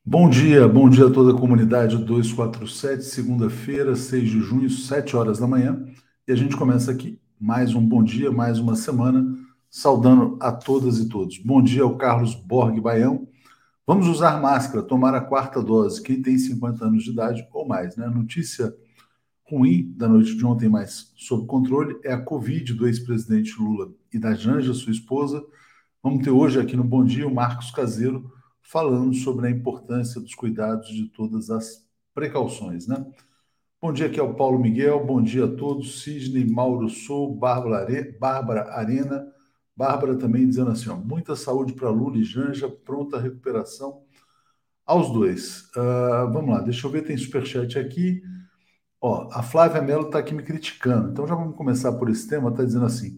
Bom dia a toda a comunidade 247, segunda-feira, 6 de junho, 7 horas da manhã. E a gente começa aqui mais um bom dia, mais uma semana, saudando a todas e todos. Bom dia ao Carlos Borg Baião. Vamos usar máscara, tomar a quarta dose, quem tem 50 anos de idade ou mais, né? Notícia ruim da noite de ontem, mas sob controle, é a Covid do ex-presidente Lula e da Janja, sua esposa. Vamos ter hoje aqui no Bom Dia o Marcos Caseiro falando sobre a importância dos cuidados de todas as precauções, né? Bom dia aqui ao Paulo Miguel, bom dia a todos, Sidney, Mauro Sou, Bárbara Arena, Bárbara também dizendo assim, ó, muita saúde para Lula e Janja, pronta recuperação aos dois. Vamos lá, deixa eu ver, tem superchat aqui. Ó, a Flávia Mello está aqui me criticando, então já vamos começar por esse tema, está dizendo assim,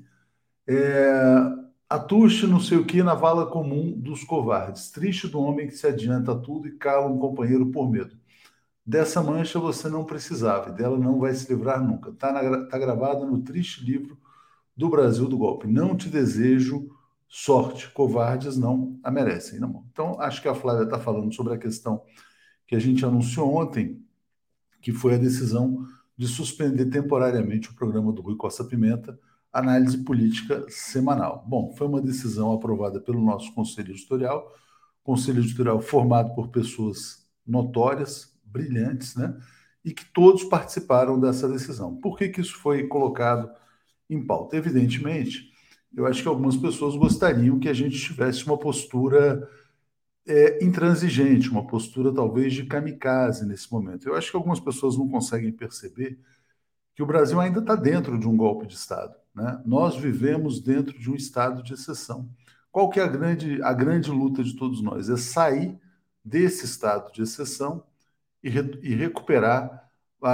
atuche não sei o que na vala comum dos covardes, triste do homem que se adianta a tudo e cala um companheiro por medo. Dessa mancha você não precisava, e dela não vai se livrar nunca. Tá gravado no triste livro do Brasil do golpe. Não te desejo sorte, covardes não a merecem. Não. Então, acho que a Flávia está falando sobre a questão que a gente anunciou ontem, que foi a decisão de suspender temporariamente o programa do Rui Costa Pimenta, análise política semanal. Bom, foi uma decisão aprovada pelo nosso conselho editorial formado por pessoas notórias, brilhantes, né? E que todos participaram dessa decisão. Por que isso foi colocado em pauta? Evidentemente, eu acho que algumas pessoas gostariam que a gente tivesse uma postura intransigente, uma postura talvez de kamikaze nesse momento. Eu acho que algumas pessoas não conseguem perceber que o Brasil ainda está dentro de um golpe de Estado, né? Nós vivemos dentro de um estado de exceção. Qual que é a grande luta de todos nós? É sair desse estado de exceção e recuperar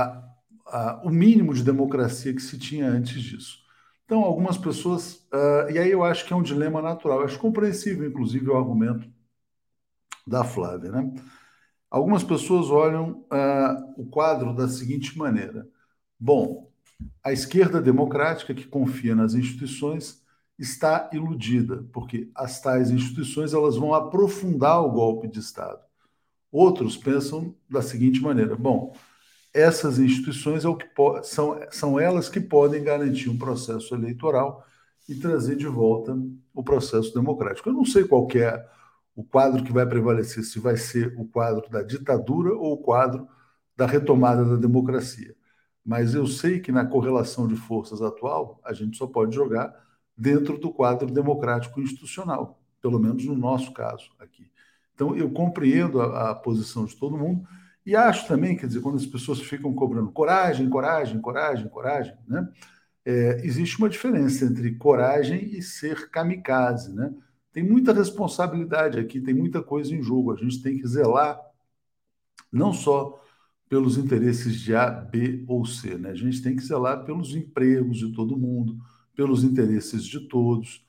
o mínimo de democracia que se tinha antes disso. Então, algumas pessoas, e aí eu acho que é um dilema natural, eu acho compreensível, inclusive, o argumento da Flávia, né? Algumas pessoas olham o quadro da seguinte maneira: bom, a esquerda democrática que confia nas instituições está iludida, porque as tais instituições elas vão aprofundar o golpe de Estado. Outros pensam da seguinte maneira: bom, essas instituições são elas que podem garantir um processo eleitoral e trazer de volta o processo democrático. Eu não sei qual que é o quadro que vai prevalecer, se vai ser o quadro da ditadura ou o quadro da retomada da democracia. Mas eu sei que na correlação de forças atual, a gente só pode jogar dentro do quadro democrático institucional, pelo menos no nosso caso aqui. Então, eu compreendo a posição de todo mundo e acho também, quer dizer, quando as pessoas ficam cobrando coragem, coragem, coragem, coragem, né? Existe uma diferença entre coragem e ser kamikaze, né? Tem muita responsabilidade aqui, tem muita coisa em jogo. A gente tem que zelar não só pelos interesses de A, B ou C, né? A gente tem que zelar pelos empregos de todo mundo, pelos interesses de todos,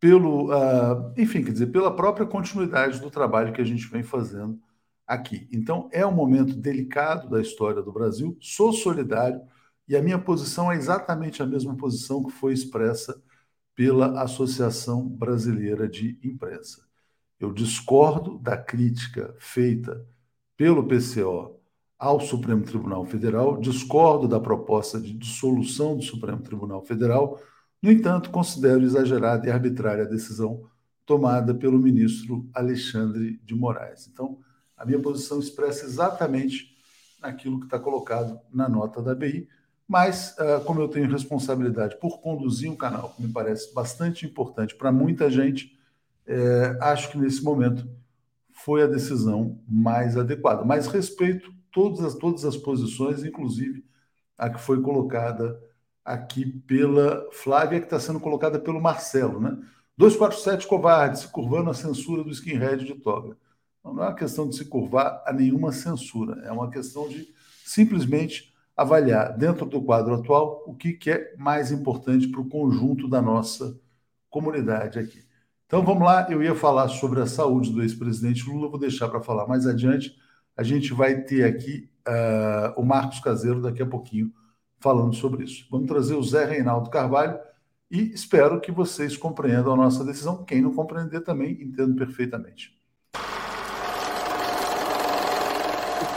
enfim, quer dizer, pela própria continuidade do trabalho que a gente vem fazendo aqui. Então, é um momento delicado da história do Brasil, sou solidário, e a minha posição é exatamente a mesma posição que foi expressa pela Associação Brasileira de Imprensa. Eu discordo da crítica feita pelo PCO ao Supremo Tribunal Federal, discordo da proposta de dissolução do Supremo Tribunal Federal, no entanto, considero exagerada e arbitrária a decisão tomada pelo ministro Alexandre de Moraes. Então, a minha posição expressa exatamente naquilo que está colocado na nota da ABI, mas, como eu tenho responsabilidade por conduzir um canal que me parece bastante importante para muita gente, acho que nesse momento foi a decisão mais adequada. Mas respeito todas as posições, inclusive a que foi colocada aqui pela Flávia, que está sendo colocada pelo Marcelo, né? 247 covardes, se curvando à censura do skinhead de toga. Não é uma questão de se curvar a nenhuma censura, é uma questão de simplesmente avaliar, dentro do quadro atual, o que é mais importante para o conjunto da nossa comunidade aqui. Então vamos lá, eu ia falar sobre a saúde do ex-presidente Lula, vou deixar para falar mais adiante. A gente vai ter aqui o Marcos Caseiro daqui a pouquinho falando sobre isso. Vamos trazer o Zé Reinaldo Carvalho e espero que vocês compreendam a nossa decisão. Quem não compreender também, entendo perfeitamente.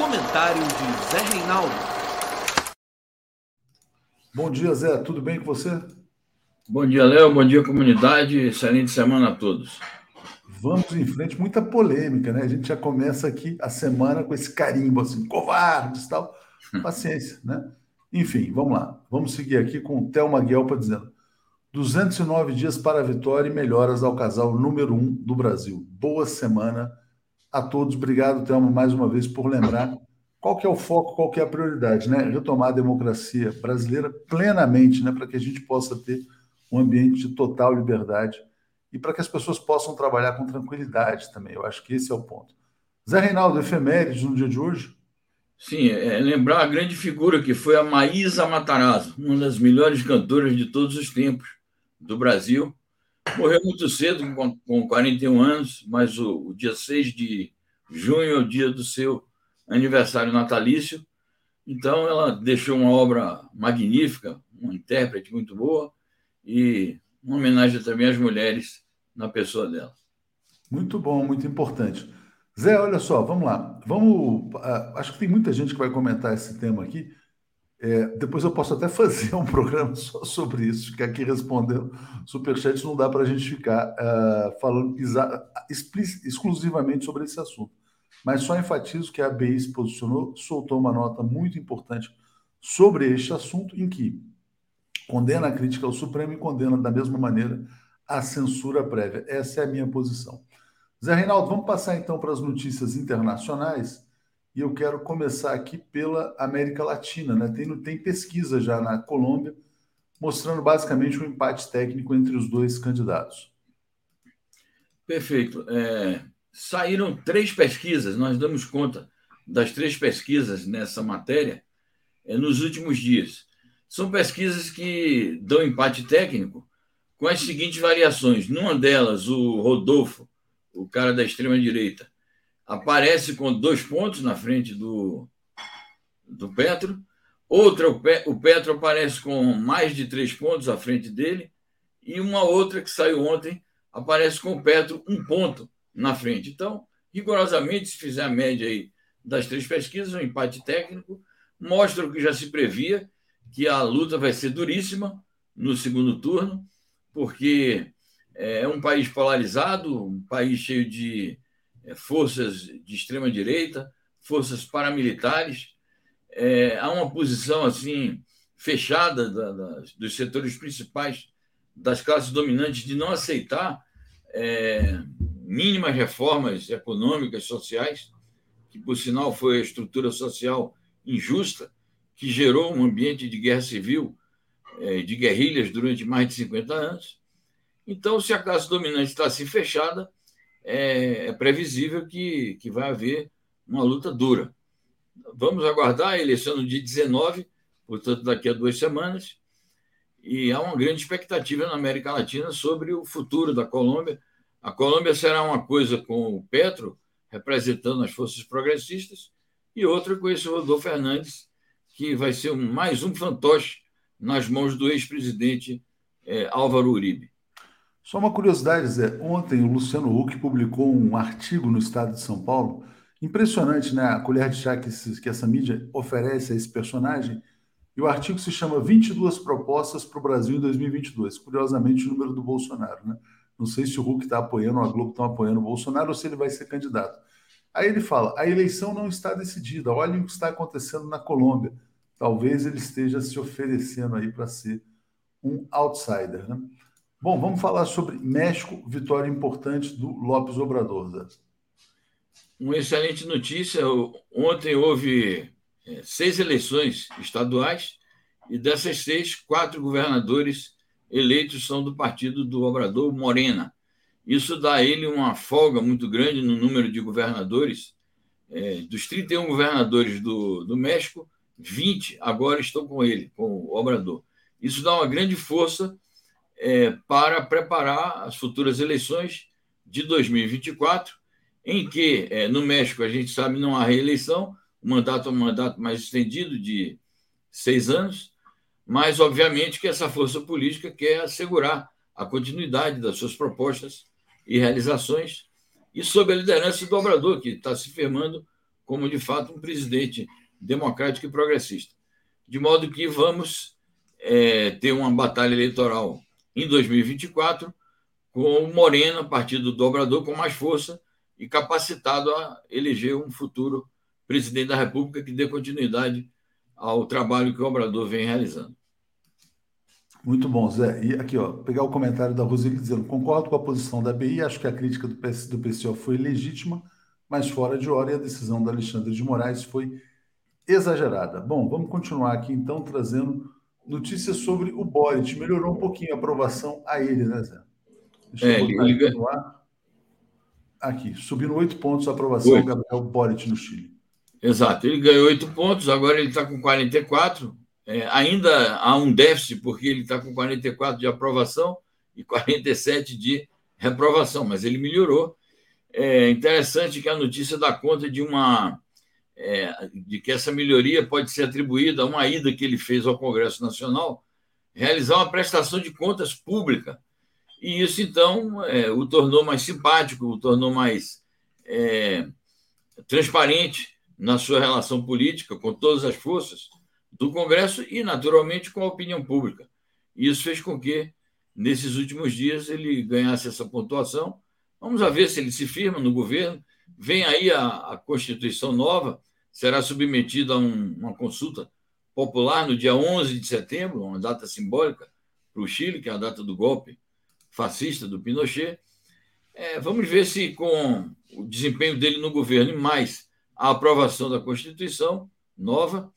Comentário de Zé Reinaldo. Bom dia, Zé. Tudo bem com você? Bom dia, Léo. Bom dia, comunidade. Excelente semana a todos. Vamos em frente, muita polêmica, né? A gente já começa aqui a semana com esse carimbo assim, covardes e tal. Paciência, né? Enfim, vamos lá. Vamos seguir aqui com o Thelma Guelpa dizendo: 209 dias para a vitória e melhoras ao casal número um do Brasil. Boa semana a todos. Obrigado, Thelma, mais uma vez por lembrar qual que é o foco, qual que é a prioridade, né? Retomar a democracia brasileira plenamente, né? Para que a gente possa ter um ambiente de total liberdade e para que as pessoas possam trabalhar com tranquilidade também. Eu acho que esse é o ponto. Zé Reinaldo, efemérides no dia de hoje? Sim, lembrar a grande figura que foi a Maísa Matarazzo, uma das melhores cantoras de todos os tempos do Brasil. Morreu muito cedo, com 41 anos, mas o dia 6 de junho é o dia do seu aniversário natalício. Então, ela deixou uma obra magnífica, uma intérprete muito boa e uma homenagem também às mulheres na pessoa dela. Muito bom, muito importante. Zé, olha só, vamos lá. Vamos. Acho que tem muita gente que vai comentar esse tema aqui. Depois eu posso até fazer um programa só sobre isso, ficar aqui respondendo superchats, não dá para a gente ficar falando exclusivamente sobre esse assunto. Mas só enfatizo que a ABI se posicionou, soltou uma nota muito importante sobre este assunto, em que condena a crítica ao Supremo e condena da mesma maneira a censura prévia. Essa é a minha posição. Zé Reinaldo, vamos passar então para as notícias internacionais. E eu quero começar aqui pela América Latina, né? Tem pesquisa já na Colômbia mostrando basicamente um empate técnico entre os dois candidatos. Perfeito. Saíram 3 pesquisas, nós damos conta das 3 pesquisas nessa matéria nos últimos dias. São pesquisas que dão empate técnico com as seguintes variações. Numa delas, o Rodolfo, o cara da extrema-direita, aparece com 2 pontos na frente do Petro. Outra, o Petro aparece com mais de 3 pontos à frente dele. E uma outra que saiu ontem aparece com o Petro 1 ponto na frente. Então, rigorosamente, se fizer a média aí das 3 pesquisas, um empate técnico, mostra o que já se previa, que a luta vai ser duríssima no segundo turno, porque é um país polarizado, um país cheio de forças de extrema-direita, forças paramilitares. Há uma posição assim fechada dos setores principais das classes dominantes de não aceitar mínimas reformas econômicas, sociais, que, por sinal, foi a estrutura social injusta que gerou um ambiente de guerra civil, de guerrilhas durante mais de 50 anos. Então, se a classe dominante está assim fechada, é previsível que vai haver uma luta dura. Vamos aguardar a eleição no dia 19, portanto, daqui a 2 semanas, e há uma grande expectativa na América Latina sobre o futuro da Colômbia. A Colômbia será uma coisa com o Petro, representando as forças progressistas, e outra com esse Rodolfo Fernandes, que vai ser mais um fantoche nas mãos do ex-presidente Álvaro Uribe. Só uma curiosidade, Zé. Ontem o Luciano Huck publicou um artigo no Estado de São Paulo. Impressionante, né? A colher de chá que essa mídia oferece a esse personagem. E o artigo se chama 22 propostas para o Brasil em 2022. Curiosamente, o número do Bolsonaro, né? Não sei se o Huck está apoiando ou a Globo está apoiando o Bolsonaro ou se ele vai ser candidato. Aí ele fala: a eleição não está decidida. Olhem o que está acontecendo na Colômbia. Talvez ele esteja se oferecendo aí para ser um outsider, né? Bom, vamos falar sobre México, vitória importante do López Obrador, Zé. Uma excelente notícia. Ontem houve 6 eleições estaduais e dessas 6, 4 governadores eleitos são do partido do Obrador, Morena. Isso dá a ele uma folga muito grande no número de governadores. Dos 31 governadores do México, 20 agora estão com ele, com o Obrador. Isso dá uma grande força para preparar as futuras eleições de 2024, em que, no México, a gente sabe, não há reeleição, o mandato é um mandato mais estendido de 6 anos, mas, obviamente, que essa força política quer assegurar a continuidade das suas propostas e realizações, e sob a liderança do Obrador, que está se firmando como, de fato, um presidente democrático e progressista. De modo que vamos ter uma batalha eleitoral em 2024 com o Morena, partido do Obrador, com mais força e capacitado a eleger um futuro presidente da República que dê continuidade ao trabalho que o Obrador vem realizando. Muito bom, Zé. E aqui, ó, pegar o comentário da Roseli dizendo: concordo com a posição da BI, acho que a crítica do PCO foi legítima, mas fora de hora, e a decisão do Alexandre de Moraes foi exagerada. Bom, vamos continuar aqui então trazendo notícias sobre o Boric. Melhorou um pouquinho a aprovação a ele, né, Zé? Deixa eu botar aqui no ar. Aqui, subindo 8 pontos a aprovação ao Gabriel Boric no Chile. Exato, ele ganhou 8 pontos, agora ele está com 44. Ainda há um déficit, porque ele está com 44 de aprovação e 47 de reprovação, mas ele melhorou. É interessante que a notícia dá conta de que essa melhoria pode ser atribuída a uma ida que ele fez ao Congresso Nacional, realizar uma prestação de contas pública. E isso, então, o tornou mais simpático, o tornou mais transparente na sua relação política com todas as forças do Congresso e, naturalmente, com a opinião pública. E isso fez com que, nesses últimos dias, ele ganhasse essa pontuação. Vamos ver se ele se firma no governo. Vem aí a Constituição nova, será submetida a uma consulta popular no dia 11 de setembro, uma data simbólica para o Chile, que é a data do golpe fascista do Pinochet. Vamos ver se, com o desempenho dele no governo e mais a aprovação da Constituição nova,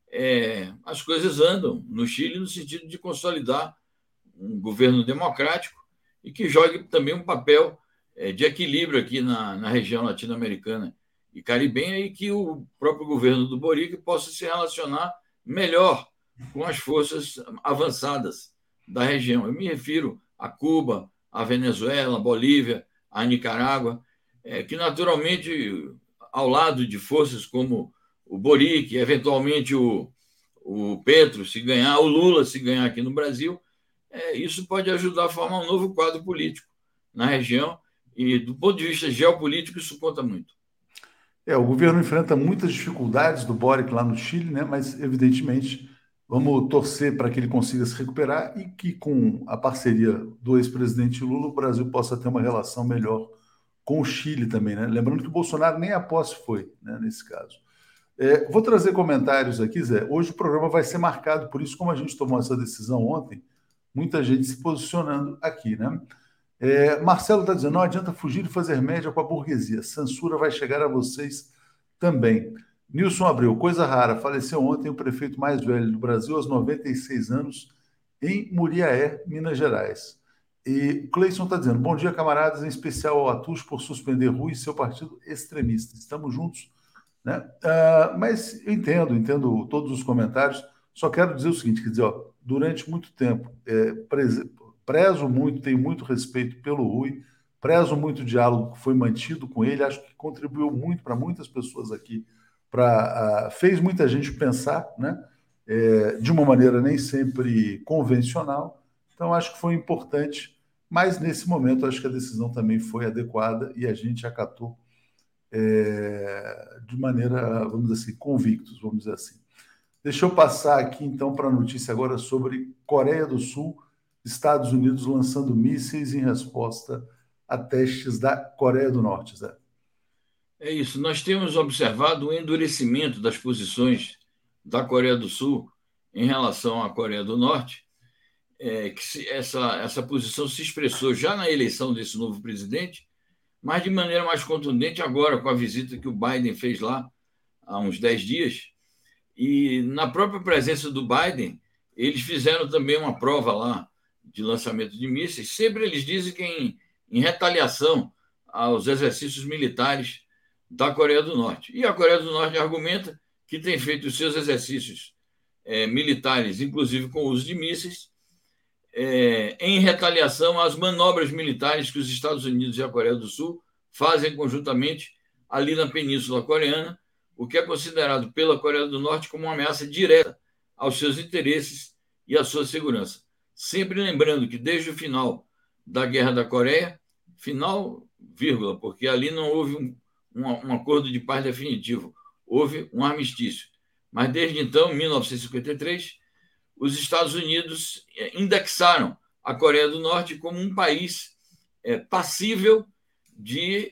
as coisas andam no Chile no sentido de consolidar um governo democrático e que jogue também um papel de equilíbrio aqui na região latino-americana e caribenha, e que o próprio governo do Boric possa se relacionar melhor com as forças avançadas da região. Eu me refiro a Cuba, a Venezuela, a Bolívia, a Nicarágua, que naturalmente, ao lado de forças como o Boric, eventualmente o Petro, se ganhar, o Lula, se ganhar aqui no Brasil, isso pode ajudar a formar um novo quadro político na região, e do ponto de vista geopolítico isso conta muito. O governo enfrenta muitas dificuldades do Boric lá no Chile, né? Mas, evidentemente, vamos torcer para que ele consiga se recuperar e que, com a parceria do ex-presidente Lula, o Brasil possa ter uma relação melhor com o Chile também, né? Lembrando que o Bolsonaro nem a posse foi, né, nesse caso. Vou trazer comentários aqui, Zé. Hoje o programa vai ser marcado, por isso, como a gente tomou essa decisão ontem, muita gente se posicionando aqui, né? Marcelo está dizendo: não adianta fugir e fazer média com a burguesia. Censura vai chegar a vocês também. Nilson Abreu: coisa rara, faleceu ontem o prefeito mais velho do Brasil, aos 96 anos, em Muriaé, Minas Gerais. E o Cleison está dizendo: bom dia, camaradas, em especial ao Atus por suspender Rui e seu partido extremista. Estamos juntos, né? Mas eu entendo todos os comentários. Só quero dizer o seguinte: quer dizer, durante muito tempo, prezo muito, tenho muito respeito pelo Rui, prezo muito o diálogo que foi mantido com ele, acho que contribuiu muito para muitas pessoas aqui, fez muita gente pensar, né? De uma maneira nem sempre convencional. Então, acho que foi importante, mas nesse momento acho que a decisão também foi adequada e a gente acatou de maneira, vamos dizer assim, convictos, vamos dizer assim. Deixa eu passar aqui, então, para a notícia agora sobre Coreia do Sul, Estados Unidos lançando mísseis em resposta a testes da Coreia do Norte, Zé. É isso. Nós temos observado o endurecimento das posições da Coreia do Sul em relação à Coreia do Norte, que essa posição se expressou já na eleição desse novo presidente, mas de maneira mais contundente agora, com a visita que o Biden fez lá há uns 10 dias. E na própria presença do Biden, eles fizeram também uma prova lá de lançamento de mísseis. Sempre eles dizem que em retaliação aos exercícios militares da Coreia do Norte. E a Coreia do Norte argumenta que tem feito os seus exercícios militares, inclusive com o uso de mísseis, em retaliação às manobras militares que os Estados Unidos e a Coreia do Sul fazem conjuntamente ali na Península Coreana, o que é considerado pela Coreia do Norte como uma ameaça direta aos seus interesses e à sua segurança. Sempre lembrando que desde o final da Guerra da Coreia, final, vírgula, porque ali não houve um acordo de paz definitivo. Houve um armistício. Mas, desde então, em 1953, os Estados Unidos indexaram a Coreia do Norte como um país passível de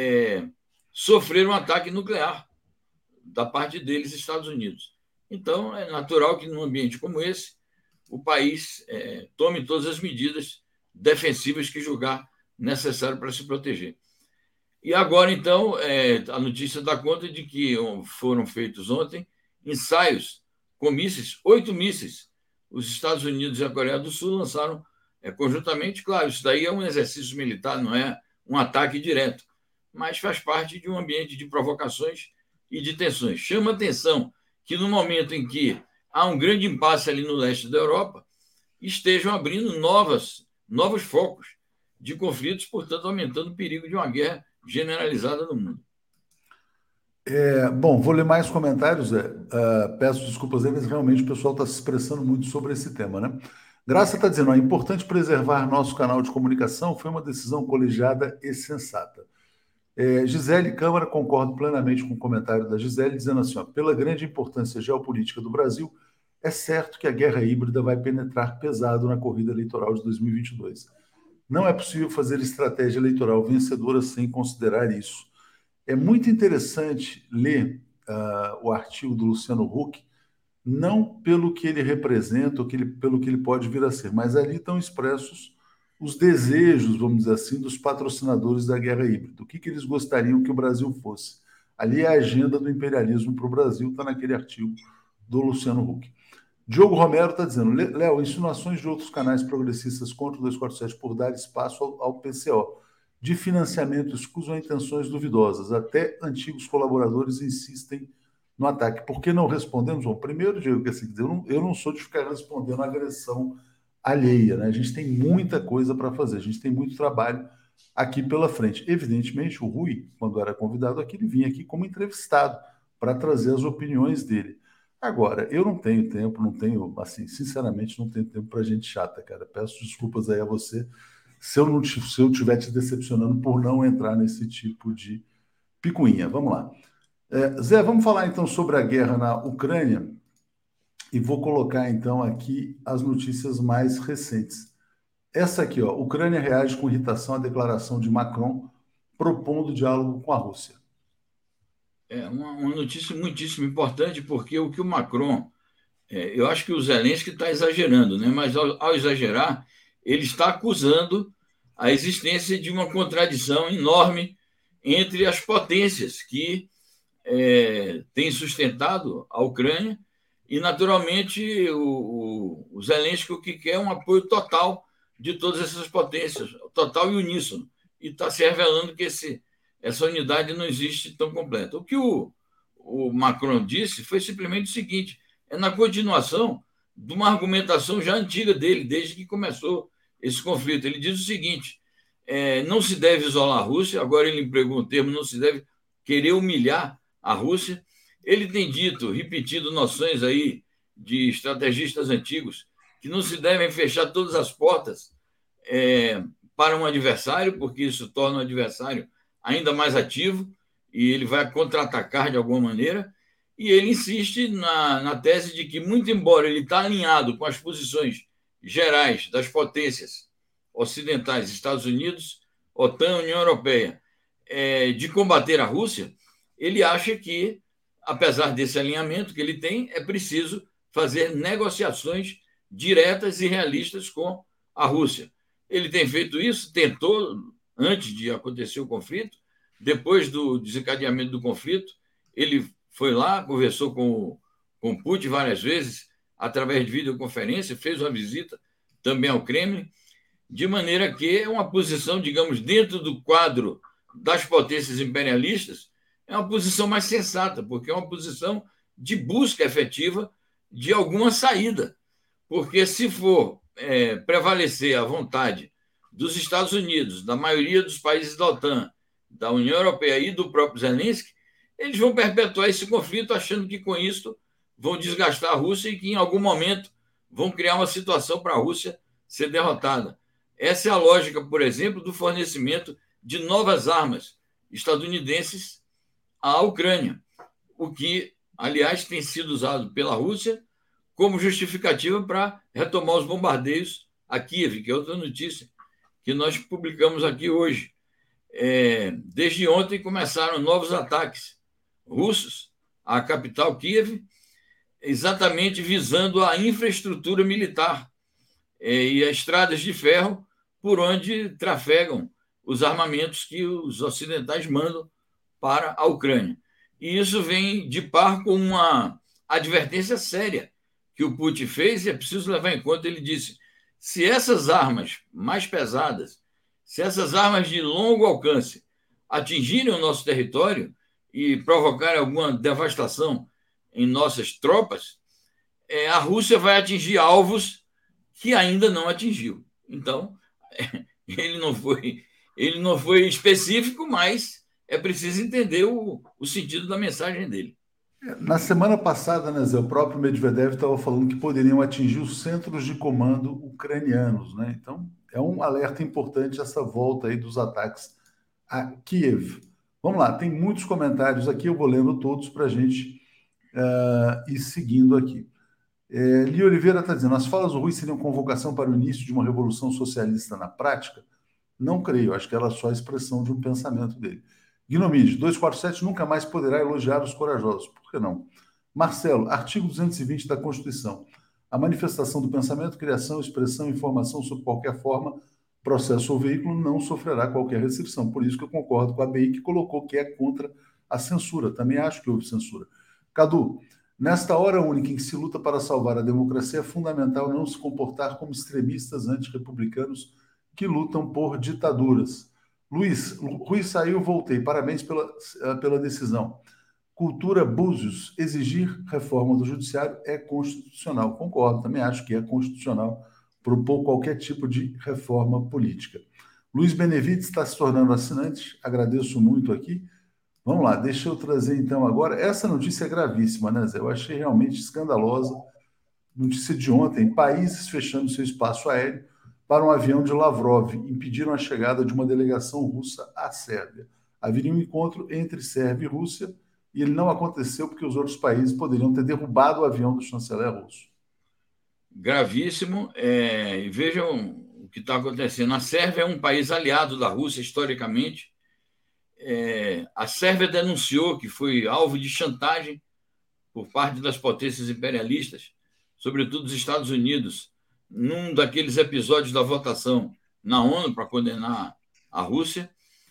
sofrer um ataque nuclear da parte deles, Estados Unidos. Então, é natural que, num ambiente como esse, o país tome todas as medidas defensivas que julgar necessário para se proteger. E agora, então, a notícia dá conta de que foram feitos ontem ensaios com mísseis, 8 mísseis. Os Estados Unidos e a Coreia do Sul lançaram conjuntamente. Claro, isso daí é um exercício militar, não é um ataque direto, mas faz parte de um ambiente de provocações e de tensões. Chama atenção que, no momento em que há um grande impasse ali no leste da Europa, estejam abrindo novos focos de conflitos, portanto, aumentando o perigo de uma guerra generalizada no mundo. Bom, vou ler mais comentários, Zé. Peço desculpas aí, mas realmente o pessoal está se expressando muito sobre esse tema, né? Graça está dizendo, é importante preservar nosso canal de comunicação, foi uma decisão colegiada e sensata. Gisele Câmara, concordo plenamente com o comentário da Gisele, dizendo assim, ó, pela grande importância geopolítica do Brasil, é certo que a guerra híbrida vai penetrar pesado na corrida eleitoral de 2022. Não é possível fazer estratégia eleitoral vencedora sem considerar isso. É muito interessante ler o artigo do Luciano Huck, não pelo que ele representa, ou pelo que ele pode vir a ser, mas ali estão expressos os desejos, vamos dizer assim, dos patrocinadores da guerra híbrida. O que eles gostariam que o Brasil fosse. Ali é a agenda do imperialismo para o Brasil, está naquele artigo do Luciano Huck. Diogo Romero está dizendo, Léo, insinuações de outros canais progressistas contra o 247 por dar espaço ao PCO de financiamento escusam intenções duvidosas. Até antigos colaboradores insistem no ataque. Por que não respondemos? Bom, primeiro, Diego, que assim, eu não sou de ficar respondendo agressão alheia, né? A gente tem muita coisa para fazer, a gente tem muito trabalho aqui pela frente. Evidentemente, o Rui, quando era convidado aqui, ele vinha aqui como entrevistado para trazer as opiniões dele. Agora, eu não tenho tempo, não tenho, assim, sinceramente, não tenho tempo para gente chata, cara. Peço desculpas aí a você se eu estiver te decepcionando por não entrar nesse tipo de picuinha. Vamos lá. Zé, vamos falar então sobre a guerra na Ucrânia e vou colocar então aqui as notícias mais recentes. Essa aqui, ó, Ucrânia reage com irritação à declaração de Macron propondo diálogo com a Rússia. É uma notícia muitíssimo importante, porque o que o Macron... eu acho que o Zelensky está exagerando, né? Mas ao exagerar, ele está acusando a existência de uma contradição enorme entre as potências que têm sustentado a Ucrânia e, naturalmente, o Zelensky o que quer é um apoio total de todas essas potências, total e uníssono. E está se revelando que essa unidade não existe tão completa. O que o Macron disse foi simplesmente o seguinte, na continuação de uma argumentação já antiga dele, desde que começou esse conflito. Ele diz o seguinte, não se deve isolar a Rússia, agora ele empregou um termo, não se deve querer humilhar a Rússia. Ele tem dito, repetido noções aí de estrategistas antigos, que não se devem fechar todas as portas para um adversário, porque isso torna o adversário ainda mais ativo e ele vai contra-atacar de alguma maneira. E ele insiste na tese de que, muito embora ele está alinhado com as posições gerais das potências ocidentais, Estados Unidos, OTAN, União Europeia, de combater a Rússia, ele acha que, apesar desse alinhamento que ele tem, é preciso fazer negociações diretas e realistas com a Rússia. Ele tem feito isso, tentou, antes de acontecer o conflito, depois do desencadeamento do conflito, ele foi lá, conversou com Putin várias vezes, através de videoconferência, fez uma visita também ao Kremlin, de maneira que é uma posição, digamos, dentro do quadro das potências imperialistas, é uma posição mais sensata, porque é uma posição de busca efetiva de alguma saída. Porque se for prevalecer a vontade dos Estados Unidos, da maioria dos países da OTAN, da União Europeia e do próprio Zelensky, eles vão perpetuar esse conflito achando que com isso vão desgastar a Rússia e que em algum momento vão criar uma situação para a Rússia ser derrotada. Essa é a lógica, por exemplo, do fornecimento de novas armas estadunidenses à Ucrânia, o que, aliás, tem sido usado pela Rússia como justificativa para retomar os bombardeios a Kiev, que é outra notícia que nós publicamos aqui hoje. Desde ontem começaram novos ataques russos à capital Kiev, exatamente visando a infraestrutura militar e as estradas de ferro por onde trafegam os armamentos que os ocidentais mandam para a Ucrânia. E isso vem de par com uma advertência séria que o Putin fez, e é preciso levar em conta, ele disse, se essas armas mais pesadas, se essas armas de longo alcance atingirem o nosso território e provocarem alguma devastação em nossas tropas, a Rússia vai atingir alvos que ainda não atingiu. Então, ele não foi específico, mas é preciso entender o sentido da mensagem dele. Na semana passada, né, Zé, o próprio Medvedev estava falando que poderiam atingir os centros de comando ucranianos, né? Então, é um alerta importante essa volta aí dos ataques a Kiev. Vamos lá, tem muitos comentários aqui, eu vou lendo todos para a gente ir seguindo aqui. Li Oliveira está dizendo, as falas do Rui seriam convocação para o início de uma revolução socialista na prática? Não creio, acho que ela é só a expressão de um pensamento dele. Gnomide, 247 nunca mais poderá elogiar os corajosos. Por que não? Marcelo, artigo 220 da Constituição. A manifestação do pensamento, criação, expressão, informação sob qualquer forma, processo ou veículo não sofrerá qualquer restrição. Por isso que eu concordo com a ABI, que colocou que é contra a censura. Também acho que houve censura. Cadu, nesta hora única em que se luta para salvar a democracia, é fundamental não se comportar como extremistas antirrepublicanos que lutam por ditaduras. Luiz, Rui saiu, voltei. Parabéns pela decisão. Cultura Búzios, exigir reforma do judiciário é constitucional. Concordo, também acho que é constitucional propor qualquer tipo de reforma política. Luiz Benevides está se tornando assinante, agradeço muito aqui. Vamos lá, deixa eu trazer então agora. Essa notícia é gravíssima, né, Zé? Eu achei realmente escandalosa. Notícia de ontem: países fechando seu espaço aéreo para um avião de Lavrov, impediram a chegada de uma delegação russa à Sérvia. Haveria um encontro entre Sérvia e Rússia e ele não aconteceu porque os outros países poderiam ter derrubado o avião do chanceler russo. Gravíssimo. Vejam o que está acontecendo. A Sérvia é um país aliado da Rússia historicamente. A Sérvia denunciou que foi alvo de chantagem por parte das potências imperialistas, sobretudo dos Estados Unidos, num daqueles episódios da votação na ONU para condenar a Rússia.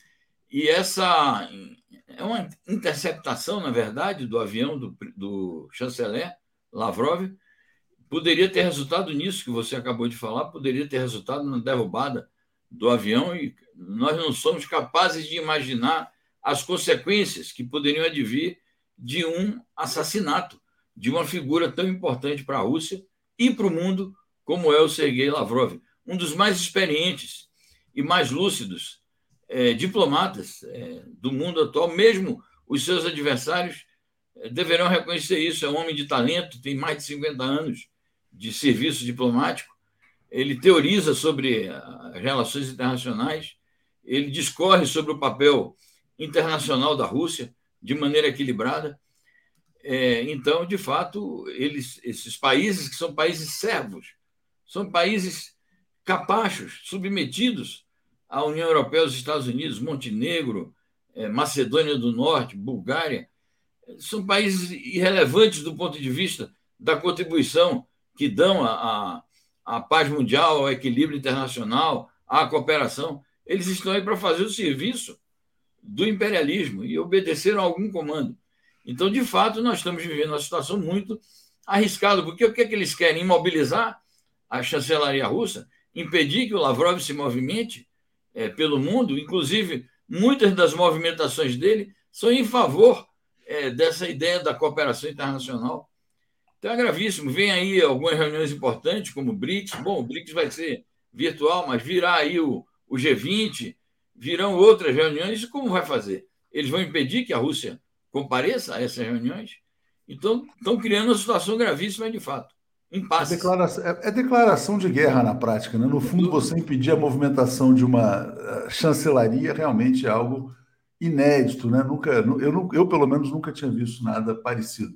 E essa é uma interceptação, na verdade, do avião do chanceler Lavrov. Poderia ter resultado nisso que você acabou de falar, poderia ter resultado na derrubada do avião, e nós não somos capazes de imaginar as consequências que poderiam advir de um assassinato de uma figura tão importante para a Rússia e para o mundo como é o Sergei Lavrov, um dos mais experientes e mais lúcidos diplomatas do mundo atual. Mesmo os seus adversários deverão reconhecer isso. É um homem de talento, tem mais de 50 anos de serviço diplomático. Ele teoriza sobre as relações internacionais, ele discorre sobre o papel internacional da Rússia de maneira equilibrada. Então, de fato, esses países que são países servos, são países capachos, submetidos à União Europeia e aos Estados Unidos, Montenegro, Macedônia do Norte, Bulgária, são países irrelevantes do ponto de vista da contribuição que dão à paz mundial, ao equilíbrio internacional, à cooperação. Eles estão aí para fazer o serviço do imperialismo e obedeceram a algum comando. Então, de fato, nós estamos vivendo uma situação muito arriscada, porque o que é que eles querem? Imobilizar a chancelaria russa, impedir que o Lavrov se movimente pelo mundo. Inclusive, muitas das movimentações dele são em favor dessa ideia da cooperação internacional. Então, é gravíssimo. Vem aí algumas reuniões importantes, como o BRICS. Bom, o BRICS vai ser virtual, mas virá aí o G20, virão outras reuniões. E como vai fazer? Eles vão impedir que a Rússia compareça a essas reuniões? Então, estão criando uma situação gravíssima de fato. Impasse. É declaração de guerra na prática, né? No fundo, você impedir a movimentação de uma chancelaria realmente é algo inédito, né? Eu, pelo menos, nunca tinha visto nada parecido.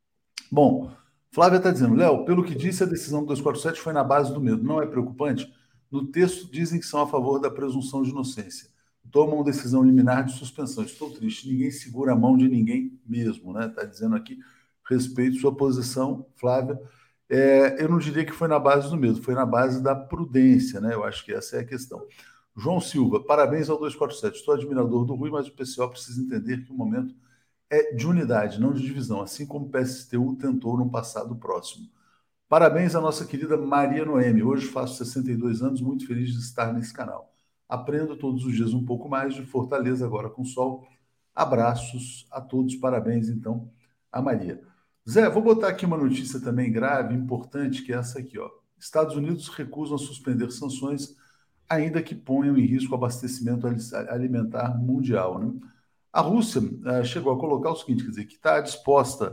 Bom, Flávia está dizendo, Léo, pelo que disse, a decisão do 247 foi na base do medo. Não é preocupante? No texto dizem que são a favor da presunção de inocência. Tomam decisão liminar de suspensão. Estou triste, ninguém segura a mão de ninguém mesmo, né? Está dizendo aqui, respeito sua posição, Flávia. Eu não diria que foi na base do medo, foi na base da prudência, né? Eu acho que essa é a questão. João Silva, parabéns ao 247. Estou admirador do Rui, mas o PCO precisa entender que o momento é de unidade, não de divisão, assim como o PSTU tentou no passado próximo. Parabéns à nossa querida Maria Noemi. Hoje faço 62 anos, muito feliz de estar nesse canal. Aprendo todos os dias um pouco mais de Fortaleza, agora com sol. Abraços a todos, parabéns então a Maria. Zé, vou botar aqui uma notícia também grave, importante, que é essa aqui, ó. Estados Unidos recusam suspender sanções, ainda que ponham em risco o abastecimento alimentar mundial, né? A Rússia chegou a colocar o seguinte, quer dizer, que está disposta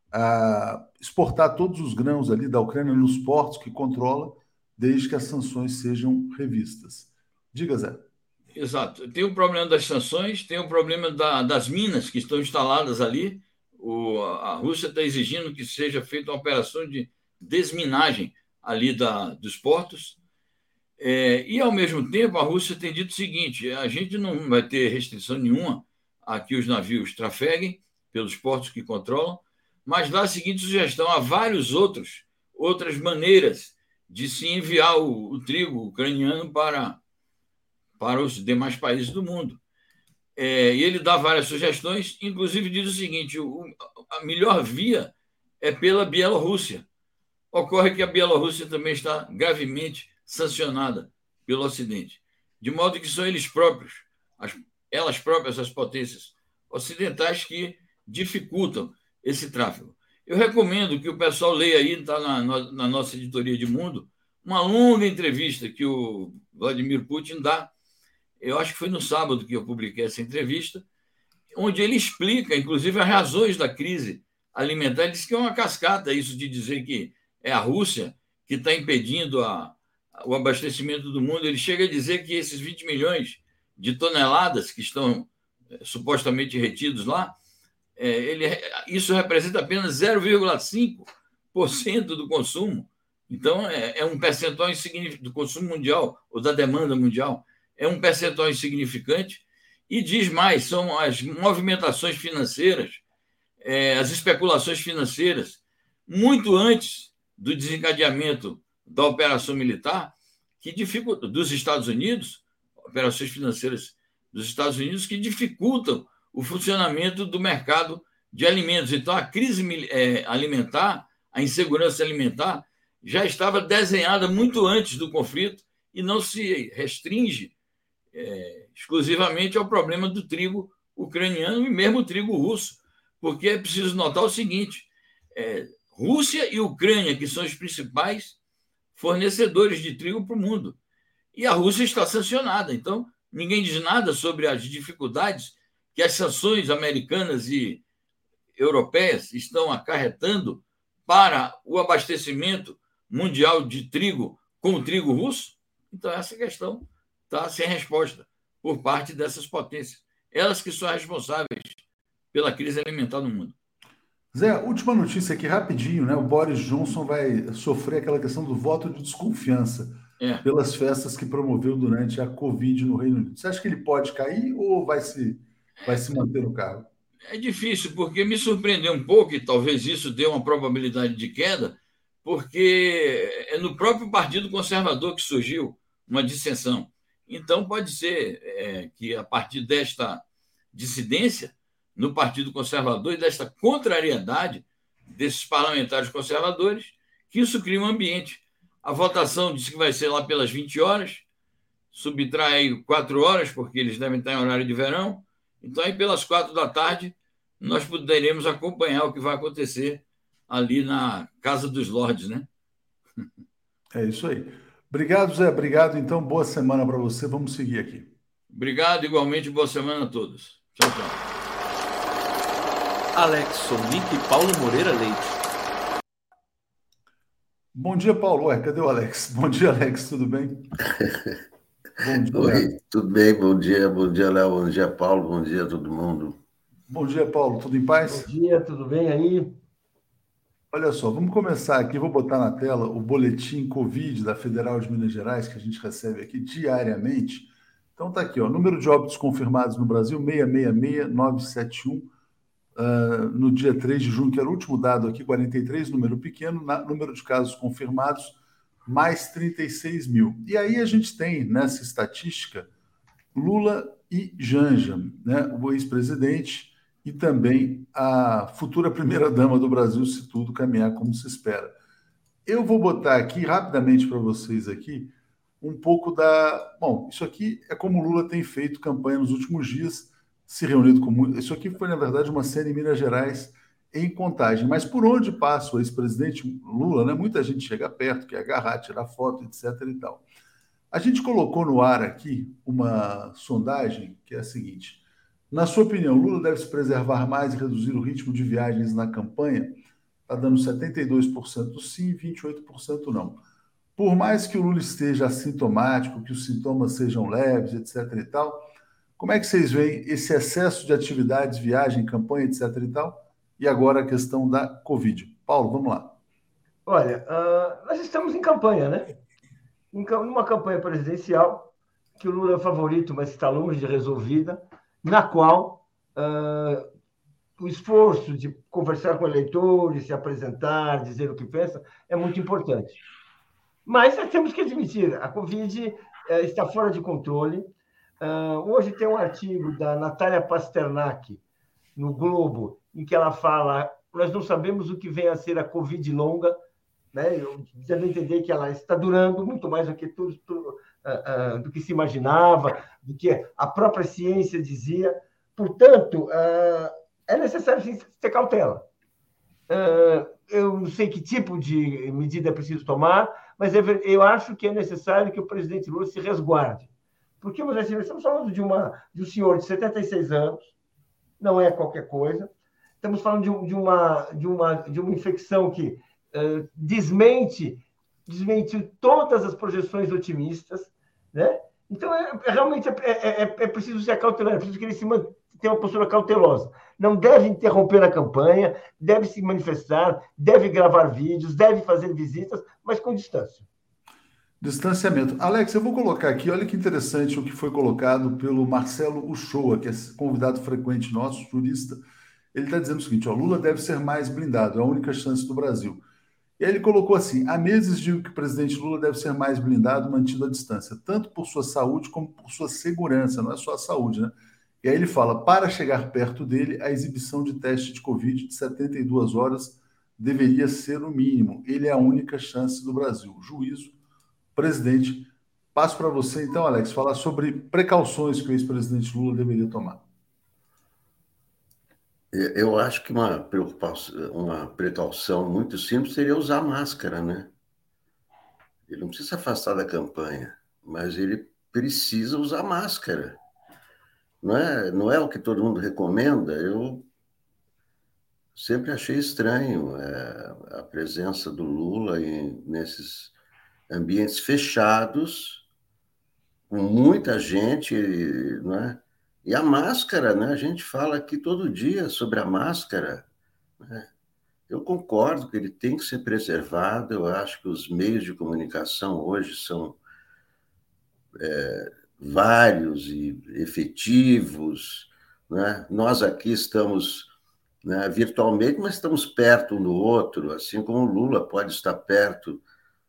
a exportar todos os grãos ali da Ucrânia nos portos que controla, desde que as sanções sejam revistas. Diga, Zé. Exato. Tem o problema das sanções, tem o problema das minas que estão instaladas ali. A Rússia está exigindo que seja feita uma operação de desminagem ali dos portos. E, ao mesmo tempo, a Rússia tem dito o seguinte, a gente não vai ter restrição nenhuma a que os navios trafeguem pelos portos que controlam, mas dá a seguinte sugestão: há outras maneiras de se enviar o trigo ucraniano para os demais países do mundo. E ele dá várias sugestões, inclusive diz o seguinte: a melhor via é pela Bielorrússia. Ocorre que a Bielorrússia também está gravemente sancionada pelo Ocidente, de modo que são eles próprios, elas próprias, as potências ocidentais, que dificultam esse tráfego. Eu recomendo que o pessoal leia aí, está na nossa editoria de Mundo, uma longa entrevista que o Vladimir Putin dá. Eu acho que foi no sábado que eu publiquei essa entrevista, onde ele explica, inclusive, as razões da crise alimentar. Ele diz que é uma cascata isso de dizer que é a Rússia que está impedindo o abastecimento do mundo. Ele chega a dizer que esses 20 milhões de toneladas que estão supostamente retidos lá, isso representa apenas 0,5% do consumo. Então, é um percentual do consumo mundial ou da demanda mundial. É um percentual insignificante. E diz mais, são as movimentações financeiras, as especulações financeiras, muito antes do desencadeamento da operação militar, dos Estados Unidos, operações financeiras dos Estados Unidos, que dificultam o funcionamento do mercado de alimentos. Então, a crise alimentar, a insegurança alimentar, já estava desenhada muito antes do conflito e não se restringe exclusivamente ao problema do trigo ucraniano e mesmo o trigo russo, porque é preciso notar o seguinte: Rússia e Ucrânia, que são os principais fornecedores de trigo para o mundo, e a Rússia está sancionada. Então, ninguém diz nada sobre as dificuldades que as sanções americanas e europeias estão acarretando para o abastecimento mundial de trigo com o trigo russo. Então, essa questão está sem resposta por parte dessas potências. Elas que são responsáveis pela crise alimentar no mundo. Zé, última notícia aqui, rapidinho, né? O Boris Johnson vai sofrer aquela questão do voto de desconfiança pelas festas que promoveu durante a Covid no Reino Unido. Você acha que ele pode cair ou vai se manter no cargo? É difícil, porque me surpreendeu um pouco, e talvez isso dê uma probabilidade de queda, porque é no próprio Partido Conservador que surgiu uma dissensão. Então, pode ser que, a partir desta dissidência no Partido Conservador e desta contrariedade desses parlamentares conservadores, que isso cria um ambiente. A votação diz que vai ser lá pelas 20 horas, subtrai 4 horas, porque eles devem estar em horário de verão. Então, aí pelas 4 da tarde, nós poderemos acompanhar o que vai acontecer ali na Casa dos Lordes, né? É isso aí. Obrigado, Zé. Obrigado. Então, boa semana para você. Vamos seguir aqui. Obrigado, igualmente. Boa semana a todos. Tchau, tchau. Alex Sonic e Paulo Moreira Leite. Bom dia, Paulo. Cadê o Alex? Bom dia, Alex. Tudo bem? Bom dia. Oi, tudo bem? Bom dia, Léo, bom dia, Paulo, bom dia a todo mundo. Bom dia, Paulo. Tudo em Bom paz? dia, tudo bem aí? Olha só, vamos começar aqui. Vou botar na tela o boletim Covid da Federal de Minas Gerais, que a gente recebe aqui diariamente. Então tá aqui, ó, número de óbitos confirmados no Brasil, 666.971, no dia 3 de junho, que era o último dado aqui, 43, número pequeno, número de casos confirmados, mais 36 mil. E aí a gente tem nessa estatística Lula e Janja, né, o ex-presidente, e também a futura primeira-dama do Brasil, se tudo caminhar como se espera. Eu vou botar aqui rapidamente para vocês aqui um pouco da. Bom, isso aqui é como o Lula tem feito campanha nos últimos dias, se reunido com. Isso aqui foi, na verdade, uma cena em Minas Gerais em Contagem. Mas por onde passa o ex-presidente Lula, né, muita gente chega perto, quer agarrar, tirar foto, etc. e tal. A gente colocou no ar aqui uma sondagem que é a seguinte: na sua opinião, Lula deve se preservar mais e reduzir o ritmo de viagens na campanha? Está dando 72% sim, 28% não. Por mais que o Lula esteja assintomático, que os sintomas sejam leves, etc. e tal, como é que vocês veem esse excesso de atividades, viagem, campanha, etc. e tal? E agora a questão da Covid. Paulo, vamos lá. Olha, nós estamos em campanha, né? Numa campanha presidencial, que o Lula é favorito, mas está longe de resolvida, na qual o esforço de conversar com eleitores, se apresentar, dizer o que pensa, é muito importante. Mas nós temos que admitir, a Covid está fora de controle. Hoje tem um artigo da Natália Pasternak, no Globo, em que ela fala: nós não sabemos o que vem a ser a Covid longa, né? Dizendo a entender que ela está durando muito mais do que do que se imaginava, do que a própria ciência dizia. Portanto, é necessário sim, ter cautela. Eu não sei que tipo de medida é preciso tomar, mas eu acho que é necessário que o presidente Lula se resguarde. Porque nós estamos falando de um senhor de 76 anos, não é qualquer coisa. Estamos falando de uma infecção que desmentiu todas as projeções otimistas, né? Então, realmente é preciso se acautelar, é preciso que ele tenha uma postura cautelosa. Não deve interromper a campanha, deve se manifestar, deve gravar vídeos, deve fazer visitas, mas com distância. Distanciamento. Alex, eu vou colocar aqui, olha que interessante o que foi colocado pelo Marcelo Uchoa, que é convidado frequente nosso, jurista. Ele está dizendo o seguinte: ó, Lula deve ser mais blindado, é a única chance do Brasil. E aí ele colocou assim: há meses digo que o presidente Lula deve ser mais blindado, mantido à distância, tanto por sua saúde como por sua segurança, não é só a saúde, né? E aí ele fala: para chegar perto dele, a exibição de teste de Covid de 72 horas deveria ser o mínimo. Ele é a única chance do Brasil. Juízo, presidente. Passo para você, então, Alex, falar sobre precauções que o ex-presidente Lula deveria tomar. Eu acho que uma precaução muito simples seria usar máscara, né? Ele não precisa se afastar da campanha, mas ele precisa usar máscara. Não é o que todo mundo recomenda. Eu sempre achei estranho a presença do Lula nesses ambientes fechados, com muita gente, não é? E a máscara, né? A gente fala aqui todo dia sobre a máscara, né? Eu concordo que ele tem que ser preservado. Eu acho que os meios de comunicação hoje são vários e efetivos, né? Nós aqui estamos, né, virtualmente, mas estamos perto um do outro, assim como o Lula pode estar perto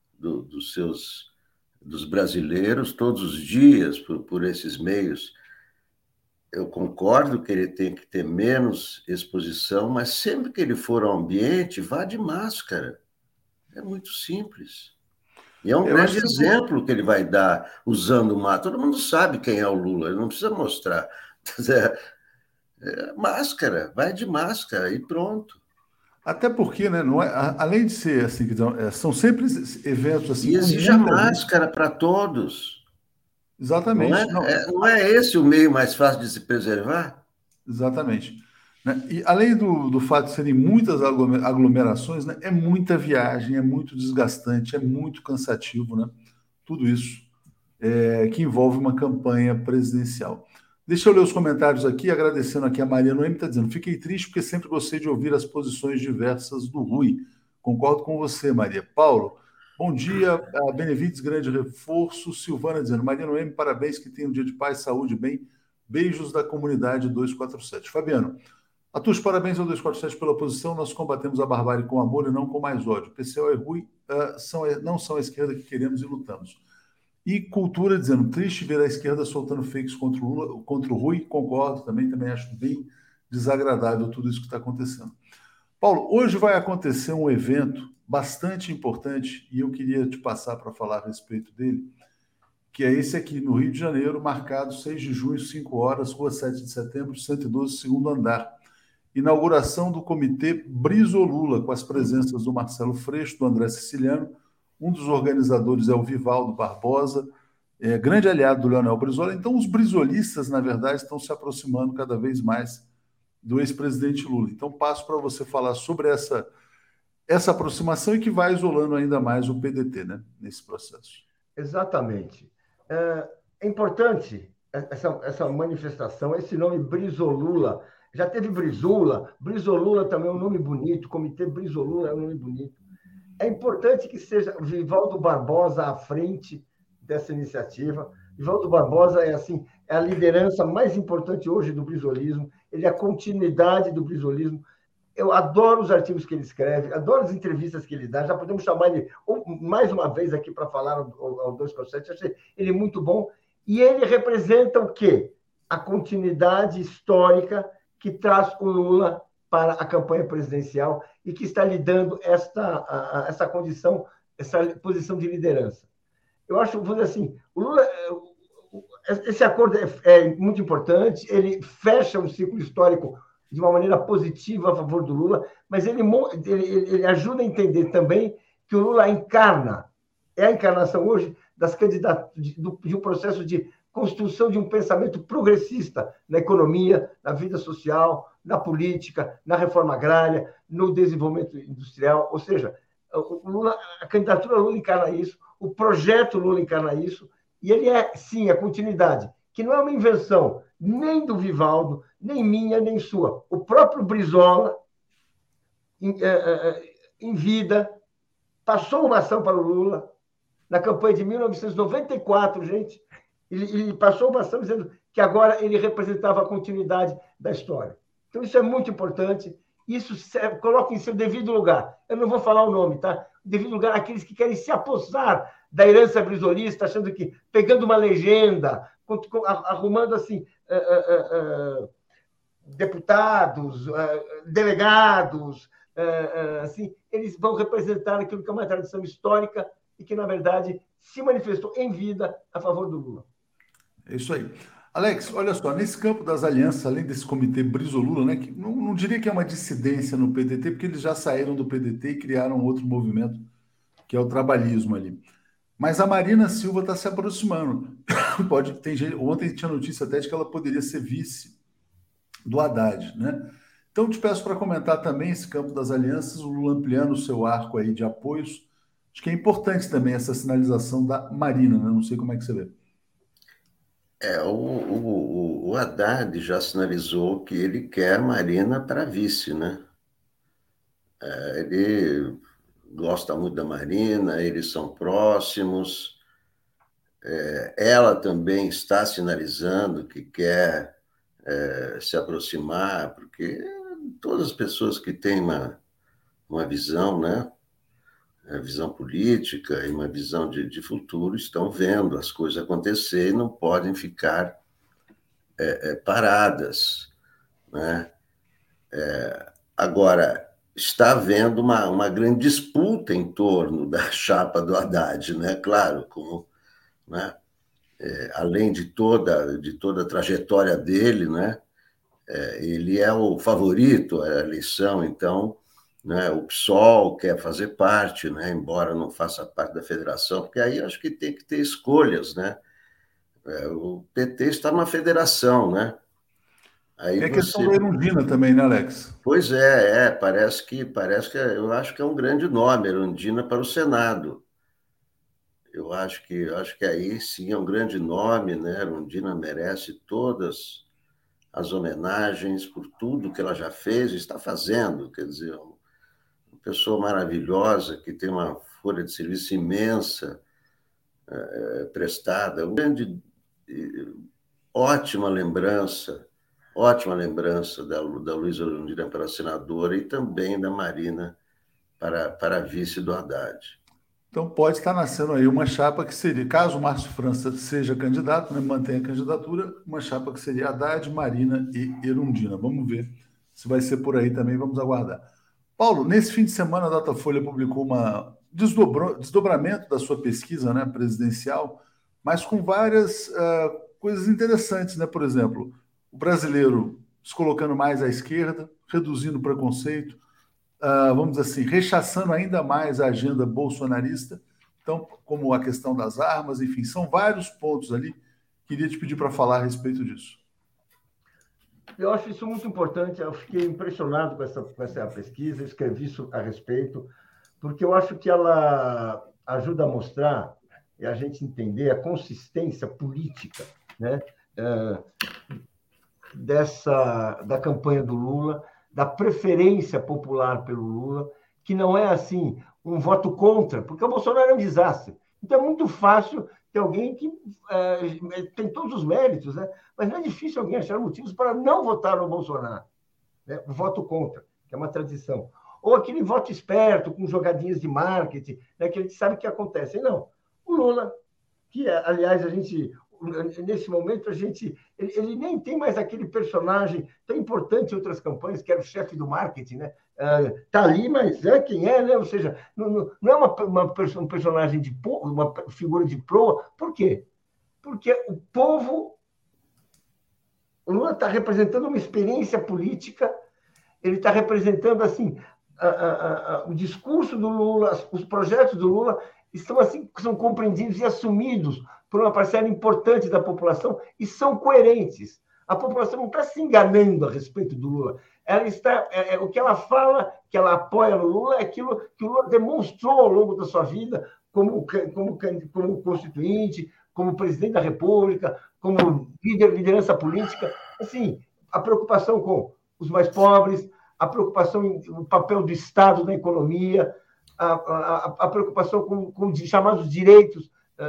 dos brasileiros todos os dias por esses meios. Eu concordo que ele tem que ter menos exposição, mas sempre que ele for ao ambiente, vá de máscara. É muito simples. E é um grande exemplo que ele vai dar usando máscara. Todo mundo sabe quem é o Lula, ele não precisa mostrar. Máscara, vai de máscara e pronto. Até porque, né, não é, além de ser assim, são sempre eventos assim. E exija máscara para todos. Exatamente. Não é esse o meio mais fácil de se preservar? Exatamente. Né? E além do fato de serem muitas aglomerações, né, é muita viagem, é muito desgastante, é muito cansativo, né? Tudo isso. que envolve uma campanha presidencial. Deixa eu ler os comentários aqui, agradecendo aqui a Maria Noemi, está dizendo: fiquei triste porque sempre gostei de ouvir as posições diversas do Rui. Concordo com você, Maria. Paulo, bom dia. A Benevides, grande reforço. Silvana dizendo: Maria Noemi, parabéns, que tenha um dia de paz, saúde, bem. Beijos da comunidade 247. Fabiano, a todos parabéns ao 247 pela oposição. Nós combatemos a barbárie com amor e não com mais ódio. PCO e Rui não são a esquerda que queremos e lutamos. E Cultura dizendo: triste ver a esquerda soltando fakes contra o Lula, contra o Rui. Concordo, também acho bem desagradável tudo isso que está acontecendo. Paulo, hoje vai acontecer um evento bastante importante e eu queria te passar para falar a respeito dele, que é esse aqui, no Rio de Janeiro, marcado 6 de junho, 5 horas, Rua 7 de Setembro, 112, segundo andar. Inauguração do Comitê Brizolula, com as presenças do Marcelo Freixo, do André Siciliano. Um dos organizadores é o Vivaldo Barbosa, grande aliado do Leonel Brizola. Então, os brizolistas, na verdade, estão se aproximando cada vez mais do ex-presidente Lula. Então, passo para você falar sobre essa aproximação e que vai isolando ainda mais o PDT, né, nesse processo. Exatamente. É importante essa manifestação, esse nome Brizolula. Já teve Brizula, Brizolula também é um nome bonito, Comitê Brizolula é um nome bonito. É importante que seja o Vivaldo Barbosa à frente dessa iniciativa. Vivaldo Barbosa é a liderança mais importante hoje do brizolismo, ele é a continuidade do brizolismo. Eu adoro os artigos que ele escreve, adoro as entrevistas que ele dá. Já podemos chamar ele mais uma vez aqui para falar ao 247. Achei ele muito bom. E ele representa o quê? A continuidade histórica que traz o Lula para a campanha presidencial e que está lhe dando essa condição, essa posição de liderança. Eu acho, vou dizer assim, o Lula, esse acordo é muito importante, ele fecha um ciclo histórico de uma maneira positiva a favor do Lula, mas ele ajuda a entender também que o Lula é a encarnação hoje das candidaturas, de um processo de construção de um pensamento progressista na economia, na vida social, na política, na reforma agrária, no desenvolvimento industrial. Ou seja, a candidatura Lula encarna isso, o projeto Lula encarna isso, e ele é, sim, a continuidade, que não é uma invenção nem do Vivaldo, nem minha, nem sua. O próprio Brizola, em vida, passou uma ação para o Lula na campanha de 1994, gente. Ele passou uma ação dizendo que agora ele representava a continuidade da história. Então, isso é muito importante. Isso coloca em seu devido lugar. Eu não vou falar o nome, tá? Devido lugar àqueles que querem se apossar da herança brizolista, achando que, pegando uma legenda, arrumando assim deputados, delegados, assim, eles vão representar aquilo que é uma tradição histórica e que, na verdade, se manifestou em vida a favor do Lula. É isso aí. Alex, olha só, nesse campo das alianças, além desse comitê Brizolula, né, que não diria que é uma dissidência no PDT, porque eles já saíram do PDT e criaram outro movimento, que é o trabalhismo ali. Mas a Marina Silva está se aproximando. Ontem tinha notícia até de que ela poderia ser vice do Haddad, né? Então, te peço para comentar também esse campo das alianças, o Lula ampliando o seu arco aí de apoios. Acho que é importante também essa sinalização da Marina, né? Não sei como é que você vê. O Haddad já sinalizou que ele quer Marina para vice, né? Ele gosta muito da Marina, eles são próximos. Ela também está sinalizando que quer se aproximar, porque todas as pessoas que têm uma visão, né? A visão política e uma visão de futuro estão vendo as coisas acontecer e não podem ficar paradas, né? Agora, está havendo uma grande disputa em torno da chapa do Haddad, né? Claro, como, né? Além de toda a trajetória dele, né? Ele é o favorito à eleição, então, né, o PSOL quer fazer parte, né, embora não faça parte da federação, porque aí acho que tem que ter escolhas, né? O PT está numa federação, né? Aí questão da Erundina também, né, Alex? Pois parece que eu acho que é um grande nome, Erundina, para o Senado. Eu acho que aí sim é um grande nome, né? Erundina merece todas as homenagens por tudo que ela já fez e está fazendo. Quer dizer, uma pessoa maravilhosa que tem uma folha de serviço imensa, prestada, uma grande, ótima lembrança da Luísa Erundina para senadora e também da Marina para vice do Haddad. Então pode estar nascendo aí uma chapa que seria, caso o Márcio França seja candidato, né, mantenha a candidatura, uma chapa que seria Haddad, Marina e Erundina. Vamos ver se vai ser por aí também, vamos aguardar. Paulo, nesse fim de semana a Datafolha publicou um desdobramento da sua pesquisa, né, presidencial, mas com várias coisas interessantes, né? Por exemplo, o brasileiro se colocando mais à esquerda, reduzindo o preconceito, vamos dizer assim, rechaçando ainda mais a agenda bolsonarista, então, como a questão das armas, enfim, são vários pontos ali. Queria te pedir para falar a respeito disso. Eu acho isso muito importante. Eu fiquei impressionado com essa pesquisa, escrevi isso a respeito, porque eu acho que ela ajuda a mostrar e a gente entender a consistência política, né, da campanha do Lula, da preferência popular pelo Lula, que não é assim um voto contra, porque o Bolsonaro é um desastre. Então é muito fácil ter alguém que tem todos os méritos, né? Mas não é difícil alguém achar motivos para não votar no Bolsonaro, né? O voto contra, que é uma tradição. Ou aquele voto esperto, com jogadinhas de marketing, né? Que a gente sabe que acontece. Não. O Lula, que, aliás, nesse momento, ele nem tem mais aquele personagem tão importante em outras campanhas, que era o chefe do marketing, né? Tá ali, mas é quem é, né? Ou seja, não é um personagem uma figura de proa. Por quê? Porque o povo... O Lula está representando uma experiência política, ele está representando, assim, o discurso do Lula, os projetos do Lula são compreendidos e assumidos por uma parcela importante da população e são coerentes. A população não está se enganando a respeito do Lula. Ela está, o que ela fala, que ela apoia no Lula, é aquilo que o Lula demonstrou ao longo da sua vida como constituinte, como presidente da República, como liderança política. Assim, a preocupação com os mais pobres, a preocupação com o papel do Estado na economia, a preocupação com chamados direitos,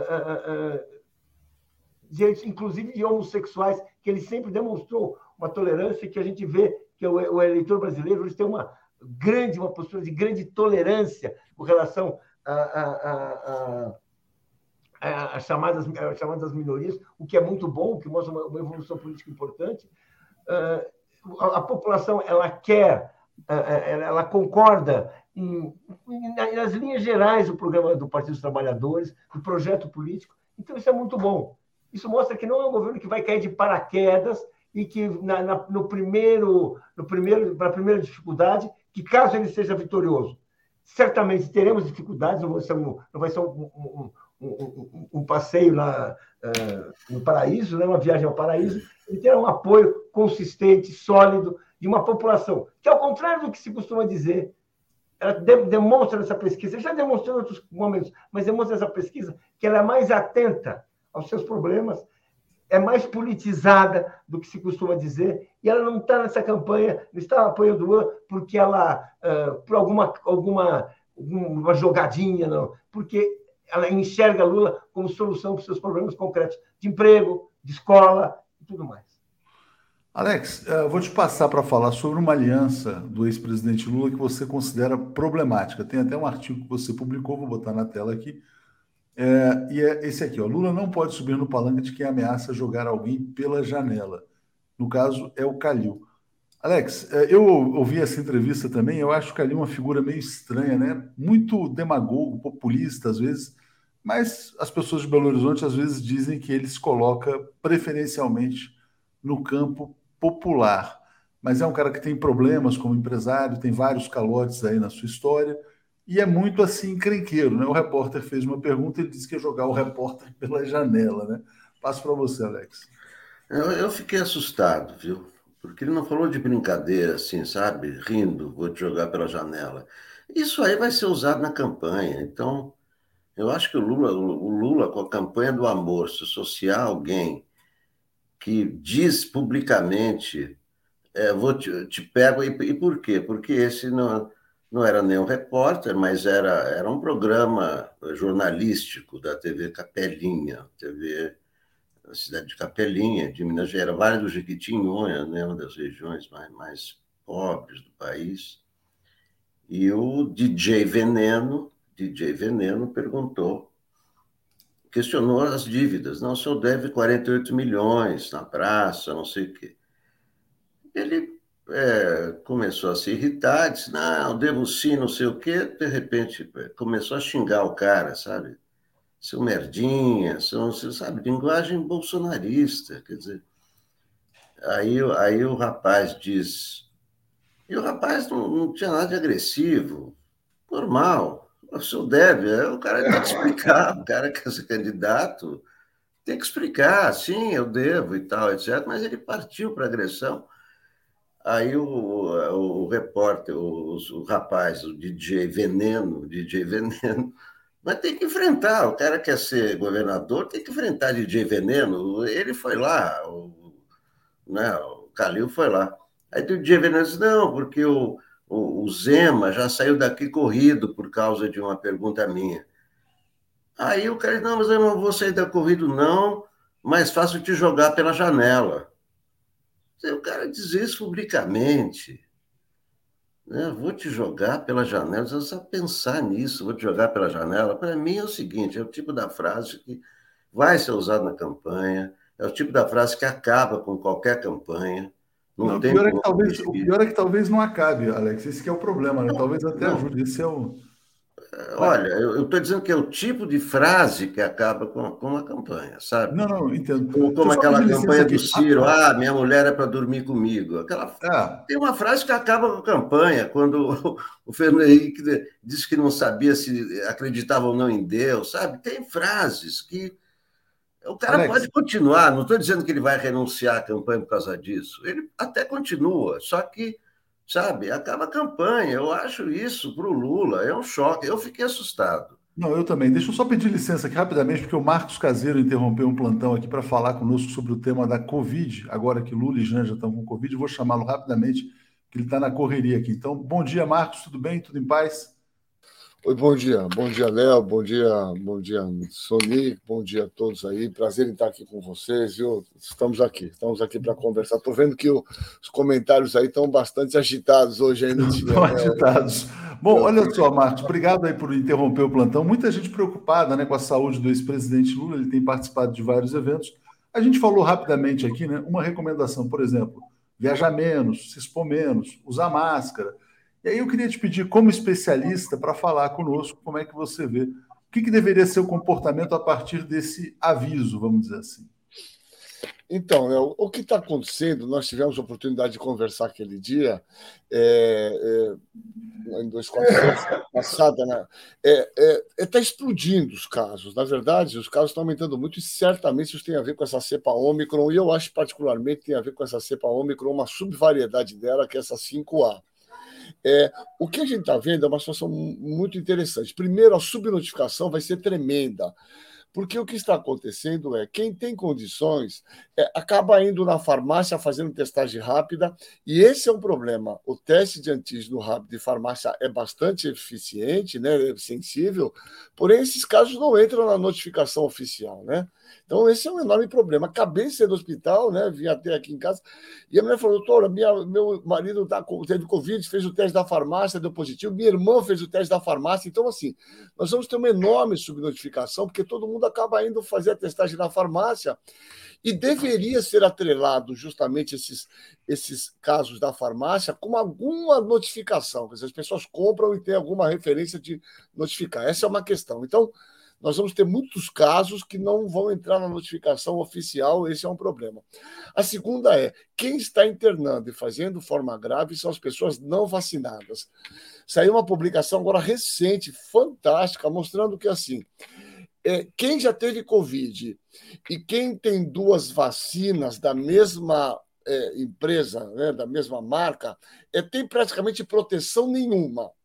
inclusive de homossexuais, que ele sempre demonstrou uma tolerância, que a gente vê que o eleitor brasileiro hoje tem uma postura de grande tolerância com relação às chamadas minorias, o que é muito bom, o que mostra uma evolução política importante. A população ela concorda nas linhas gerais do programa do Partido dos Trabalhadores, do projeto político. Então, isso é muito bom. Isso mostra que não é um governo que vai cair de paraquedas e que, na primeira dificuldade, que caso ele seja vitorioso, certamente teremos dificuldades, não vai ser um passeio lá no paraíso, né? Uma viagem ao paraíso. Ele terá um apoio consistente, sólido, de uma população que, ao contrário do que se costuma dizer, ela demonstra nessa pesquisa, já demonstrou em outros momentos, mas demonstra nessa pesquisa que ela é mais atenta aos seus problemas, é mais politizada do que se costuma dizer, e ela não está nessa campanha, não está apoiando o Lula porque ela, por alguma jogadinha, não, porque ela enxerga Lula como solução para os seus problemas concretos de emprego, de escola e tudo mais. Alex, vou te passar para falar sobre uma aliança do ex-presidente Lula que você considera problemática. Tem até um artigo que você publicou, vou botar na tela aqui. E é esse aqui, ó. Lula não pode subir no palanque de quem ameaça jogar alguém pela janela. No caso, é o Calil. Alex, eu ouvi essa entrevista também, eu acho o Calil uma figura meio estranha, né? Muito demagogo, populista às vezes, mas as pessoas de Belo Horizonte às vezes dizem que ele se coloca preferencialmente no campo popular. Mas é um cara que tem problemas como empresário, tem vários calotes aí na sua história, e é muito assim encrenqueiro, né? O repórter fez uma pergunta e ele disse que ia jogar o repórter pela janela, né? Passo para você, Alex. Eu fiquei assustado, viu? Porque ele não falou de brincadeira, assim, sabe? Rindo, vou te jogar pela janela. Isso aí vai ser usado na campanha. Então, Eu acho que o Lula, com a campanha do amor, se associar a alguém que diz publicamente, te pego, e por quê? Porque esse não era nem um repórter, mas era um programa jornalístico da TV Capelinha, TV da cidade de Capelinha, de Minas Gerais, Vale do Jequitinhonha, né, uma das regiões mais pobres do país. E o DJ Veneno questionou as dívidas. Não, o senhor deve 48 milhões na praça, não sei o quê. Ele começou a se irritar, disse, não, devo sim, não sei o quê. De repente, começou a xingar o cara, sabe? Seu merdinha, você sabe, linguagem bolsonarista, quer dizer. Aí o rapaz diz... E o rapaz não tinha nada de agressivo, normal. O senhor deve, o cara tem que explicar, o cara quer ser candidato, tem que explicar, sim, eu devo e tal, etc. Mas ele partiu para a agressão. Aí o repórter, o rapaz, o DJ Veneno, mas tem que enfrentar, o cara quer ser governador, tem que enfrentar DJ Veneno. Ele foi lá, né, o Calil foi lá. Aí o DJ Veneno disse, não, porque o Zema já saiu daqui corrido por causa de uma pergunta minha. Aí o cara disse, não, mas eu não vou sair da corrida, não, mas faço te jogar pela janela. O cara diz isso publicamente, né? Vou te jogar pela janela, você só pensar nisso, vou te jogar pela janela. Para mim é o seguinte, é o tipo da frase que vai ser usada na campanha, é o tipo da frase que acaba com qualquer campanha, Não, não tem como o fugir. pior é que talvez não acabe, Alex. Esse que é o problema, né? Talvez até Não, ajude. Esse é o. Mas, olha, eu estou dizendo que é o tipo de frase que acaba com a campanha, sabe? não, entendo. Deixa eu Como só aquela pedir licença campanha do aqui. Ciro, minha mulher é para dormir comigo. É, Tem uma frase que acaba com a campanha, quando o Fernando Henrique disse que não sabia se acreditava ou não em Deus, sabe? Tem frases que o cara Alex, pode continuar, não estou dizendo que ele vai renunciar à campanha por causa disso, ele até continua, só que, sabe, acaba a campanha. Eu acho isso para o Lula, é um choque. Eu fiquei assustado. não, eu também. Deixa eu só pedir licença aqui rapidamente, porque o Marcos Caseiro interrompeu um plantão aqui para falar conosco sobre o tema da Covid. Agora que Lula e Janja estão com Covid, eu vou chamá-lo rapidamente, que ele está na correria aqui. Então, bom dia, Marcos, tudo bem? Tudo em paz? Oi, bom dia, Léo, bom dia, Sonic, bom dia a todos aí, prazer em estar aqui com vocês, viu? Estamos aqui para conversar. Estou vendo que os comentários aí estão bastante agitados hoje aí no dia. Estão agitados. Bom, olha só, Marcos, obrigado aí por interromper o plantão. Muita gente preocupada, né, com a saúde do ex-presidente Lula, ele tem participado de vários eventos. A gente falou rapidamente aqui, né, uma recomendação, por exemplo, viajar menos, se expor menos, usar máscara. E aí eu queria te pedir, como especialista, para falar conosco como é que você vê. O que deveria ser o comportamento a partir desse aviso, vamos dizer assim? Então, Léo, o que está acontecendo, nós tivemos a oportunidade de conversar aquele dia, em 247, passada, né? Está explodindo os casos. Na verdade, os casos estão aumentando muito e certamente isso tem a ver com essa cepa Ômicron, e eu acho particularmente que tem a ver com essa cepa Ômicron, uma subvariedade dela, que é essa 5A. O que a gente está vendo é uma situação muito interessante. Primeiro, a subnotificação vai ser tremenda, porque o que está acontecendo é quem tem condições acaba indo na farmácia fazendo testagem rápida, e esse é um problema. O teste de antígeno rápido de farmácia é bastante eficiente, né, é sensível, porém esses casos não entram na notificação oficial, né? Então esse é um enorme problema. Acabei de ser do hospital, né, vim até aqui em casa, e a mulher falou, doutora, meu marido teve Covid, fez o teste da farmácia, deu positivo, minha irmã fez o teste da farmácia, então assim, nós vamos ter uma enorme subnotificação, porque todo mundo acaba indo fazer a testagem na farmácia, e deveria ser atrelado justamente esses casos da farmácia com alguma notificação, quer dizer, as pessoas compram e tem alguma referência de notificar. Essa é uma questão. Então, nós vamos ter muitos casos que não vão entrar na notificação oficial, esse é um problema. A segunda é, quem está internando e fazendo forma grave são as pessoas não vacinadas. Saiu uma publicação agora recente, fantástica, mostrando que, assim, quem já teve Covid e quem tem duas vacinas da mesma empresa, né, da mesma marca, tem praticamente proteção nenhuma.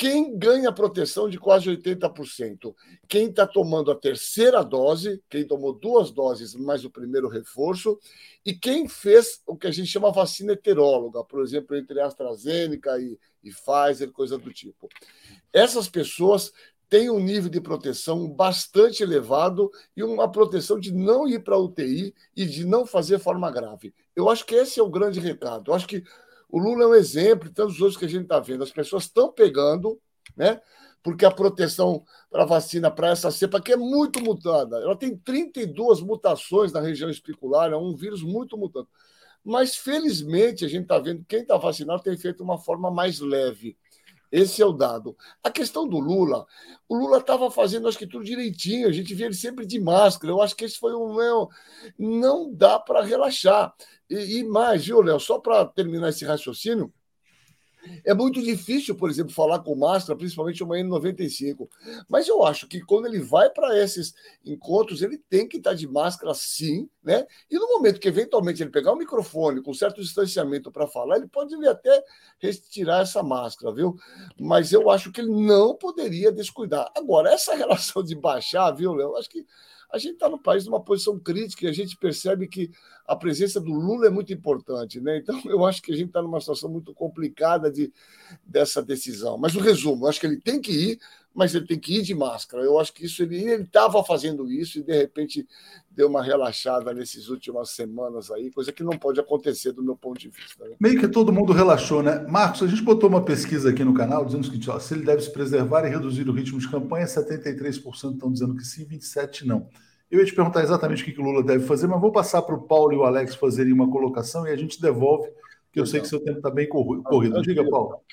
Quem ganha proteção de quase 80%? Quem está tomando a terceira dose, quem tomou 2 doses mais o primeiro reforço, e quem fez o que a gente chama vacina heteróloga, por exemplo, entre AstraZeneca e Pfizer, coisa do tipo. Essas pessoas têm um nível de proteção bastante elevado e uma proteção de não ir para a UTI e de não fazer forma grave. Eu acho que esse é o grande recado. Eu acho que o Lula é um exemplo, e tantos outros que a gente está vendo. As pessoas estão pegando, né? Porque a proteção para a vacina, para essa cepa, que é muito mutada, ela tem 32 mutações na região especular, é um vírus muito mutante. Mas, felizmente, a gente está vendo que quem está vacinado tem feito uma forma mais leve. Esse é o dado. A questão do Lula, o Lula estava fazendo, acho que tudo direitinho, a gente via ele sempre de máscara. Eu acho que esse foi um. Não dá para relaxar. E mais, viu, Léo, só para terminar esse raciocínio, é muito difícil, por exemplo, falar com máscara, principalmente uma N95. Mas eu acho que quando ele vai para esses encontros, ele tem que estar de máscara sim, né? E no momento que eventualmente ele pegar o microfone com certo distanciamento para falar, ele pode até retirar essa máscara, viu? Mas eu acho que ele não poderia descuidar. Agora, essa relação de baixar, viu, Léo? Eu acho que a gente está no país numa posição crítica e a gente percebe que a presença do Lula é muito importante, né? Então, eu acho que a gente está numa situação muito complicada dessa decisão. Mas o resumo, eu acho que ele tem que ir, mas ele tem que ir de máscara. Eu acho que isso ele estava fazendo isso e, de repente, deu uma relaxada nessas últimas semanas aí, coisa que não pode acontecer do meu ponto de vista. Né? Meio que todo mundo relaxou, né? Marcos, a gente botou uma pesquisa aqui no canal dizendo o seguinte, ó, se ele deve se preservar e reduzir o ritmo de campanha, 73% estão dizendo que sim, 27% não. Eu ia te perguntar exatamente o que o Lula deve fazer, mas vou passar para o Paulo e o Alex fazerem uma colocação e a gente devolve, que eu sei que seu tempo está bem corrido. Diga, Paulo.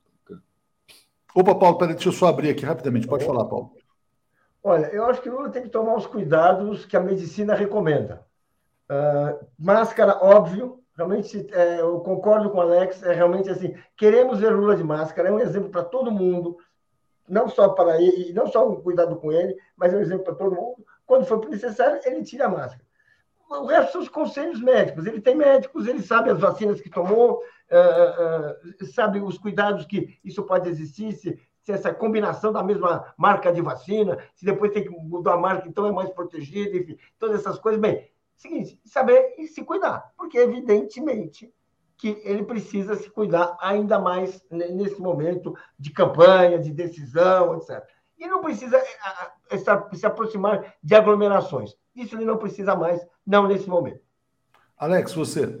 Opa, Paulo, peraí, deixa eu só abrir aqui rapidamente. Pode falar, Paulo. Olha, eu acho que o Lula tem que tomar os cuidados que a medicina recomenda. Máscara, óbvio. Realmente, eu concordo com o Alex. É realmente assim, queremos ver Lula de máscara. É um exemplo para todo mundo. Não só para ele, não só um cuidado com ele, mas é um exemplo para todo mundo. Quando for necessário, ele tira a máscara. O resto são os conselhos médicos. Ele tem médicos, ele sabe as vacinas que tomou, sabe os cuidados que isso pode existir, se essa combinação da mesma marca de vacina, se depois tem que mudar a marca, então é mais protegido, enfim, todas essas coisas. Bem, seguinte, saber e se cuidar, porque evidentemente que ele precisa se cuidar ainda mais nesse momento de campanha, de decisão, etc. E não precisa se aproximar de aglomerações. Isso ele não precisa mais, não nesse momento. Alex, você.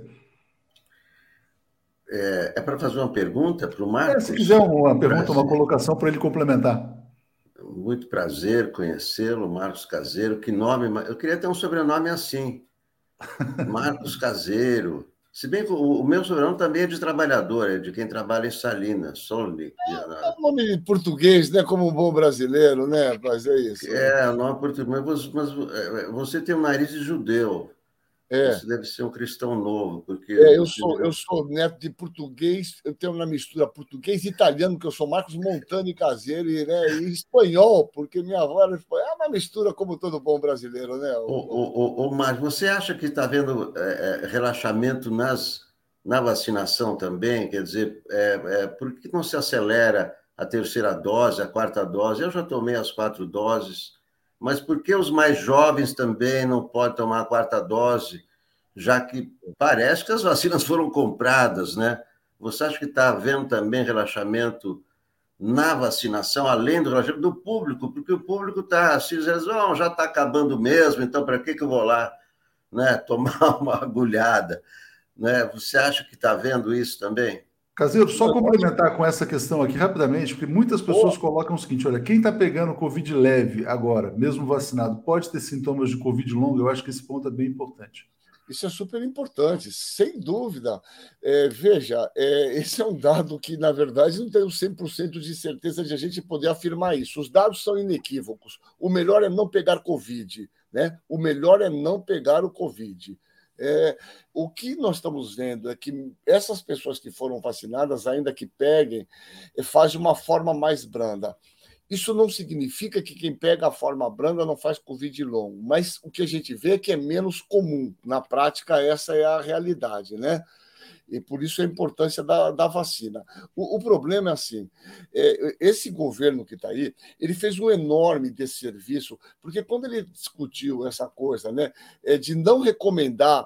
É para fazer uma pergunta para o Marcos? Se quiser uma pergunta, uma colocação para ele complementar. Muito prazer conhecê-lo, Marcos Caseiro. Que nome? Eu queria ter um sobrenome assim. Marcos Caseiro. Se bem que o meu sobrenome também é de trabalhador, é de quem trabalha em Salinas, Solnik. É um nome português, né? Como um bom brasileiro, né? Mas é isso. É, o nome português. Mas você tem um nariz de judeu. Você deve ser um cristão novo, porque... eu sou neto de português, eu tenho uma mistura português e italiano, porque eu sou Marcos Montani Caseiro, e espanhol, porque minha avó era espanhola. É uma mistura como todo bom brasileiro, né? Mas você acha que está havendo relaxamento na vacinação também? Quer dizer, por que não se acelera a terceira dose, a quarta dose? Eu já tomei as 4 doses, mas por que os mais jovens também não podem tomar a quarta dose, já que parece que as vacinas foram compradas, né? Você acha que está havendo também relaxamento na vacinação, além do relaxamento do público? Porque o público está assim, dizendo, já está acabando mesmo, então para que eu vou lá, né, tomar uma agulhada? Né? Você acha que está vendo isso também? Caseiro, só complementar com essa questão aqui rapidamente, porque muitas pessoas colocam o seguinte, olha, quem está pegando Covid leve agora, mesmo vacinado, pode ter sintomas de Covid longo? Eu acho que esse ponto é bem importante. Isso é super importante, sem dúvida. Veja, esse é um dado que, na verdade, não tenho 100% de certeza de a gente poder afirmar isso. Os dados são inequívocos. O melhor é não pegar Covid, né? O melhor é não pegar o Covid. O que nós estamos vendo é que essas pessoas que foram vacinadas, ainda que peguem, fazem uma forma mais branda. Isso não significa que quem pega a forma branda não faz Covid longo, mas o que a gente vê é que é menos comum. Na prática, essa é a realidade, né? E por isso a importância da vacina. O problema é assim, esse governo que está aí, ele fez um enorme desserviço, porque quando ele discutiu essa coisa, né, de não recomendar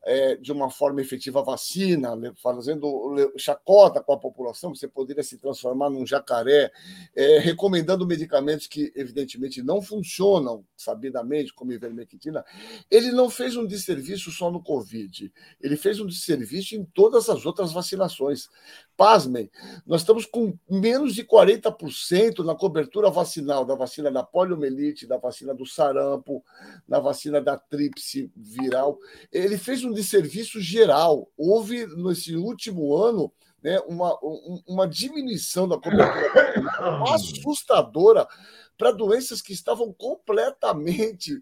de uma forma efetiva a vacina, fazendo chacota com a população, você poderia se transformar num jacaré, recomendando medicamentos que, evidentemente, não funcionam sabidamente, como ivermectina. Ele não fez um desserviço só no Covid, ele fez um desserviço em todas as outras vacinações. Pasmem, nós estamos com menos de 40% na cobertura vacinal, da vacina da poliomielite, da vacina do sarampo, na vacina da tríplice viral. Ele fez um desserviço geral. Houve, nesse último ano, né, uma diminuição da cobertura assustadora para doenças que estavam completamente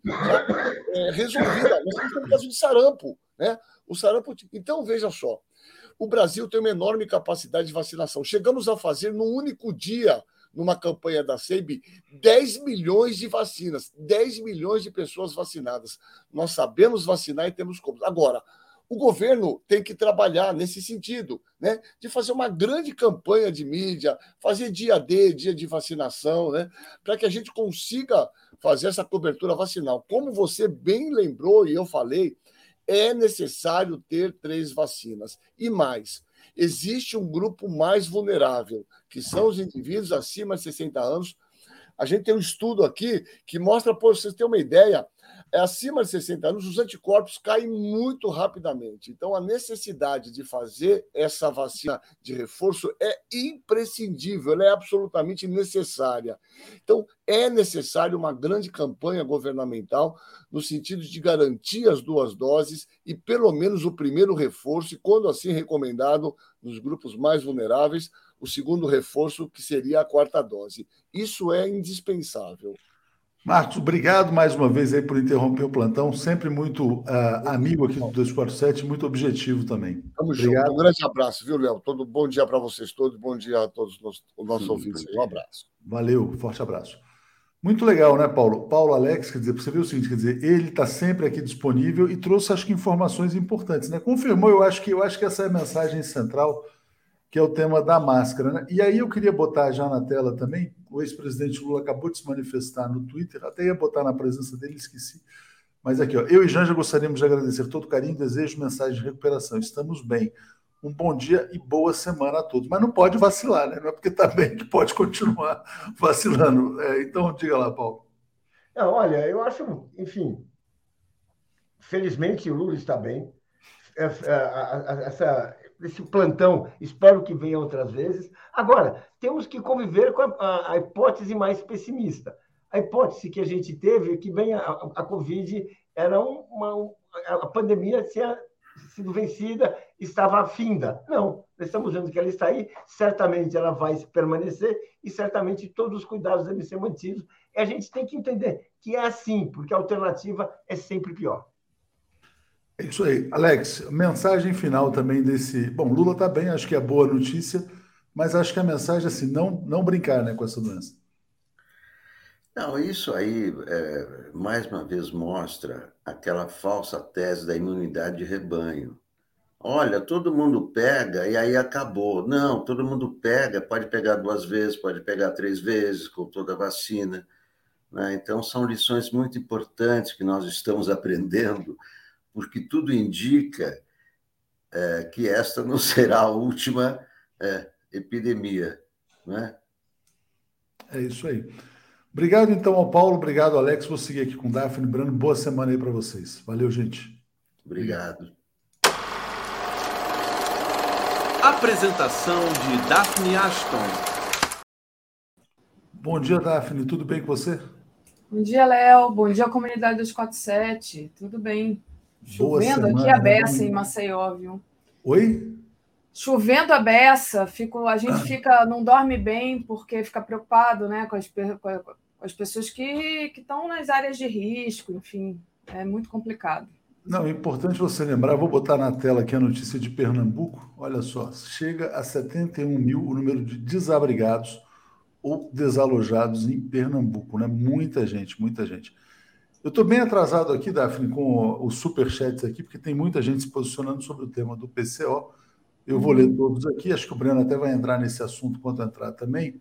resolvidas. Nós temos o caso de sarampo, né? O sarampo. Então, veja só, o Brasil tem uma enorme capacidade de vacinação. Chegamos a fazer, num único dia, numa campanha da SEIB, 10 milhões de vacinas, 10 milhões de pessoas vacinadas. Nós sabemos vacinar e temos como. Agora, o governo tem que trabalhar nesse sentido, né? De fazer uma grande campanha de mídia, fazer dia D, dia de vacinação, né? Para que a gente consiga fazer essa cobertura vacinal. Como você bem lembrou e eu falei, é necessário ter 3 vacinas. E mais, existe um grupo mais vulnerável, que são os indivíduos acima de 60 anos. A gente tem um estudo aqui que mostra, para vocês terem uma ideia, acima de 60 anos, os anticorpos caem muito rapidamente. Então, a necessidade de fazer essa vacina de reforço é imprescindível, ela é absolutamente necessária. Então, é necessário uma grande campanha governamental no sentido de garantir as 2 doses e, pelo menos, o primeiro reforço, e, quando assim recomendado, nos grupos mais vulneráveis, o segundo reforço, que seria a 4ª dose. Isso é indispensável. Marcos, obrigado mais uma vez aí por interromper o plantão. Sempre muito amigo aqui do 247, muito objetivo também. Obrigado. Um grande abraço, viu, Léo? Bom dia para vocês todos, bom dia a todos os nossos ouvintes. Um abraço. Valeu, forte abraço. Muito legal, né, Paulo? Paulo Alex, quer dizer, você viu o seguinte, quer dizer, ele está sempre aqui disponível e trouxe, acho que, informações importantes, né? Confirmou, eu acho que essa é a mensagem central, que é o tema da máscara, né? E aí eu queria botar já na tela também, o ex-presidente Lula acabou de se manifestar no Twitter, até ia botar na presença dele, esqueci. Mas aqui, ó, eu e Janja gostaríamos de agradecer todo o carinho, desejo, mensagem de recuperação. Estamos bem. Um bom dia e boa semana a todos. Mas não pode vacilar, né? Não é porque está bem que pode continuar vacilando. Então, diga lá, Paulo. Não, olha, eu acho, enfim, felizmente o Lula está bem. Esse plantão, espero que venha outras vezes. Agora, temos que conviver com a hipótese mais pessimista. A hipótese que a gente teve é que a Covid era a pandemia tinha sido vencida, estava finda. Não, nós estamos vendo que ela está aí, certamente ela vai permanecer e certamente todos os cuidados devem ser mantidos. E a gente tem que entender que é assim, porque a alternativa é sempre pior. É isso aí. Alex, mensagem final também desse... Bom, Lula está bem, acho que é boa notícia, mas acho que a mensagem é assim, não brincar, né, com essa doença. Não, isso aí, mais uma vez, mostra aquela falsa tese da imunidade de rebanho. Olha, todo mundo pega e aí acabou. Não, todo mundo pega, pode pegar 2 vezes, pode pegar 3 vezes com toda a vacina, né? Então, são lições muito importantes que nós estamos aprendendo, porque tudo indica que esta não será a última epidemia, né? É isso aí. Obrigado, então, ao Paulo. Obrigado, Alex. Vou seguir aqui com Daphne Brando. Boa semana aí para vocês. Valeu, gente. Obrigado. Apresentação de Daphne Ashton. Bom dia, Daphne. Tudo bem com você? Bom dia, Léo. Bom dia, comunidade 247. Tudo bem? Boa Chovendo semana, aqui a beça né? em Maceió, viu? Oi? Chovendo a beça. A gente não dorme bem porque fica preocupado, né, com as pessoas que estão nas áreas de risco, enfim. É muito complicado. Não, é importante você lembrar, vou botar na tela aqui a notícia de Pernambuco. Olha só, chega a 71 mil o número de desabrigados ou desalojados em Pernambuco, né? Muita gente, muita gente. Eu estou bem atrasado aqui, Daphne, com os superchats aqui, porque tem muita gente se posicionando sobre o tema do PCO. Eu vou ler todos aqui, acho que o Breno até vai entrar nesse assunto quando entrar também.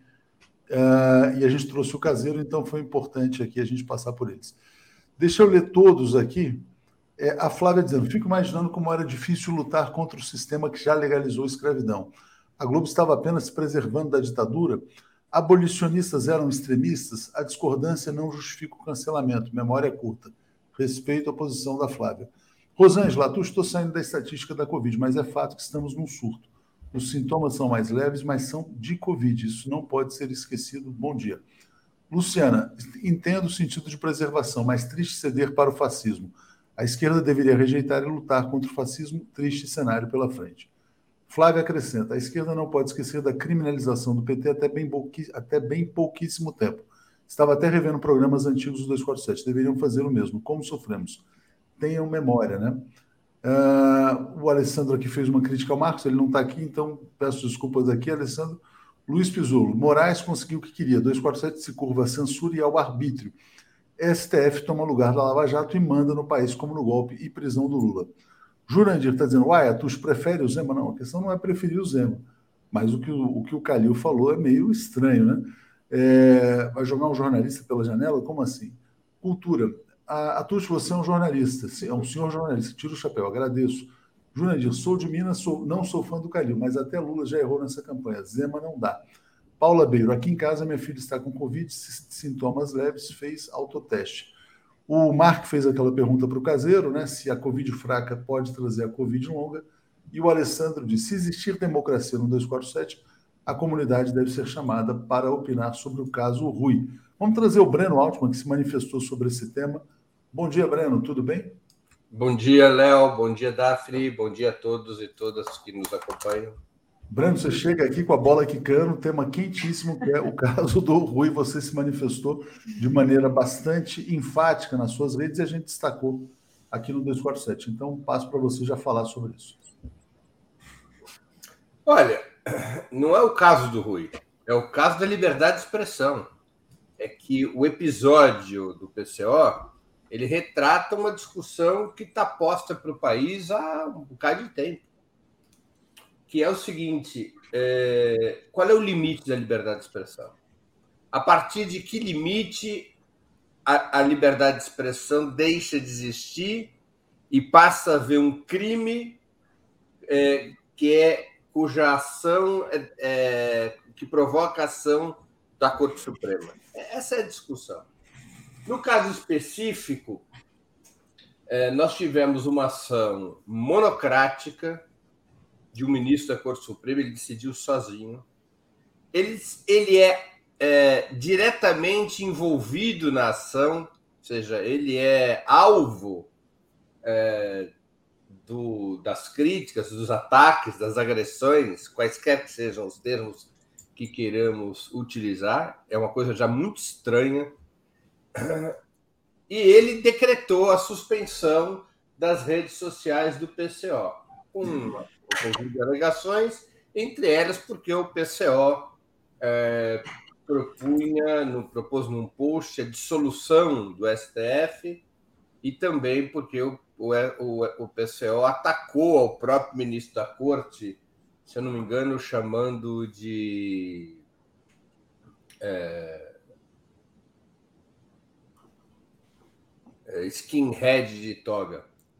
E a gente trouxe o caseiro, então foi importante aqui a gente passar por eles. Deixa eu ler todos aqui. A Flávia dizendo, fico imaginando como era difícil lutar contra o sistema que já legalizou a escravidão. A Globo estava apenas se preservando da ditadura. Abolicionistas eram extremistas. A discordância não justifica o cancelamento. Memória curta. Respeito à posição da Flávia. Rosângela, estou saindo da estatística da Covid, mas é fato que estamos num surto. Os sintomas são mais leves, mas são de Covid. Isso não pode ser esquecido. Bom dia. Luciana, entendo o sentido de preservação, mas triste ceder para o fascismo. A esquerda deveria rejeitar e lutar contra o fascismo. Triste cenário pela frente. Flávia acrescenta, a esquerda não pode esquecer da criminalização do PT até bem pouquíssimo tempo. Estava até revendo programas antigos do 247. Deveriam fazer o mesmo. Como sofremos? Tenham memória, né? O Alessandro aqui fez uma crítica ao Marcos, ele não está aqui, então peço desculpas aqui, Alessandro. Luiz Pisolo, Moraes conseguiu o que queria, 247 se curva à censura e ao arbítrio. STF toma lugar da Lava Jato e manda no país como no golpe e prisão do Lula. Jurandir está dizendo, Atush prefere o Zema? Não, a questão não é preferir o Zema, mas o que o Calil falou é meio estranho, né? Vai jogar um jornalista pela janela? Como assim? Cultura. Atush, você é um jornalista, é um senhor jornalista, tira o chapéu, agradeço. Jurandir, sou de Minas, não sou fã do Calil, mas até Lula já errou nessa campanha. Zema não dá. Paula Beiro, aqui em casa minha filha está com Covid, sintomas leves, fez autoteste. O Mark fez aquela pergunta para o caseiro, né? Se a Covid fraca pode trazer a Covid longa. E o Alessandro disse, se existir democracia no 247, a comunidade deve ser chamada para opinar sobre o caso Rui. Vamos trazer o Breno Altman, que se manifestou sobre esse tema. Bom dia, Breno, tudo bem? Bom dia, Léo. Bom dia, Daphne. Bom dia a todos e todas que nos acompanham. Breno, você chega aqui com a bola quicando, tema quentíssimo, que é o caso do Rui. Você se manifestou de maneira bastante enfática nas suas redes e a gente destacou aqui no 247. Então, passo para você já falar sobre isso. Olha, não é o caso do Rui, é o caso da liberdade de expressão. É que o episódio do PCO, ele retrata uma discussão que está posta para o país há um bocado de tempo. Que é o seguinte, qual é o limite da liberdade de expressão? A partir de que limite a liberdade de expressão deixa de existir e passa a haver um crime cuja ação que provoca a ação da Corte Suprema? Essa é a discussão. No caso específico, nós tivemos uma ação monocrática de um ministro da Corte Suprema, ele decidiu sozinho. Ele é diretamente envolvido na ação, ou seja, ele é alvo das críticas, dos ataques, das agressões, quaisquer que sejam os termos que queiramos utilizar. É uma coisa já muito estranha. E ele decretou a suspensão das redes sociais do PCO, com um conjunto de alegações, entre elas porque o PCO propôs num post a dissolução do STF e também porque o PCO atacou ao próprio ministro da Corte, se eu não me engano, chamando de skinhead de toga.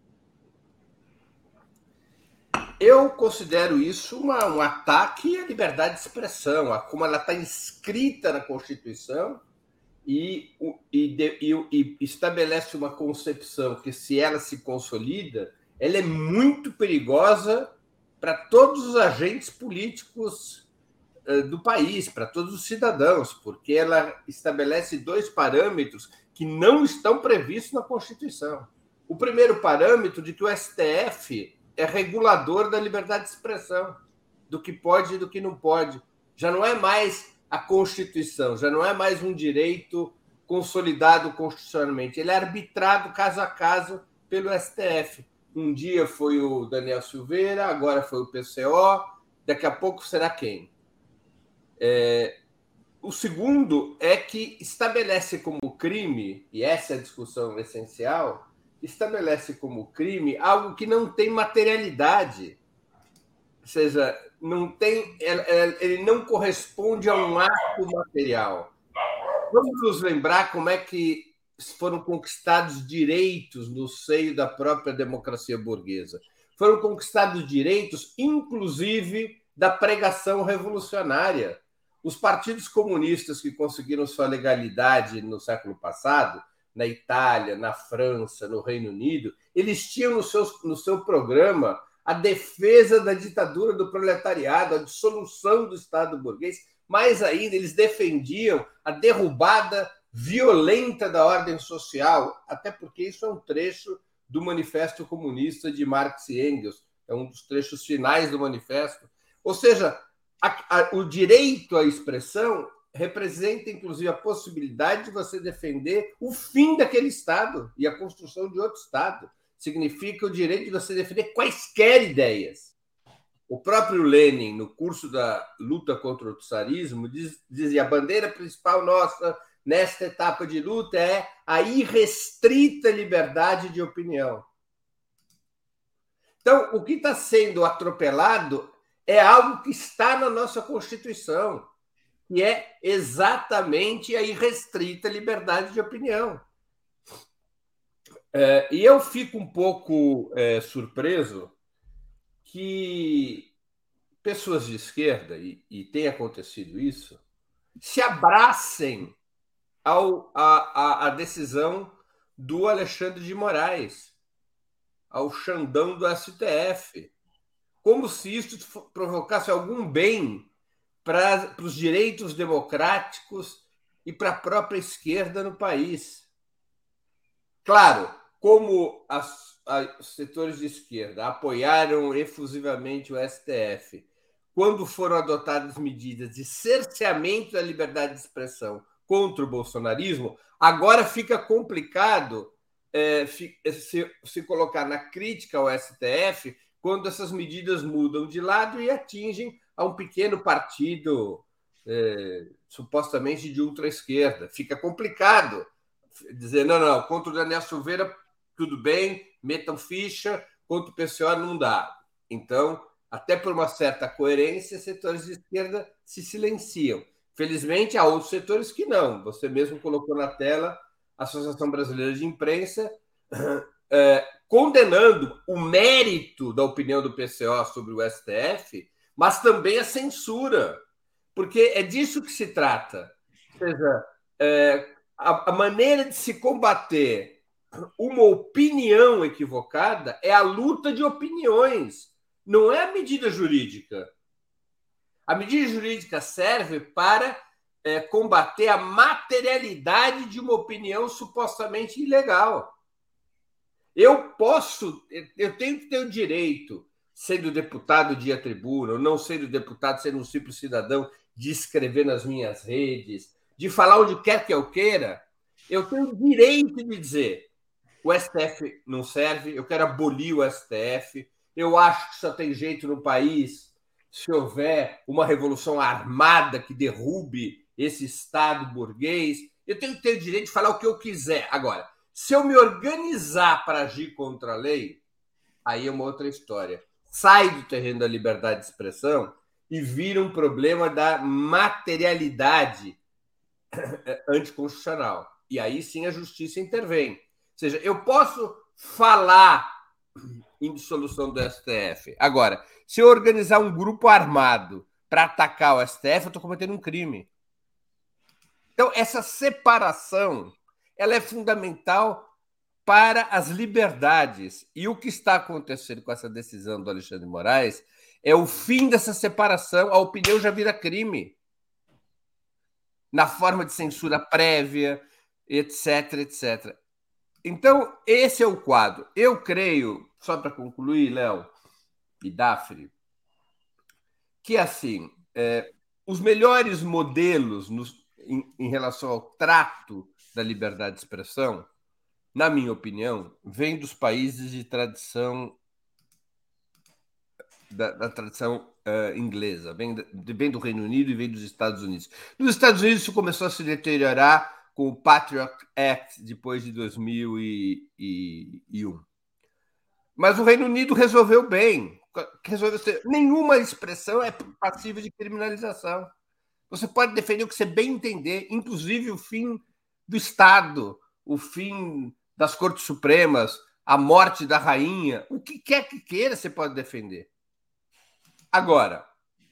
Eu considero isso um ataque à liberdade de expressão, como ela está inscrita na Constituição e estabelece uma concepção que, se ela se consolida, ela é muito perigosa para todos os agentes políticos do país, para todos os cidadãos, porque ela estabelece dois parâmetros que não estão previstos na Constituição. O primeiro parâmetro de que o STF é regulador da liberdade de expressão, do que pode e do que não pode. Já não é mais a Constituição, já não é mais um direito consolidado constitucionalmente. Ele é arbitrado caso a caso pelo STF. Um dia foi o Daniel Silveira, agora foi o PCO, daqui a pouco será quem? o segundo é que estabelece como crime, e essa é a discussão essencial, estabelece como crime algo que não tem materialidade. Ou seja, ele não corresponde a um ato material. Vamos nos lembrar como é que foram conquistados direitos no seio da própria democracia burguesa. Foram conquistados direitos, inclusive, da pregação revolucionária. Os partidos comunistas que conseguiram sua legalidade no século passado, na Itália, na França, no Reino Unido, eles tinham no seu programa a defesa da ditadura do proletariado, a dissolução do Estado burguês. Mais ainda, eles defendiam a derrubada violenta da ordem social, até porque isso é um trecho do Manifesto Comunista de Marx e Engels, é um dos trechos finais do manifesto. Ou seja, o direito à expressão representa, inclusive, a possibilidade de você defender o fim daquele Estado e a construção de outro Estado. Significa o direito de você defender quaisquer ideias. O próprio Lenin, no curso da luta contra o tsarismo, dizia: a bandeira principal nossa nesta etapa de luta é a irrestrita liberdade de opinião. Então, o que está sendo atropelado é algo que está na nossa Constituição, que é exatamente a irrestrita liberdade de opinião. E eu fico um pouco surpreso que pessoas de esquerda, e tem acontecido isso, se abracem à decisão do Alexandre de Moraes, ao Xandão do STF, como se isso provocasse algum bem para os direitos democráticos e para a própria esquerda no país. Claro, como os setores de esquerda apoiaram efusivamente o STF quando foram adotadas medidas de cerceamento da liberdade de expressão contra o bolsonarismo, agora fica complicado se colocar na crítica ao STF quando essas medidas mudam de lado e atingem a um pequeno partido supostamente de ultra-esquerda. Fica complicado dizer, não, contra o Daniel Silveira tudo bem, metam ficha, contra o PCO não dá. Então, até por uma certa coerência, setores de esquerda se silenciam. Felizmente, há outros setores que não. Você mesmo colocou na tela a Associação Brasileira de Imprensa condenando o mérito da opinião do PCO sobre o STF, mas também a censura, porque é disso que se trata. Ou seja, a maneira de se combater uma opinião equivocada é a luta de opiniões, não é a medida jurídica. A medida jurídica serve para combater a materialidade de uma opinião supostamente ilegal. Eu tenho que ter o direito, sendo deputado de ir à tribuna, ou não sendo deputado, sendo um simples cidadão, de escrever nas minhas redes, de falar onde quer que eu queira. Eu tenho o direito de dizer: o STF não serve, eu quero abolir o STF, eu acho que só tem jeito no país se houver uma revolução armada que derrube esse Estado burguês. Eu tenho que ter o direito de falar o que eu quiser. Agora, se eu me organizar para agir contra a lei, aí é uma outra história. Sai do terreno da liberdade de expressão e vira um problema da materialidade anticonstitucional. E aí sim a justiça intervém. Ou seja, eu posso falar em dissolução do STF. Agora, se eu organizar um grupo armado para atacar o STF, eu estou cometendo um crime. Então, essa separação ela é fundamental para as liberdades. E o que está acontecendo com essa decisão do Alexandre de Moraes é o fim dessa separação. A opinião já vira crime, na forma de censura prévia, etc, etc. Então, esse é o quadro. Eu creio, só para concluir, Léo e Daphne, que assim, os melhores modelos em relação ao trato da liberdade de expressão, na minha opinião, vêm dos países de tradição da tradição inglesa, vem do Reino Unido e vem dos Estados Unidos. Nos Estados Unidos isso começou a se deteriorar com o Patriot Act depois de 2001. Mas o Reino Unido resolveu bem. Nenhuma expressão é passível de criminalização. Você pode defender o que você bem entender, inclusive o fim do Estado, o fim das Cortes Supremas, a morte da rainha, o que quer que queira, você pode defender. Agora,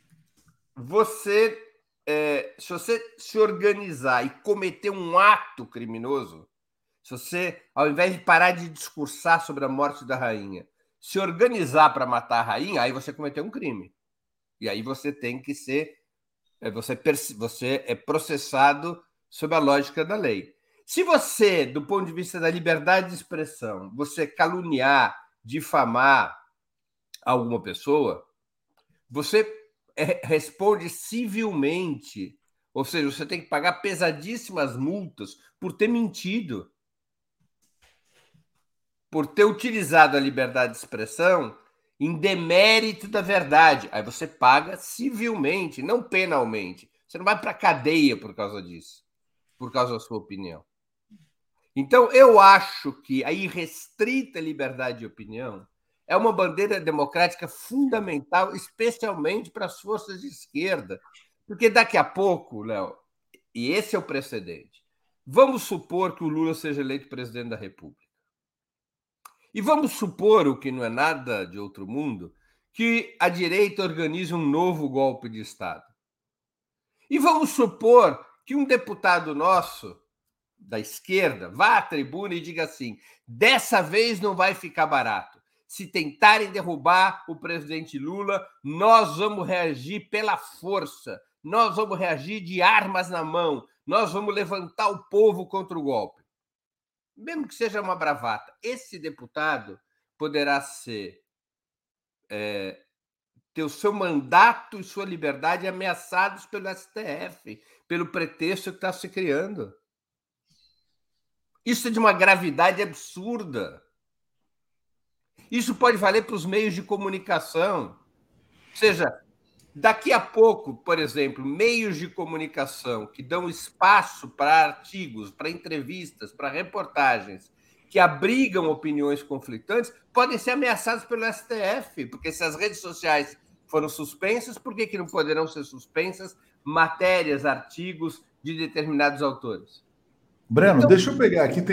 se você se organizar e cometer um ato criminoso, se você, ao invés de parar de discursar sobre a morte da rainha, se organizar para matar a rainha, aí você cometeu um crime. E aí você tem que ser... Você é processado sob a lógica da lei. Se você, do ponto de vista da liberdade de expressão, você caluniar, difamar alguma pessoa, você responde civilmente. Ou seja, você tem que pagar pesadíssimas multas por ter mentido, por ter utilizado a liberdade de expressão em demérito da verdade. Aí você paga civilmente, não penalmente. Você não vai para a cadeia por causa disso, por causa da sua opinião. Então, eu acho que a irrestrita liberdade de opinião é uma bandeira democrática fundamental, especialmente para as forças de esquerda. Porque daqui a pouco, Léo, e esse é o precedente, vamos supor que o Lula seja eleito presidente da República. E vamos supor, o que não é nada de outro mundo, que a direita organize um novo golpe de Estado. E vamos supor que um deputado nosso, da esquerda, vá à tribuna e diga assim: dessa vez não vai ficar barato. Se tentarem derrubar o presidente Lula, nós vamos reagir pela força, nós vamos reagir de armas na mão, nós vamos levantar o povo contra o golpe. Mesmo que seja uma bravata, esse deputado poderá ter o seu mandato e sua liberdade ameaçados pelo STF, pelo pretexto que está se criando. Isso é de uma gravidade absurda. Isso pode valer para os meios de comunicação. Ou seja, daqui a pouco, por exemplo, meios de comunicação que dão espaço para artigos, para entrevistas, para reportagens, que abrigam opiniões conflitantes, podem ser ameaçados pelo STF, porque se as redes sociais foram suspensas, por que não poderão ser suspensas matérias, artigos de determinados autores? Breno, então, deixa eu pegar aqui,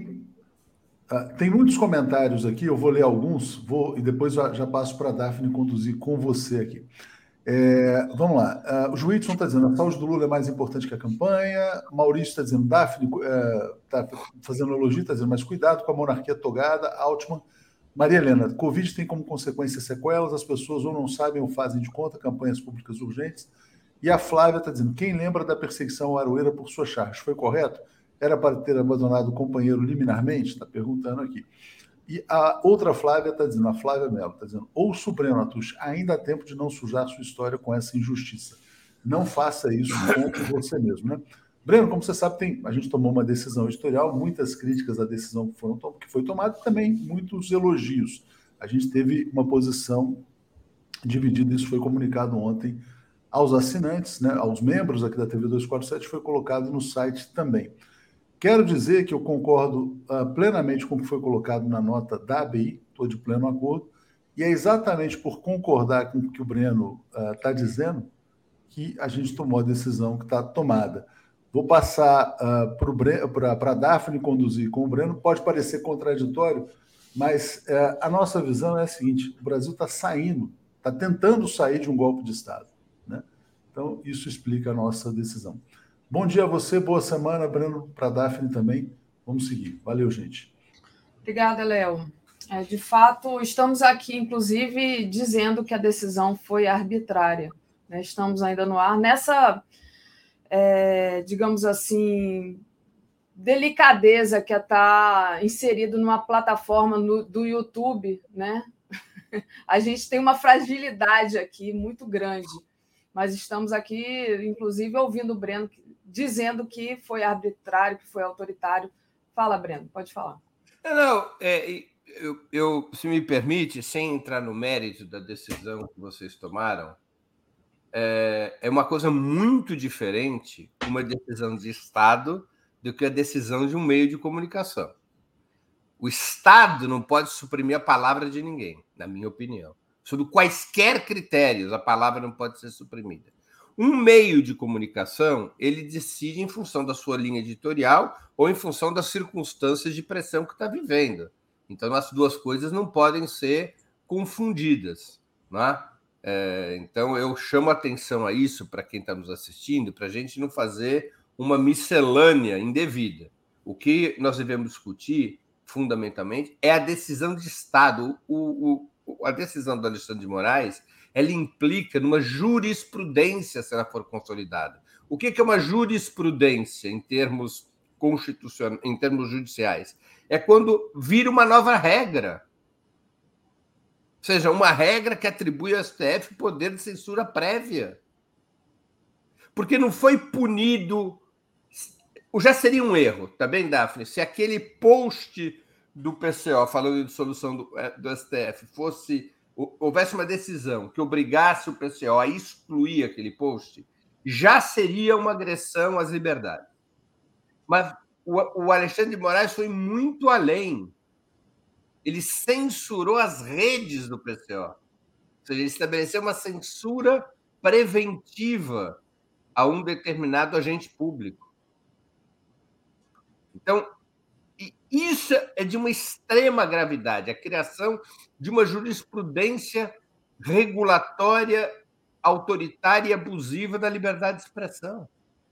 tem muitos comentários aqui, eu vou ler alguns, e depois já passo para a Daphne conduzir com você aqui. Vamos lá. O Juízo está dizendo: a saúde do Lula é mais importante que a campanha. Maurício está dizendo: Daphne está fazendo elogio, está dizendo, mas cuidado com a monarquia togada. Altman. Maria Helena: Covid tem como consequência sequelas, as pessoas ou não sabem ou fazem de conta, campanhas públicas urgentes. E a Flávia está dizendo: quem lembra da perseguição ao Aroeira por sua charge? Foi correto? Era para ter abandonado o companheiro liminarmente? Está perguntando aqui. E a outra Flávia está dizendo, a Flávia Mello está dizendo: ou o Supremo, Atush, ainda há tempo de não sujar sua história com essa injustiça. Não faça isso contra você mesmo, né? Breno, como você sabe, a gente tomou uma decisão editorial, muitas críticas à decisão que foi tomada e também muitos elogios. A gente teve uma posição dividida, isso foi comunicado ontem aos assinantes, né, aos membros aqui da TV 247, foi colocado no site também. Quero dizer que eu concordo plenamente com o que foi colocado na nota da ABI, estou de pleno acordo, e é exatamente por concordar com o que o Breno está dizendo que a gente tomou a decisão que está tomada. Vou passar para a Daphne conduzir com o Breno. Pode parecer contraditório, mas a nossa visão é a seguinte: o Brasil está tentando sair de um golpe de Estado, né? Então, isso explica a nossa decisão. Bom dia a você, boa semana, Breno, para a Daphne também. Vamos seguir. Valeu, gente. Obrigada, Léo. De fato, estamos aqui, inclusive, dizendo que a decisão foi arbitrária, né? Estamos ainda no ar nessa, digamos assim, delicadeza que é estar inserido numa plataforma do YouTube, né? A gente tem uma fragilidade aqui muito grande, mas estamos aqui, inclusive, ouvindo o Breno dizendo que foi arbitrário, que foi autoritário. Fala, Breno, pode falar. Não, se me permite, sem entrar no mérito da decisão que vocês tomaram, é uma coisa muito diferente uma decisão de Estado do que a decisão de um meio de comunicação. O Estado não pode suprimir a palavra de ninguém, na minha opinião. Sob quaisquer critérios, a palavra não pode ser suprimida. Um meio de comunicação, ele decide em função da sua linha editorial ou em função das circunstâncias de pressão que está vivendo. Então, as duas coisas não podem ser confundidas, né? Então, eu chamo a atenção a isso para quem está nos assistindo, para a gente não fazer uma miscelânea indevida. O que nós devemos discutir, fundamentalmente, é a decisão de Estado. A decisão do Alexandre de Moraes, ela implica numa jurisprudência, se ela for consolidada. O que é uma jurisprudência em termos constitucionais, em termos judiciais? É quando vira uma nova regra. Ou seja, uma regra que atribui ao STF poder de censura prévia. Porque não foi punido... Já seria um erro, tá bem, Daphne? Se aquele post do PCO falando de dissolução do STF houvesse uma decisão que obrigasse o PCO a excluir aquele post, já seria uma agressão às liberdades. Mas o Alexandre de Moraes foi muito além. Ele censurou as redes do PCO. Ou seja, ele estabeleceu uma censura preventiva a um determinado agente público. Então, isso é de uma extrema gravidade, a criação de uma jurisprudência regulatória, autoritária e abusiva da liberdade de expressão.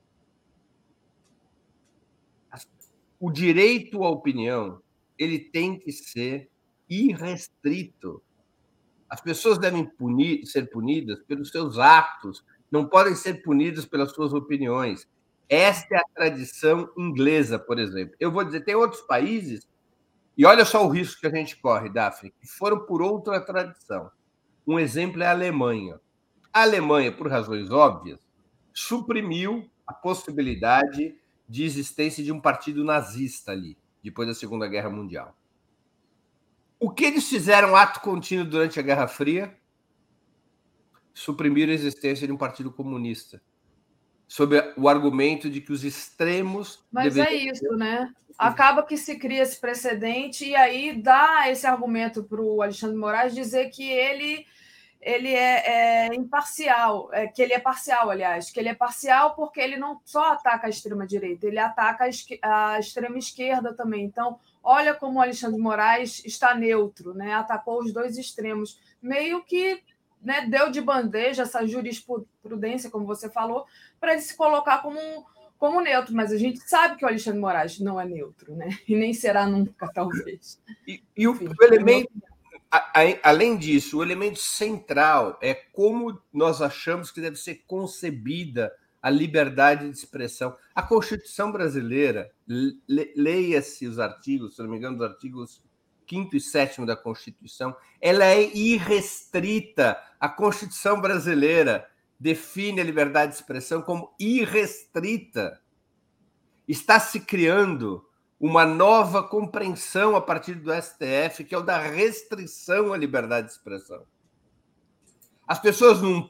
O direito à opinião, ele tem que ser irrestrito. As pessoas devem ser punidas pelos seus atos, não podem ser punidas pelas suas opiniões. Esta é a tradição inglesa, por exemplo. Eu vou dizer, tem outros países, e olha só o risco que a gente corre, Daphne, que foram por outra tradição. Um exemplo é a Alemanha. A Alemanha, por razões óbvias, suprimiu a possibilidade de existência de um partido nazista ali, depois da Segunda Guerra Mundial. O que eles fizeram ato contínuo durante a Guerra Fria? Suprimiram a existência de um partido comunista, sob o argumento de que os extremos... Mas é isso, né? Acaba que se cria esse precedente e aí dá esse argumento para o Alexandre de Moraes dizer que ele é imparcial, que ele é parcial, aliás, que ele é parcial porque ele não só ataca a extrema-direita, ele ataca a extrema-esquerda também. Então, olha como o Alexandre de Moraes está neutro, né? Atacou os dois extremos, meio que, né, deu de bandeja essa jurisprudência, como você falou, para ele se colocar como neutro, mas a gente sabe que o Alexandre de Moraes não é neutro, né? E nem será nunca, talvez. E o elemento, além disso, o elemento central é como nós achamos que deve ser concebida a liberdade de expressão. A Constituição brasileira, leia-se os artigos, se não me engano, os artigos 5º e 7º da Constituição, ela é irrestrita. A Constituição brasileira define a liberdade de expressão como irrestrita. Está se criando uma nova compreensão a partir do STF, que é o da restrição à liberdade de expressão. As pessoas não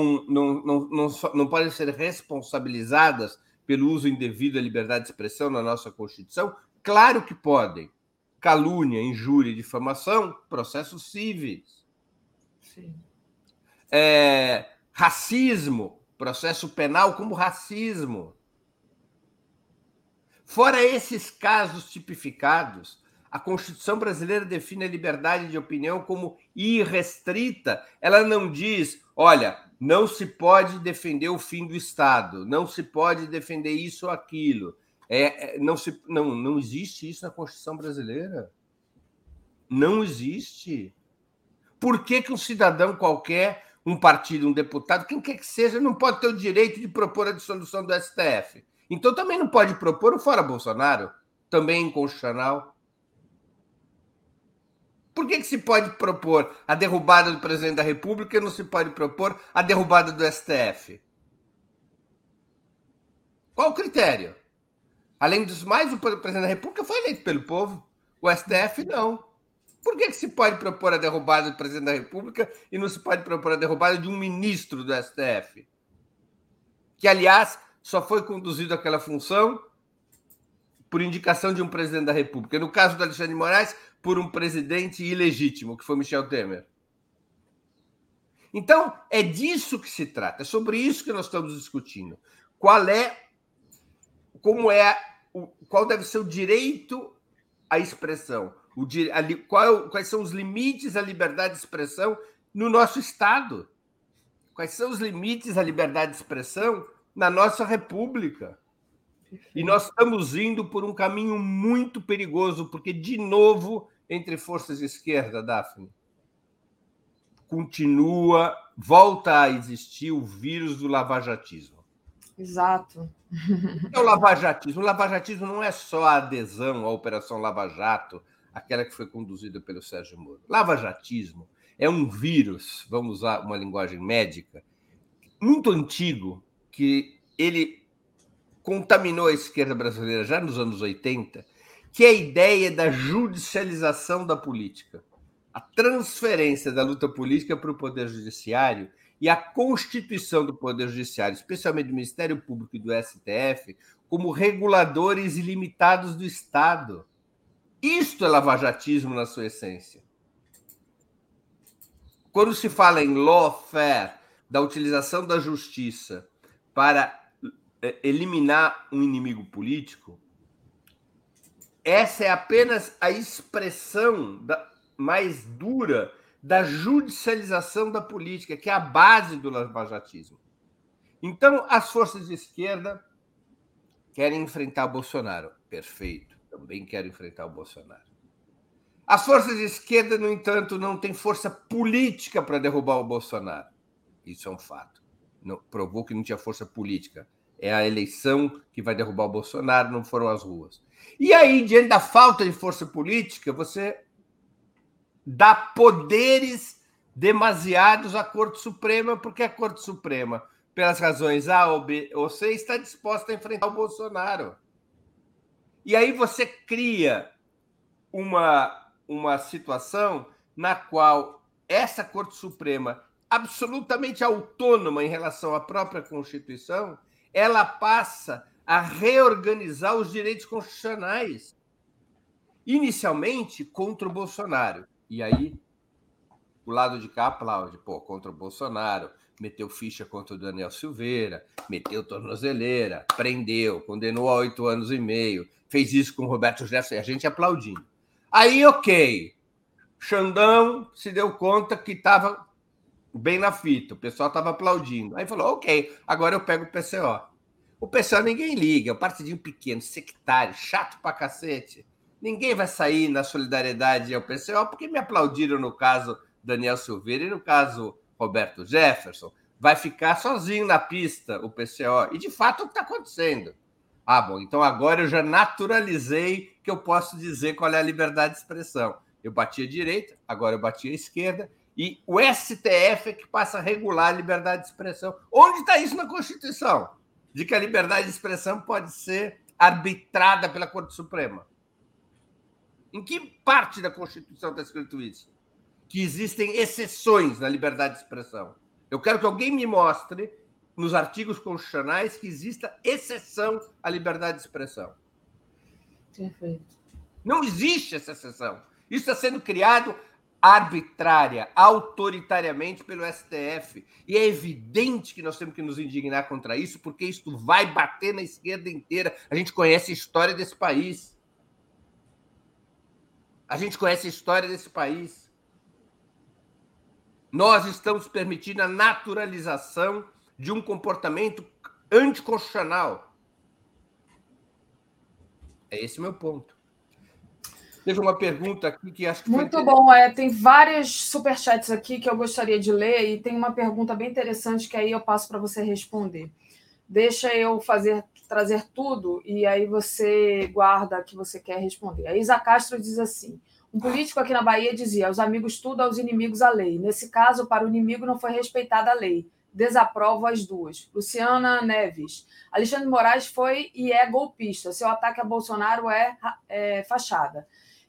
podem ser responsabilizadas pelo uso indevido da liberdade de expressão na nossa Constituição? Claro que podem. Calúnia, injúria e difamação, processos cíveis. Sim. Racismo, processo penal como racismo. Fora esses casos tipificados, a Constituição brasileira define a liberdade de opinião como irrestrita. Ela não diz, olha, não se pode defender o fim do Estado, não se pode defender isso ou aquilo. Não existe isso na Constituição brasileira. Não existe. Por que um cidadão qualquer, um partido, um deputado, quem quer que seja, não pode ter o direito de propor a dissolução do STF? Então também não pode propor o fora Bolsonaro, também inconstitucional. Por que se pode propor a derrubada do presidente da República e não se pode propor a derrubada do STF? Qual o critério? Além dos mais, o presidente da República foi eleito pelo povo. O STF, não. Por que se pode propor a derrubada do presidente da República e não se pode propor a derrubada de um ministro do STF? Que, aliás, só foi conduzido àquela função por indicação de um presidente da República. No caso do Alexandre de Moraes, por um presidente ilegítimo, que foi Michel Temer. Então, é disso que se trata, é sobre isso que nós estamos discutindo. Qual deve ser o direito à expressão? Quais são os limites à liberdade de expressão no nosso Estado? Quais são os limites à liberdade de expressão na nossa República? E nós estamos indo por um caminho muito perigoso, porque, de novo, entre forças de esquerda, Daphne, volta a existir o vírus do lavajatismo. Exato. O que é o lavajatismo? O lavajatismo não é só a adesão à Operação Lava Jato, aquela que foi conduzida pelo Sérgio Moro. Lavajatismo é um vírus, vamos usar uma linguagem médica, muito antigo, que ele contaminou a esquerda brasileira já nos anos 80, que é a ideia da judicialização da política, a transferência da luta política para o Poder Judiciário e a constituição do Poder Judiciário, especialmente do Ministério Público e do STF, como reguladores ilimitados do Estado. Isto é lavajatismo na sua essência. Quando se fala em lawfare, da utilização da justiça para eliminar um inimigo político, essa é apenas a expressão mais dura da judicialização da política, que é a base do lavajatismo. Então, as forças de esquerda querem enfrentar o Bolsonaro. Perfeito, também querem enfrentar o Bolsonaro. As forças de esquerda, no entanto, não têm força política para derrubar o Bolsonaro. Isso é um fato. Provou que não tinha força política. É a eleição que vai derrubar o Bolsonaro, não foram as ruas. E aí, diante da falta de força política, você dá poderes demasiados à Corte Suprema, porque a Corte Suprema, pelas razões A ou B ou C, está disposta a enfrentar o Bolsonaro. E aí você cria uma situação na qual essa Corte Suprema, absolutamente autônoma em relação à própria Constituição, ela passa a reorganizar os direitos constitucionais, inicialmente contra o Bolsonaro. E aí, o lado de cá aplaude. Contra o Bolsonaro, meteu ficha contra o Daniel Silveira, meteu tornozeleira, prendeu, condenou a 8 anos e meio, fez isso com o Roberto Jefferson, e a gente aplaudindo. Aí, ok, Xandão se deu conta que estava bem na fita, o pessoal estava aplaudindo. Aí falou, ok, agora eu pego o PCO. O PCO ninguém liga, é um partidinho pequeno, sectário, chato pra cacete. Ninguém vai sair na solidariedade ao PCO porque me aplaudiram no caso Daniel Silveira e no caso Roberto Jefferson. Vai ficar sozinho na pista o PCO. E, de fato, é o que está acontecendo. Bom, então agora eu já naturalizei que eu posso dizer qual é a liberdade de expressão. Eu bati a direita, agora eu bati a esquerda, e o STF é que passa a regular a liberdade de expressão. Onde está isso na Constituição? De que a liberdade de expressão pode ser arbitrada pela Corte Suprema. Em que parte da Constituição está escrito isso? Que existem exceções na liberdade de expressão. Eu quero que alguém me mostre, nos artigos constitucionais, que exista exceção à liberdade de expressão. Perfeito. Não existe essa exceção. Isso está sendo criado arbitrária, autoritariamente pelo STF. E é evidente que nós temos que nos indignar contra isso, porque isso vai bater na esquerda inteira. A gente conhece a história desse país. Nós estamos permitindo a naturalização de um comportamento anticonstitucional. É esse o meu ponto. Teve uma pergunta aqui que acho que muito bom. Tem vários superchats aqui que eu gostaria de ler e tem uma pergunta bem interessante que aí eu passo para você responder. Deixa eu trazer tudo e aí você guarda o que você quer responder. A Isa Castro diz assim: um político aqui na Bahia dizia aos amigos tudo, aos inimigos a lei. Nesse caso, para o inimigo não foi respeitada a lei. Desaprovo as duas. Luciana Neves. Alexandre de Moraes foi e é golpista. Seu ataque a Bolsonaro é fachada.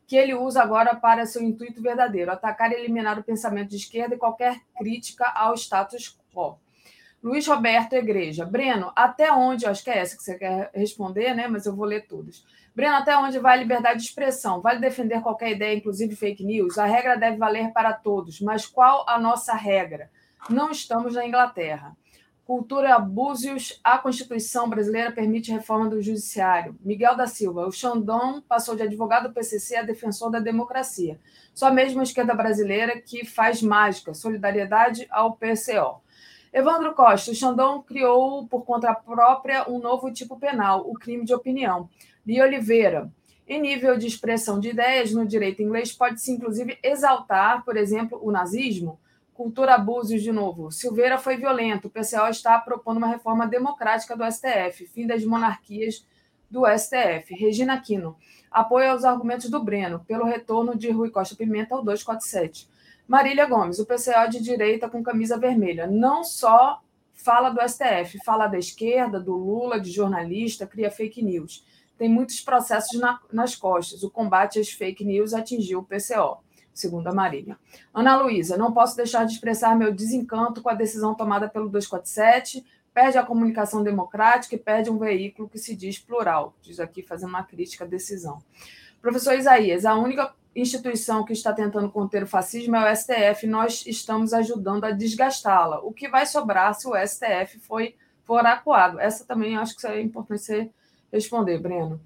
que ele usa agora para seu intuito verdadeiro, atacar e eliminar o pensamento de esquerda e qualquer crítica ao status quo. Luiz Roberto Igreja. Breno, até onde... Acho que é essa que você quer responder, né? Mas eu vou ler todos. Breno, até onde vai a liberdade de expressão? Vale defender qualquer ideia, inclusive fake news? A regra deve valer para todos, mas qual a nossa regra? Não estamos na Inglaterra. Cultura Búzios, a Constituição brasileira permite reforma do judiciário. Miguel da Silva, o Xandão passou de advogado do PCC a defensor da democracia. Só mesmo a esquerda brasileira que faz mágica. Solidariedade ao PCO. Evandro Costa, o Xandão criou por conta própria um novo tipo penal, o crime de opinião. Lia Oliveira, em nível de expressão de ideias no direito inglês, pode-se inclusive exaltar, por exemplo, o nazismo. Cultura Abusos, de novo. Silveira foi violento. O PCO está propondo uma reforma democrática do STF. Fim das monarquias do STF. Regina Aquino. Apoio aos argumentos do Breno, pelo retorno de Rui Costa Pimenta ao 247. Marília Gomes. O PCO de direita com camisa vermelha. Não só fala do STF, fala da esquerda, do Lula, de jornalista, cria fake news. Tem muitos processos nas costas. O combate às fake news atingiu o PCO. Segundo a Marília. Ana Luísa, não posso deixar de expressar meu desencanto com a decisão tomada pelo 247, perde a comunicação democrática e perde um veículo que se diz plural, diz aqui fazendo uma crítica à decisão. Professor Isaías, a única instituição que está tentando conter o fascismo é o STF, nós estamos ajudando a desgastá-la. O que vai sobrar se o STF for acuado? Essa também acho que é importante você responder, Breno.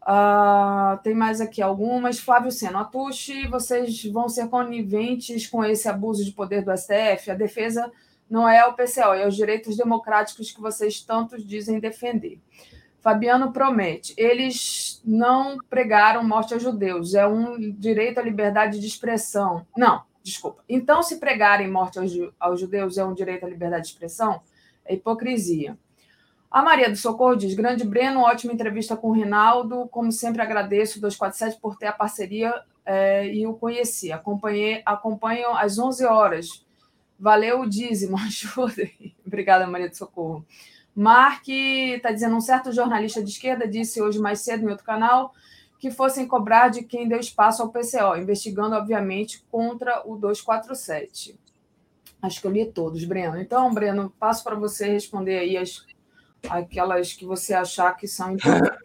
Tem mais aqui algumas. Flávio Seno, Atushi, vocês vão ser coniventes com esse abuso de poder do STF? A defesa não é o PCO, é os direitos democráticos que vocês tantos dizem defender. Fabiano promete, eles não pregaram morte aos judeus, é um direito à liberdade de expressão. Não, desculpa. Então, se pregarem morte aos judeus é um direito à liberdade de expressão? É hipocrisia. A Maria do Socorro diz, grande Breno, ótima entrevista com o Rinaldo, como sempre agradeço o 247 por ter a parceria e o conheci. Acompanho às 11 horas. Valeu o dízimo, ajuda. Obrigada, Maria do Socorro. Mark está dizendo, um certo jornalista de esquerda disse hoje mais cedo em outro canal que fossem cobrar de quem deu espaço ao PCO, investigando, obviamente, contra o 247. Acho que eu li todos, Breno. Então, Breno, passo para você responder aí aquelas que você achar que são importantes.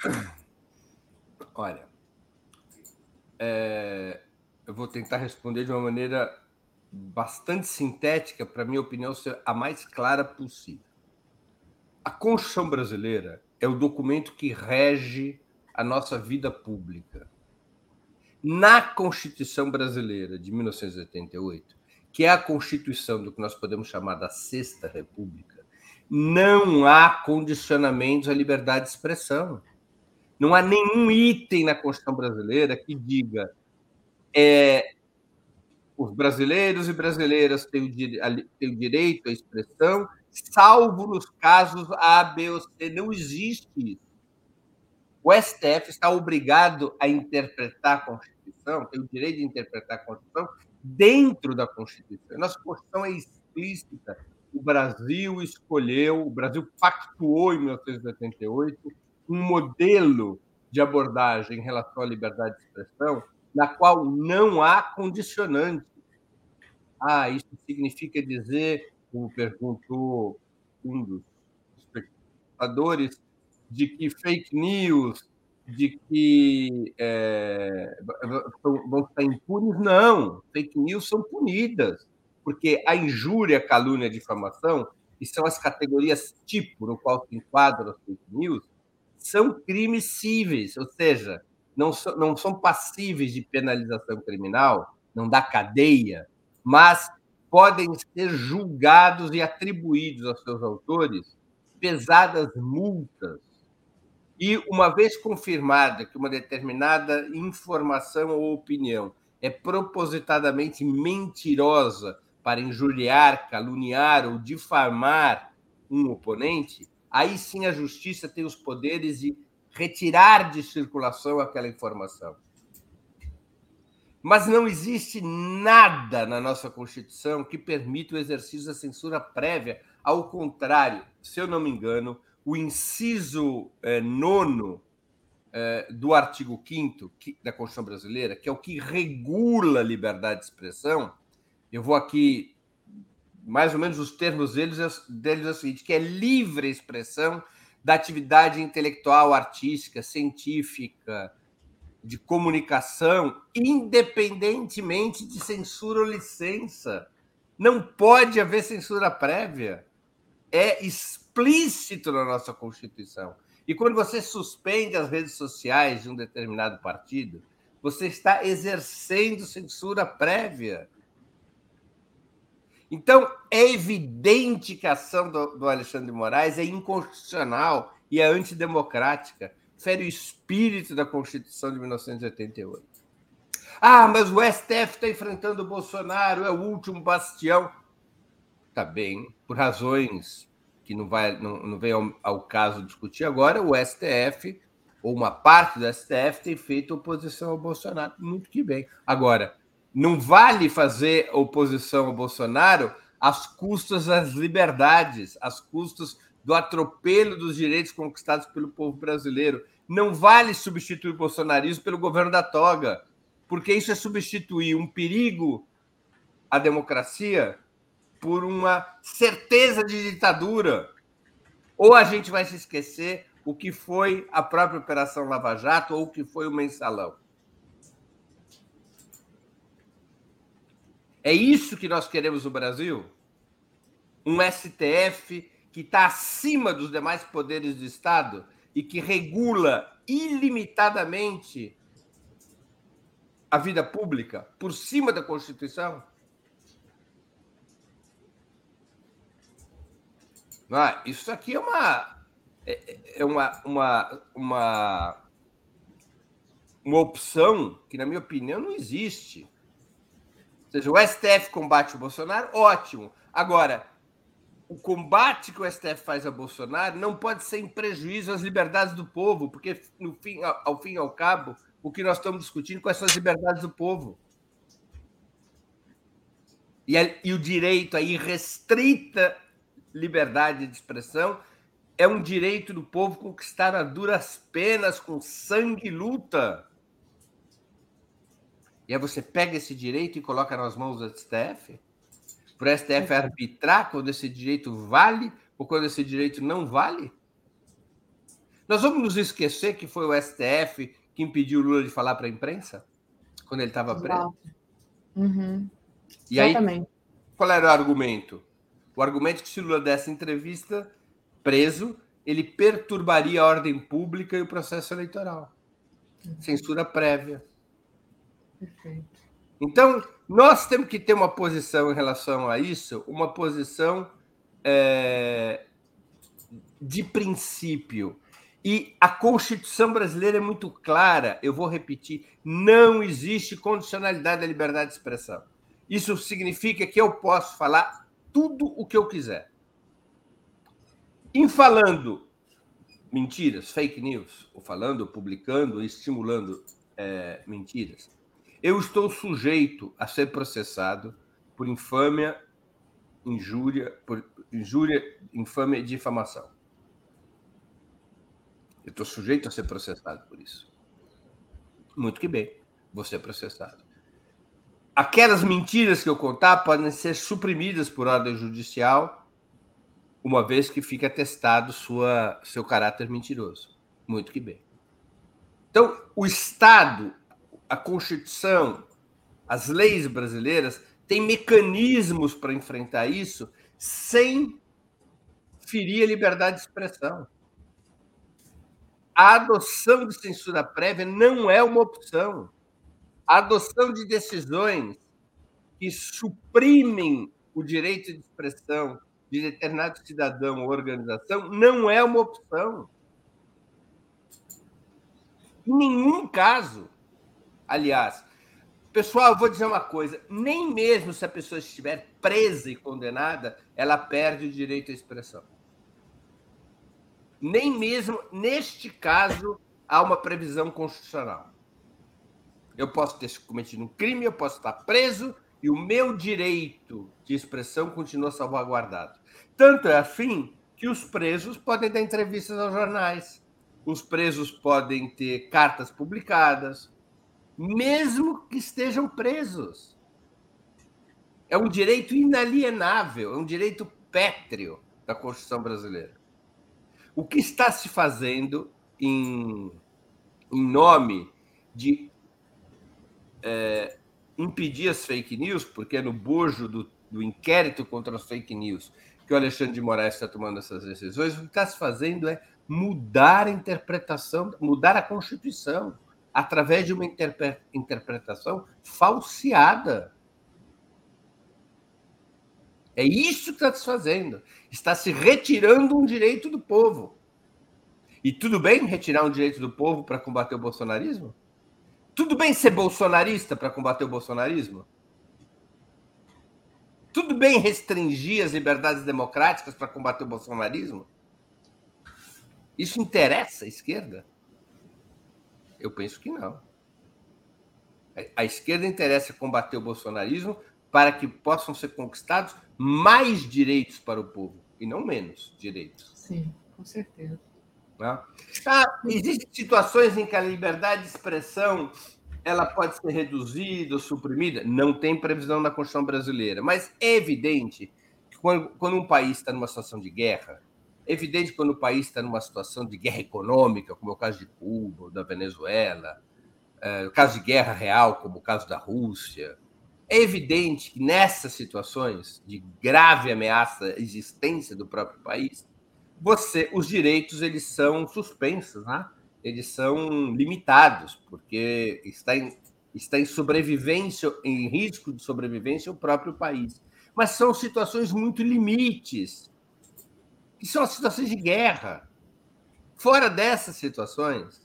Olha, eu vou tentar responder de uma maneira bastante sintética, para a minha opinião, ser a mais clara possível. A Constituição brasileira é o documento que rege a nossa vida pública. Na Constituição brasileira de 1988, que é a Constituição do que nós podemos chamar da Sexta República, não há condicionamentos à liberdade de expressão. Não há nenhum item na Constituição brasileira que diga os brasileiros e brasileiras têm o direito à expressão, salvo nos casos A, B ou C. Não existe isso. O STF está obrigado a interpretar a Constituição, tem o direito de interpretar a Constituição dentro da Constituição. A nossa Constituição é explícita. O Brasil pactuou em 1988 um modelo de abordagem em relação à liberdade de expressão, na qual não há condicionante. Isso significa dizer, como perguntou um dos espectadores, de que fake news, de que vão estar impunes? Não, fake news são punidas, porque a injúria, a calúnia e a difamação, que são as categorias tipo no qual se enquadram as fake news, são crimes cíveis, ou seja, não são passíveis de penalização criminal, não dá cadeia, mas podem ser julgados e atribuídos aos seus autores pesadas multas. E, uma vez confirmada que uma determinada informação ou opinião é propositadamente mentirosa para injuriar, caluniar ou difamar um oponente, aí sim a justiça tem os poderes de retirar de circulação aquela informação. Mas não existe nada na nossa Constituição que permita o exercício da censura prévia. Ao contrário, se eu não me engano, o inciso 9º do artigo 5º da Constituição Brasileira, que é o que regula a liberdade de expressão, eu vou aqui, mais ou menos os termos deles é o seguinte, que é livre expressão da atividade intelectual, artística, científica, de comunicação, independentemente de censura ou licença. Não pode haver censura prévia. É explícito na nossa Constituição. E quando você suspende as redes sociais de um determinado partido, você está exercendo censura prévia. Então, é evidente que a ação do Alexandre de Moraes é inconstitucional e é antidemocrática. Fere o espírito da Constituição de 1988. Mas o STF está enfrentando o Bolsonaro, é o último bastião. Está bem, por razões que não vem ao caso discutir agora, o STF, ou uma parte do STF, tem feito oposição ao Bolsonaro. Muito que bem. Agora, não vale fazer oposição ao Bolsonaro às custas das liberdades, às custas do atropelo dos direitos conquistados pelo povo brasileiro. Não vale substituir o bolsonarismo pelo governo da toga, porque isso é substituir um perigo à democracia por uma certeza de ditadura. Ou a gente vai se esquecer o que foi a própria Operação Lava Jato ou o que foi o Mensalão. É isso que nós queremos no Brasil? Um STF que está acima dos demais poderes do Estado e que regula ilimitadamente a vida pública por cima da Constituição? Isso aqui é uma opção que, na minha opinião, não existe. Ou seja, o STF combate o Bolsonaro, ótimo. Agora, o combate que o STF faz a Bolsonaro não pode ser em prejuízo às liberdades do povo, porque, ao fim e ao cabo, o que nós estamos discutindo quais são as liberdades do povo. E o direito à irrestrita liberdade de expressão é um direito do povo conquistado a duras penas, com sangue e luta. E aí você pega esse direito e coloca nas mãos do STF? Para o STF arbitrar quando esse direito vale ou quando esse direito não vale? Nós vamos nos esquecer que foi o STF que impediu o Lula de falar para a imprensa quando ele estava preso? Uhum. E aí, qual era o argumento? O argumento é que se o Lula desse entrevista preso, ele perturbaria a ordem pública e o processo eleitoral. Censura prévia. Perfeito. Então, nós temos que ter uma posição em relação a isso, uma posição de princípio. E a Constituição brasileira é muito clara, eu vou repetir, não existe condicionalidade da liberdade de expressão. Isso significa que eu posso falar tudo o que eu quiser. Em falando mentiras, fake news, ou falando, ou publicando, ou estimulando mentiras, eu estou sujeito a ser processado por infâmia, injúria, infâmia e difamação. Eu estou sujeito a ser processado por isso. Muito que bem, vou ser processado. Aquelas mentiras que eu contar podem ser suprimidas por ordem judicial, uma vez que fica atestado seu caráter mentiroso. Muito que bem. Então, o Estado, a Constituição, as leis brasileiras têm mecanismos para enfrentar isso sem ferir a liberdade de expressão. A adoção de censura prévia não é uma opção. A adoção de decisões que suprimem o direito de expressão de determinado cidadão ou organização não é uma opção. Em nenhum caso. Aliás, pessoal, eu vou dizer uma coisa, nem mesmo se a pessoa estiver presa e condenada, ela perde o direito à expressão. Nem mesmo neste caso há uma previsão constitucional. Eu posso ter cometido um crime, eu posso estar preso e o meu direito de expressão continua salvaguardado. Tanto é assim que os presos podem dar entrevistas aos jornais, os presos podem ter cartas publicadas, mesmo que estejam presos. É um direito inalienável, é um direito pétreo da Constituição brasileira. O que está se fazendo em nome de impedir as fake news, porque é no bojo do inquérito contra as fake news que o Alexandre de Moraes está tomando essas decisões, o que está se fazendo é mudar a interpretação, mudar a Constituição, através de uma interpretação falseada. É isso que está se fazendo. Está se retirando um direito do povo. E tudo bem retirar um direito do povo para combater o bolsonarismo? Tudo bem ser bolsonarista para combater o bolsonarismo? Tudo bem restringir as liberdades democráticas para combater o bolsonarismo? Isso interessa à esquerda? Eu penso que não. A esquerda interessa combater o bolsonarismo para que possam ser conquistados mais direitos para o povo, e não menos direitos. Sim, com certeza. Existem situações em que a liberdade de expressão ela pode ser reduzida ou suprimida? Não tem previsão na Constituição brasileira, mas é evidente que quando um país está numa situação de guerra, é evidente que quando o país está numa situação de guerra econômica, como é o caso de Cuba ou da Venezuela, o caso de guerra real, como o caso da Rússia, é evidente que nessas situações de grave ameaça à existência do próprio país, os direitos eles são suspensos, né? Eles são limitados, porque está em sobrevivência, em risco de sobrevivência o próprio país. Mas são situações muito limites, que são as situações de guerra. Fora dessas situações,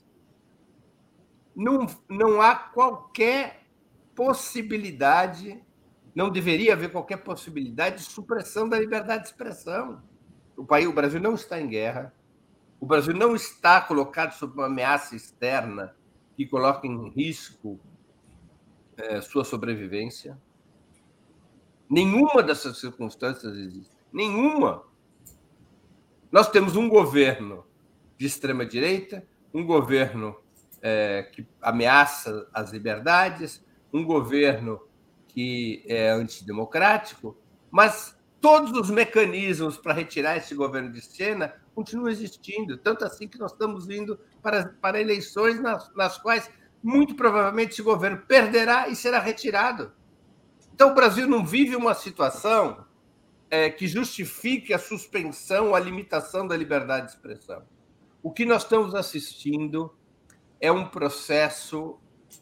não há qualquer possibilidade, não deveria haver qualquer possibilidade de supressão da liberdade de expressão. O Brasil não está em guerra, o Brasil não está colocado sob uma ameaça externa que coloca em risco sua sobrevivência. Nenhuma dessas circunstâncias existe. Nenhuma. Nós temos um governo de extrema-direita, um governo que ameaça as liberdades, um governo que é antidemocrático, mas todos os mecanismos para retirar esse governo de cena continuam existindo, tanto assim que nós estamos indo para eleições nas quais, muito provavelmente, esse governo perderá e será retirado. Então, o Brasil não vive uma situação que justifique a suspensão, a limitação da liberdade de expressão. O que nós estamos assistindo é um processo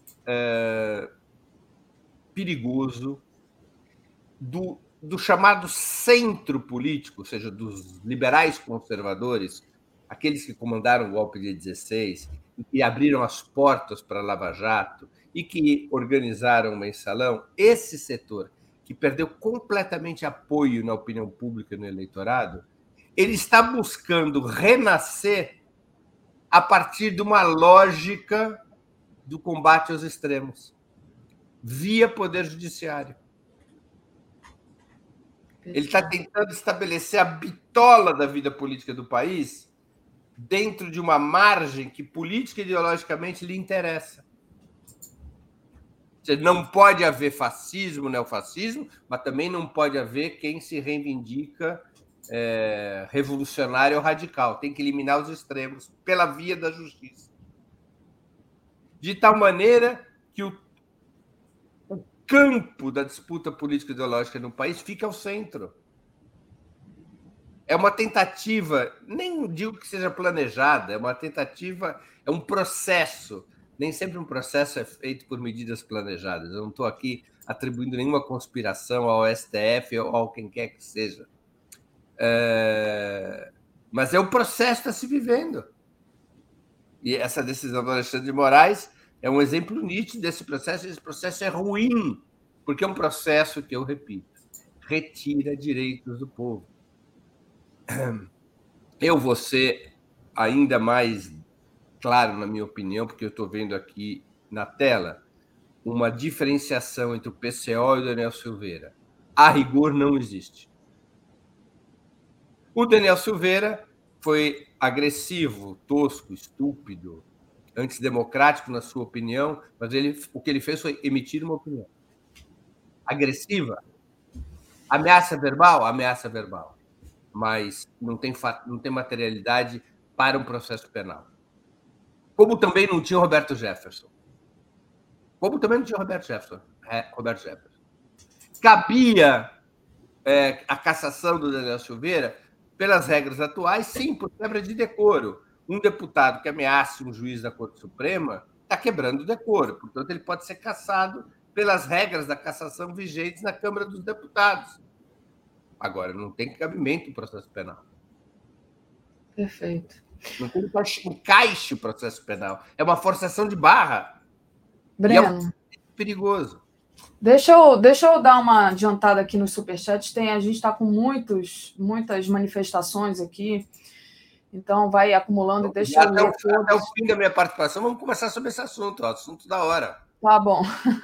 perigoso do chamado centro político, ou seja, dos liberais conservadores, aqueles que comandaram o golpe de 16, e que abriram as portas para a Lava Jato e que organizaram o Mensalão. Esse setor, que perdeu completamente apoio na opinião pública e no eleitorado, ele está buscando renascer a partir de uma lógica do combate aos extremos, via poder judiciário. Ele está tentando estabelecer a bitola da vida política do país dentro de uma margem que política e ideologicamente lhe interessa. Não pode haver fascismo, neofascismo, mas também não pode haver quem se reivindica revolucionário ou radical. Tem que eliminar os extremos pela via da justiça. De tal maneira que o campo da disputa política ideológica no país fica ao centro. É uma tentativa, nem digo que seja planejada, é uma tentativa, é um processo. Nem sempre um processo é feito por medidas planejadas. Eu não estou aqui atribuindo nenhuma conspiração ao STF ou a quem quer que seja. Mas é o processo que está se vivendo. E essa decisão do Alexandre de Moraes é um exemplo nítido desse processo. Esse processo é ruim, porque é um processo que, eu repito, retira direitos do povo. Eu vou ser ainda mais claro, na minha opinião, porque eu estou vendo aqui na tela uma diferenciação entre o PCO e o Daniel Silveira. A rigor, não existe. O Daniel Silveira foi agressivo, tosco, estúpido, antidemocrático, na sua opinião, mas o que ele fez foi emitir uma opinião. Agressiva? Ameaça verbal, mas não tem materialidade para um processo penal. Como também não tinha Roberto Jefferson. Cabia a cassação do Daniel Silveira pelas regras atuais, sim, por quebra de decoro. Um deputado que ameace um juiz da Corte Suprema está quebrando o decoro, portanto, ele pode ser cassado pelas regras da cassação vigentes na Câmara dos Deputados. Agora, não tem cabimento o processo penal. Perfeito. Não tem encaixe o processo penal. É uma forçação de barra. Breno, e é perigoso. deixa eu dar uma adiantada aqui no Superchat. A gente está com muitas manifestações aqui, então vai acumulando e deixa eu ler todos. Até o fim da minha participação, vamos conversar sobre esse assunto, assunto da hora. Tá bom,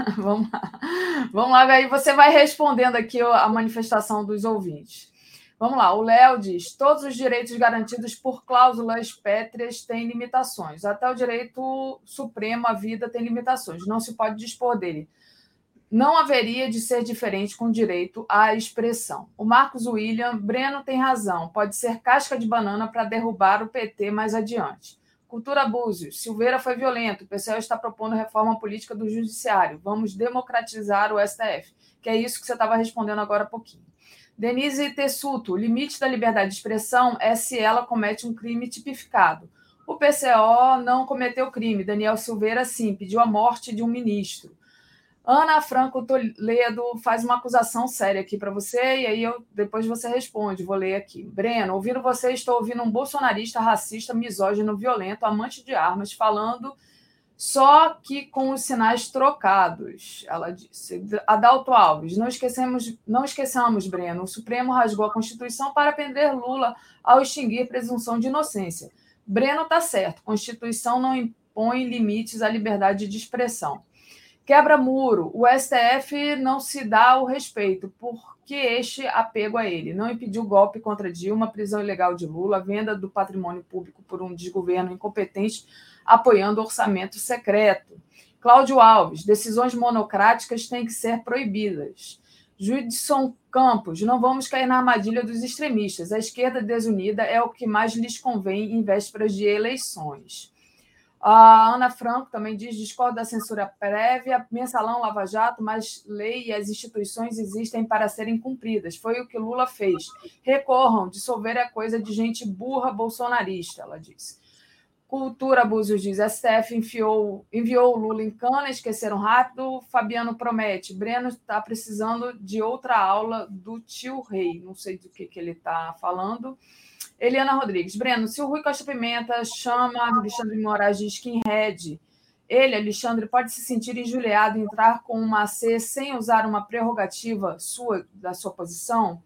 vamos lá, aí você vai respondendo aqui a manifestação dos ouvintes. Vamos lá, o Léo diz: todos os direitos garantidos por cláusulas pétreas têm limitações. Até o direito supremo à vida tem limitações. Não se pode dispor dele. Não haveria de ser diferente com direito à expressão. O Marcos William: Breno tem razão. Pode ser casca de banana para derrubar o PT mais adiante. Cultura Búzios: Silveira foi violento. O PCO está propondo reforma política do judiciário. Vamos democratizar o STF. Que é isso que você estava respondendo agora há pouquinho. Denise Tessuto: o limite da liberdade de expressão é se ela comete um crime tipificado. O PCO não cometeu crime. Daniel Silveira, sim, pediu a morte de um ministro. Ana Franco Toledo faz uma acusação séria aqui para você, e aí depois você responde, vou ler aqui. Breno, ouvindo você, estou ouvindo um bolsonarista racista, misógino, violento, amante de armas, falando só que com os sinais trocados, ela disse. Adalto Alves: não esqueçamos, Breno, o Supremo rasgou a Constituição para prender Lula ao extinguir presunção de inocência. Breno está certo, Constituição não impõe limites à liberdade de expressão. Quebra-muro: o STF não se dá o respeito, porque este apego a ele. Não impediu golpe contra Dilma, prisão ilegal de Lula, venda do patrimônio público por um desgoverno incompetente, apoiando orçamento secreto. Cláudio Alves: decisões monocráticas têm que ser proibidas. Judson Campos: não vamos cair na armadilha dos extremistas. A esquerda desunida é o que mais lhes convém em vésperas de eleições. A Ana Franco também diz: discordo da censura prévia, mensalão, Lava Jato, mas lei e as instituições existem para serem cumpridas. Foi o que Lula fez. Recorram, dissolver é coisa de gente burra bolsonarista, ela disse. Cultura Búzios diz: STF enviou o Lula em cana, esqueceram rápido. Fabiano promete: Breno está precisando de outra aula do tio Rei. Não sei do que ele está falando. Eliana Rodrigues: Breno, se o Rui Costa Pimenta chama Alexandre de Moraes de skinhead, ele, Alexandre, pode se sentir injuriado em entrar com uma C sem usar uma prerrogativa da sua posição?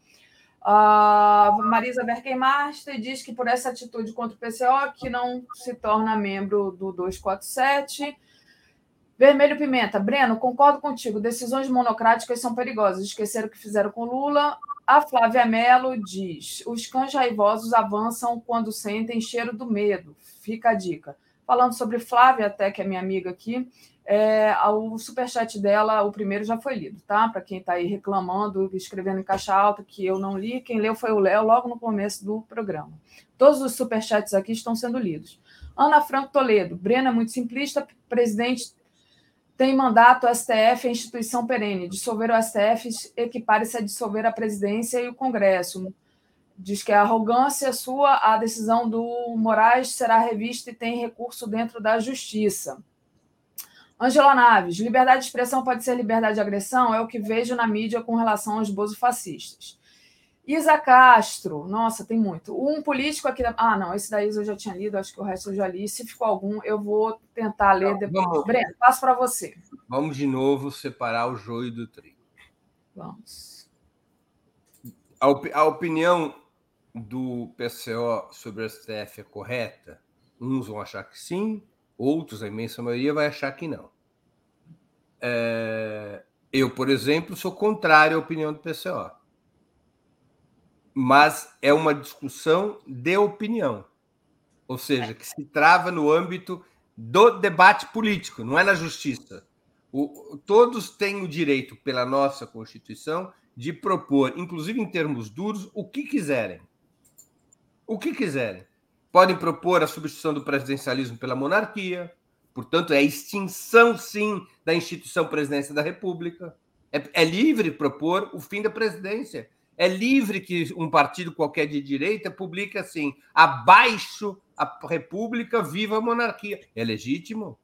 Marisa Berkenmaster diz que por essa atitude contra o PCO que não se torna membro do 247. Vermelho Pimenta: Breno, concordo contigo, decisões monocráticas são perigosas, esqueceram o que fizeram com Lula. A Flávia Mello diz: os cães raivosos avançam quando sentem cheiro do medo. Fica a dica. Falando sobre Flávia, até que é minha amiga aqui, o superchat dela, o primeiro já foi lido, tá? Para quem está aí reclamando, escrevendo em caixa alta que eu não li, quem leu foi o Léo logo no começo do programa. Todos os superchats aqui estão sendo lidos. Ana Franco Toledo: Breno é muito simplista, presidente tem mandato, o STF é instituição perene. Dissolver o STF equipare-se a dissolver a presidência e o Congresso. Diz que a arrogância sua, a decisão do Moraes será revista e tem recurso dentro da Justiça. Angela Naves: liberdade de expressão pode ser liberdade de agressão? É o que vejo na mídia com relação aos bozofascistas. Isa Castro: nossa, tem muito. Um político aqui... não, esse daí eu já tinha lido, acho que o resto eu já li. Se ficou algum, eu vou tentar ler depois. Breno, passo para você. Vamos de novo separar o joio do trigo. Vamos. A opinião do PCO sobre o STF é correta? Uns vão achar que sim, outros, a imensa maioria, vai achar que não. Eu, por exemplo, sou contrário à opinião do PCO. mas é uma discussão de opinião, ou seja, que se trava no âmbito do debate político, não é na justiça. Todos têm o direito, pela nossa Constituição, de propor, inclusive em termos duros, o que quiserem. O que quiserem. Podem propor a substituição do presidencialismo pela monarquia, portanto, é a extinção, sim, da instituição presidência da República. É livre propor o fim da presidência. É livre que um partido qualquer de direita publique assim: abaixo a República, viva a monarquia. É legítimo.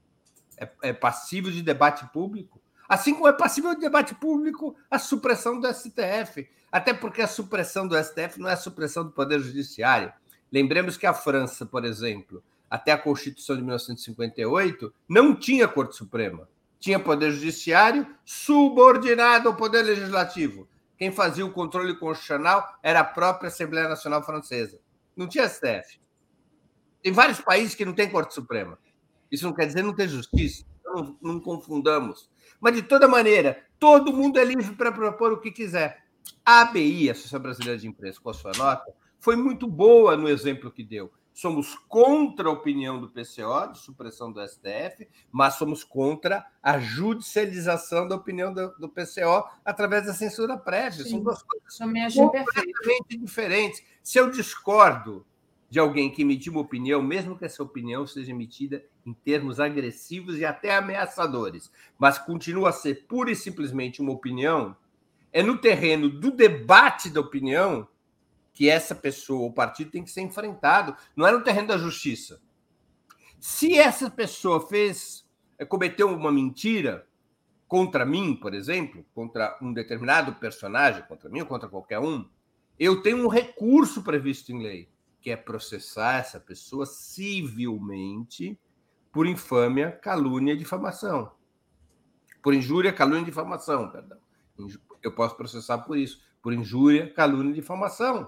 É passível de debate público. Assim como é passível de debate público a supressão do STF. Até porque a supressão do STF não é a supressão do Poder Judiciário. Lembremos que a França, por exemplo, até a Constituição de 1958, não tinha Corte Suprema. Tinha Poder Judiciário subordinado ao Poder Legislativo. Quem fazia o controle constitucional era a própria Assembleia Nacional Francesa. Não tinha STF. Tem vários países que não têm Corte Suprema. Isso não quer dizer não ter justiça. Não confundamos. Mas, de toda maneira, todo mundo é livre para propor o que quiser. A ABI, a Associação Brasileira de Imprensa, com a sua nota, foi muito boa no exemplo que deu. Somos contra a opinião do PCO, de supressão do STF, mas somos contra a judicialização da opinião do PCO através da censura prévia. São duas coisas completamente diferentes. Se eu discordo de alguém que emitiu uma opinião, mesmo que essa opinião seja emitida em termos agressivos e até ameaçadores, mas continua a ser pura e simplesmente uma opinião, é no terreno do debate da opinião que essa pessoa ou partido tem que ser enfrentado, não é no terreno da justiça. Se essa pessoa cometeu uma mentira contra mim, por exemplo, contra um determinado personagem, contra mim ou contra qualquer um, eu tenho um recurso previsto em lei, que é processar essa pessoa civilmente por infâmia, calúnia e difamação. Por injúria, calúnia e difamação, perdão. Eu posso processar por isso, por injúria, calúnia e difamação.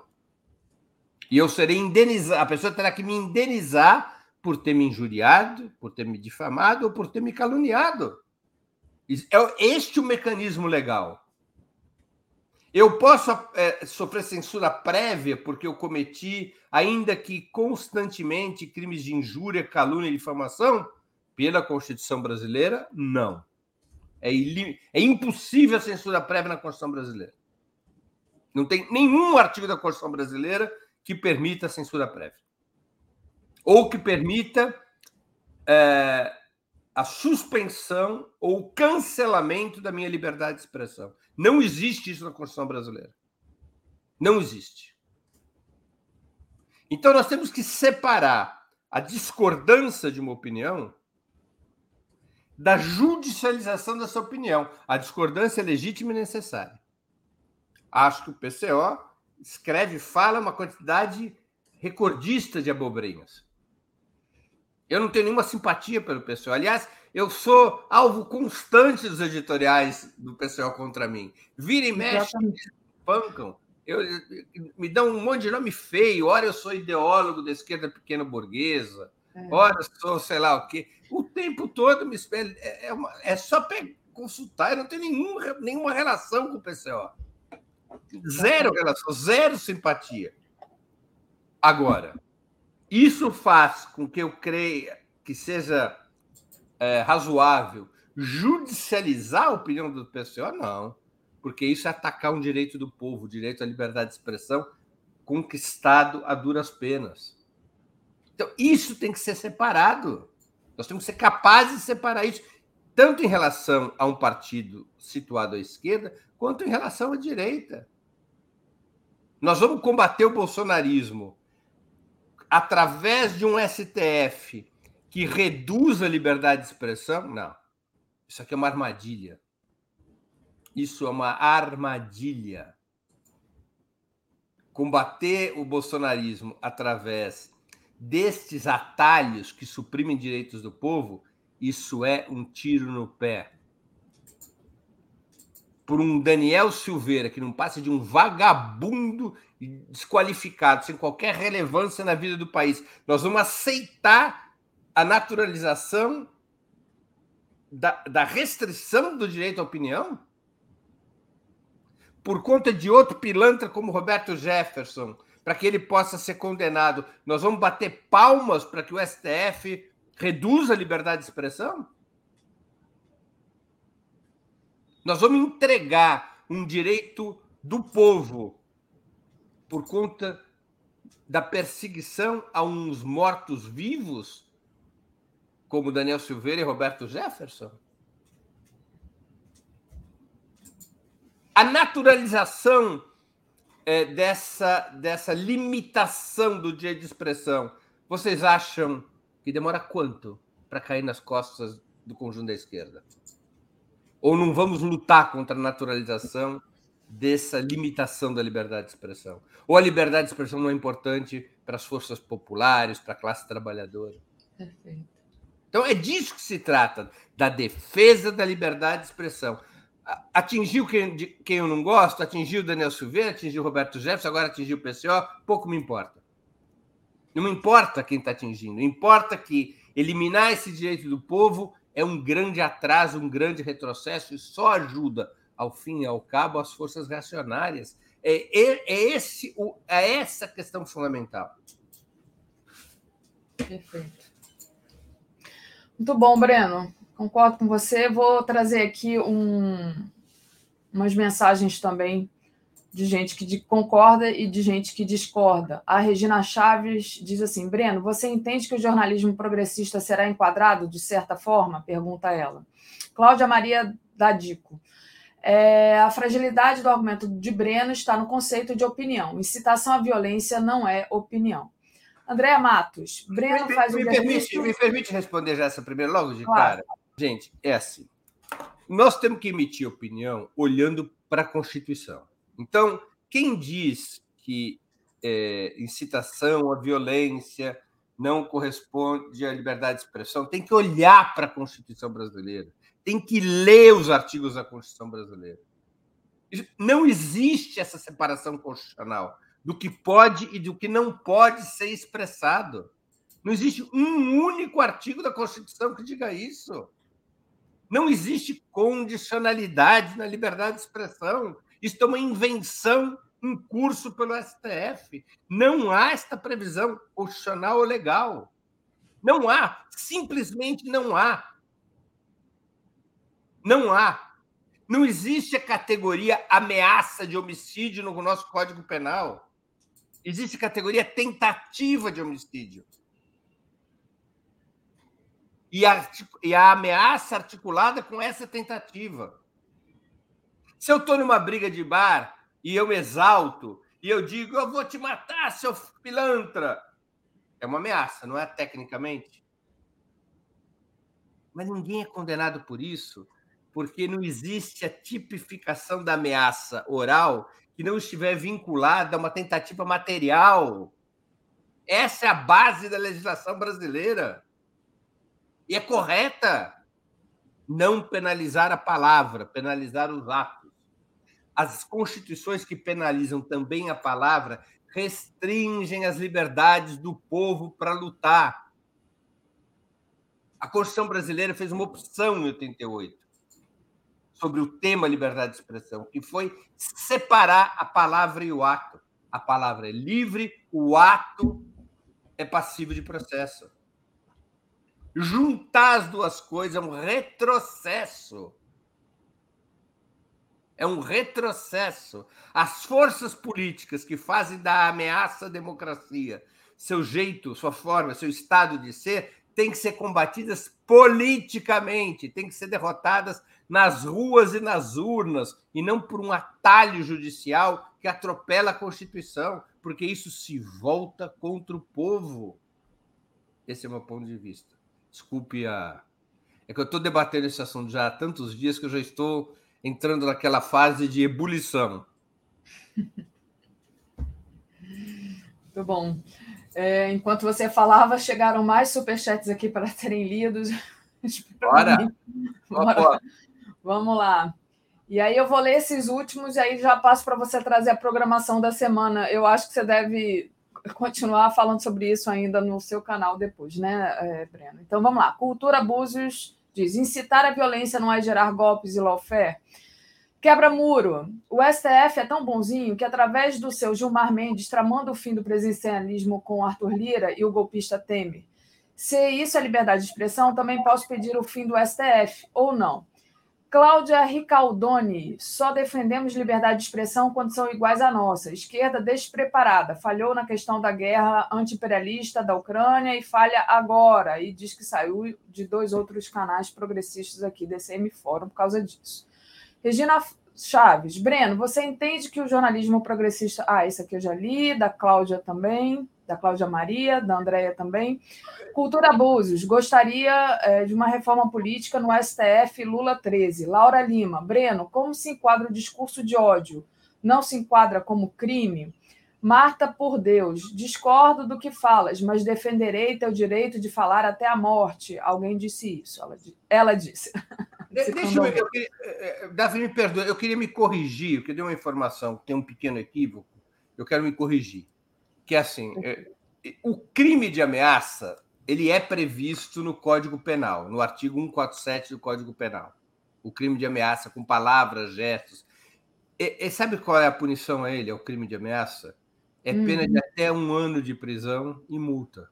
E eu serei indenizado, a pessoa terá que me indenizar por ter me injuriado, por ter me difamado ou por ter me caluniado. É este o mecanismo legal. Eu posso sofrer censura prévia porque eu cometi, ainda que constantemente, crimes de injúria, calúnia e difamação? Pela Constituição brasileira, não. É impossível a censura prévia na Constituição brasileira. Não tem nenhum artigo da Constituição brasileira que permita a censura prévia. Ou que permita a suspensão ou o cancelamento da minha liberdade de expressão. Não existe isso na Constituição brasileira. Não existe. Então, nós temos que separar a discordância de uma opinião da judicialização dessa opinião. A discordância é legítima e necessária. Acho que o PCO fala uma quantidade recordista de abobrinhas. Eu não tenho nenhuma simpatia pelo PCO. Aliás, eu sou alvo constante dos editoriais do PCO contra mim. Vira e mexe, me espancam. Me dão um monte de nome feio. Ora eu sou ideólogo da esquerda pequena burguesa, ora eu sou sei lá o quê. O tempo todo me espelho. É só consultar. Eu não tenho nenhuma relação com o PCO. Zero relação, zero simpatia. Agora, isso faz com que eu creia que seja razoável judicializar a opinião do PCO? Não, porque isso é atacar um direito do povo, o direito à liberdade de expressão conquistado a duras penas. Então, isso tem que ser separado. Nós temos que ser capazes de separar isso, tanto em relação a um partido situado à esquerda, quanto em relação à direita. Nós vamos combater o bolsonarismo através de um STF que reduz a liberdade de expressão? Não. Isso aqui é uma armadilha. Isso é uma armadilha. Combater o bolsonarismo através destes atalhos que suprimem direitos do povo, isso é um tiro no pé. Por um Daniel Silveira, que não passa de um vagabundo desqualificado, sem qualquer relevância na vida do país, nós vamos aceitar a naturalização da restrição do direito à opinião? por conta de outro pilantra como Roberto Jefferson, para que ele possa ser condenado, nós vamos bater palmas para que o STF reduza a liberdade de expressão? Nós vamos entregar um direito do povo por conta da perseguição a uns mortos-vivos, como Daniel Silveira e Roberto Jefferson? A naturalização dessa limitação do direito de expressão, vocês acham que demora quanto para cair nas costas do conjunto da esquerda? Ou não vamos lutar contra a naturalização dessa limitação da liberdade de expressão? Ou a liberdade de expressão não é importante para as forças populares, para a classe trabalhadora? Perfeito. Então, é disso que se trata, da defesa da liberdade de expressão. Atingiu quem eu não gosto, atingiu o Daniel Silveira, atingiu o Roberto Jefferson, agora atingiu o PCO, pouco me importa. Não me importa quem está atingindo, importa que eliminar esse direito do povo é um grande atraso, um grande retrocesso e só ajuda, ao fim e ao cabo, as forças reacionárias. É essa a questão fundamental. Perfeito. Muito bom, Breno. Concordo com você. Vou trazer aqui umas mensagens também de gente que concorda e de gente que discorda. A Regina Chaves diz assim: Breno, você entende que o jornalismo progressista será enquadrado de certa forma? Pergunta ela. Cláudia Maria Dadico. A fragilidade do argumento de Breno está no conceito de opinião. Incitação à violência não é opinião. Andréa Matos. Breno faz me permite responder já essa primeira, logo de cara? Gente, é assim. Nós temos que emitir opinião olhando para a Constituição. Então, quem diz que incitação à violência não corresponde à liberdade de expressão tem que olhar para a Constituição brasileira, tem que ler os artigos da Constituição brasileira. Não existe essa separação constitucional do que pode e do que não pode ser expressado. Não existe um único artigo da Constituição que diga isso. Não existe condicionalidade na liberdade de expressão. Isso é uma invenção em curso pelo STF. Não há esta previsão constitucional ou legal. Não há. Simplesmente não há. Não há. Não existe a categoria ameaça de homicídio no nosso Código Penal. Existe a categoria tentativa de homicídio. E a ameaça articulada com essa tentativa. Se eu estou numa briga de bar e eu me exalto e eu digo, eu vou te matar, seu pilantra, é uma ameaça, não é tecnicamente? Mas ninguém é condenado por isso, porque não existe a tipificação da ameaça oral que não estiver vinculada a uma tentativa material. Essa é a base da legislação brasileira. E é correta não penalizar a palavra, penalizar os atos. As constituições que penalizam também a palavra restringem as liberdades do povo para lutar. A Constituição brasileira fez uma opção em 88 sobre o tema liberdade de expressão, que foi separar a palavra e o ato. A palavra é livre, o ato é passivo de processo. Juntar as duas coisas é um retrocesso. É um retrocesso. As forças políticas que fazem da ameaça à democracia seu jeito, sua forma, seu estado de ser, têm que ser combatidas politicamente, têm que ser derrotadas nas ruas e nas urnas, e não por um atalho judicial que atropela a Constituição, porque isso se volta contra o povo. Esse é o meu ponto de vista. Desculpe É que eu estou debatendo esse assunto já há tantos dias que eu já estou entrando naquela fase de ebulição. Muito bom. Enquanto você falava, chegaram mais superchats aqui para serem lidos. Bora! Vamos lá. E aí eu vou ler esses últimos e aí já passo para você trazer a programação da semana. Eu acho que você deve continuar falando sobre isso ainda no seu canal depois, né, Breno? Então, vamos lá. Cultura Búzios diz, incitar a violência não é gerar golpes e lawfare? Quebra-muro. O STF é tão bonzinho que, através do seu Gilmar Mendes, tramando o fim do presidencialismo com Arthur Lira e o golpista Temer. Se isso é liberdade de expressão, também posso pedir o fim do STF, ou não. Cláudia Ricaldoni. Só defendemos liberdade de expressão quando são iguais à nossa. Esquerda despreparada. Falhou na questão da guerra anti-imperialista da Ucrânia e falha agora. E diz que saiu de 2 outros canais progressistas aqui, DCM Fórum, por causa disso. Regina Chaves. Breno, você entende que o jornalismo progressista... esse aqui eu já li, da Cláudia também, da Cláudia Maria, da Andréia também. Cultura Abusos. Gostaria de uma reforma política no STF Lula 13. Laura Lima. Breno, como se enquadra o discurso de ódio? Não se enquadra como crime? Marta, por Deus, discordo do que falas, mas defenderei teu direito de falar até a morte. Alguém disse isso. Ela disse. Deixa eu Davi, me perdoa, eu queria me corrigir, porque deu uma informação que tem um pequeno equívoco, eu quero me corrigir. Que é assim, o crime de ameaça, ele é previsto no Código Penal, no artigo 147 do Código Penal. O crime de ameaça com palavras, gestos. E sabe qual é a punição a ele, ao crime de ameaça? É pena de até 1 ano de prisão e multa.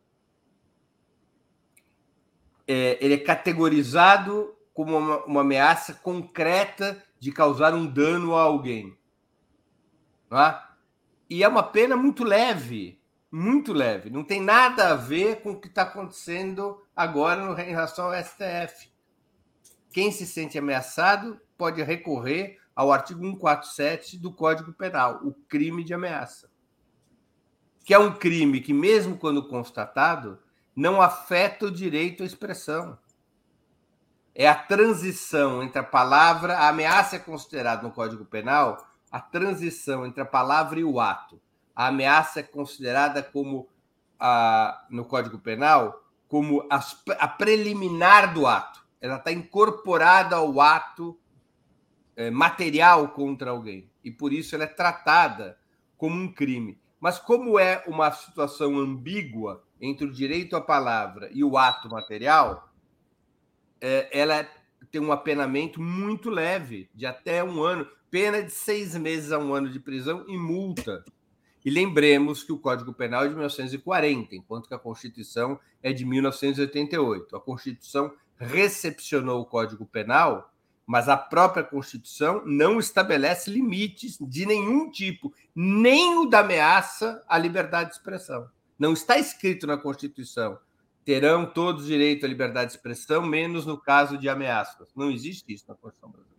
Ele é categorizado como uma ameaça concreta de causar um dano a alguém. Não é? E é uma pena muito leve, muito leve. Não tem nada a ver com o que está acontecendo agora em relação ao STF. Quem se sente ameaçado pode recorrer ao artigo 147 do Código Penal, o crime de ameaça. Que é um crime que, mesmo quando constatado, não afeta o direito à expressão. É a transição entre a palavra... A ameaça é considerada no Código Penal a transição entre a palavra e o ato. A ameaça é considerada como, no Código Penal, como a preliminar do ato. Ela está incorporada ao ato material contra alguém. E, por isso, ela é tratada como um crime. Mas, como é uma situação ambígua entre o direito à palavra e o ato material, ela tem um apenamento muito leve, de até 1 ano, pena de 6 meses a 1 ano de prisão e multa. E lembremos que o Código Penal é de 1940, enquanto que a Constituição é de 1988. A Constituição recepcionou o Código Penal, mas a própria Constituição não estabelece limites de nenhum tipo, nem o da ameaça à liberdade de expressão. Não está escrito na Constituição: terão todos direito à liberdade de expressão, menos no caso de ameaças. Não existe isso na Constituição brasileira.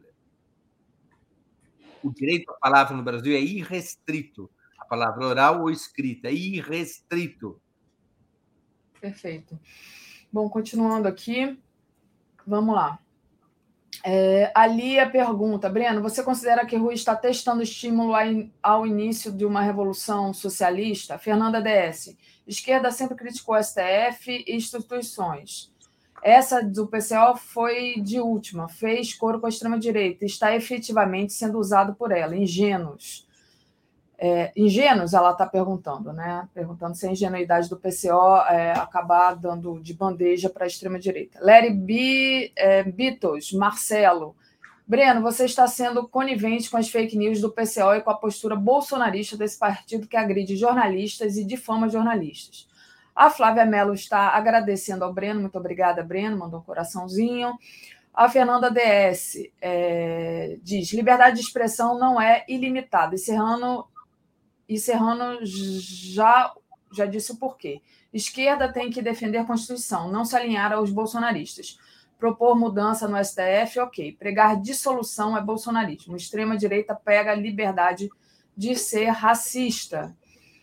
O direito à palavra no Brasil é irrestrito. A palavra oral ou escrita é irrestrito. Perfeito. Bom, continuando aqui, vamos lá. A Lia pergunta: Breno, você considera que Rui está testando estímulo ao início de uma revolução socialista? Fernanda DS. Esquerda sempre criticou o STF e instituições. Essa do PCO foi de última, fez coro com a extrema-direita, está efetivamente sendo usado por ela. Ingênuos. Ingênuos, ela está perguntando, né? Perguntando se a ingenuidade do PCO acabar dando de bandeja para a extrema-direita. Larry Beatles, Marcelo. Breno, você está sendo conivente com as fake news do PCO e com a postura bolsonarista desse partido que agride jornalistas e difama jornalistas. A Flávia Mello está agradecendo ao Breno. Muito obrigada, Breno. Mandou um coraçãozinho. A Fernanda DS diz: liberdade de expressão não é ilimitada. E Serrano já disse o porquê. Esquerda tem que defender a Constituição, não se alinhar aos bolsonaristas. Propor mudança no STF, ok. Pregar dissolução é bolsonarismo. Extrema-direita pega a liberdade de ser racista.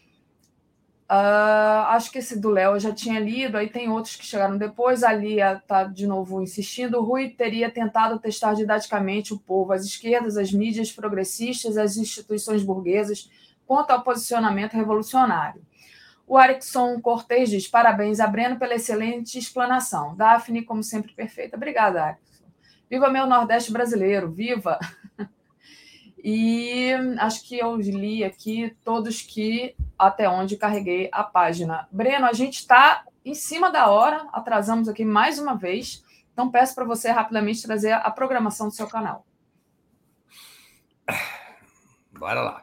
Acho que esse do Léo eu já tinha lido, aí tem outros que chegaram depois. A Lia está de novo insistindo. O Rui teria tentado testar didaticamente o povo, as esquerdas, as mídias progressistas, as instituições burguesas, quanto ao posicionamento revolucionário. O Arickson Cortez diz: parabéns a Breno pela excelente explanação. Daphne, como sempre, perfeita. Obrigada, Arickson. Viva meu Nordeste brasileiro, viva! E acho que eu li aqui todos que até onde carreguei a página. Breno, a gente está em cima da hora, atrasamos aqui mais uma vez, então peço para você rapidamente trazer a programação do seu canal. Bora lá.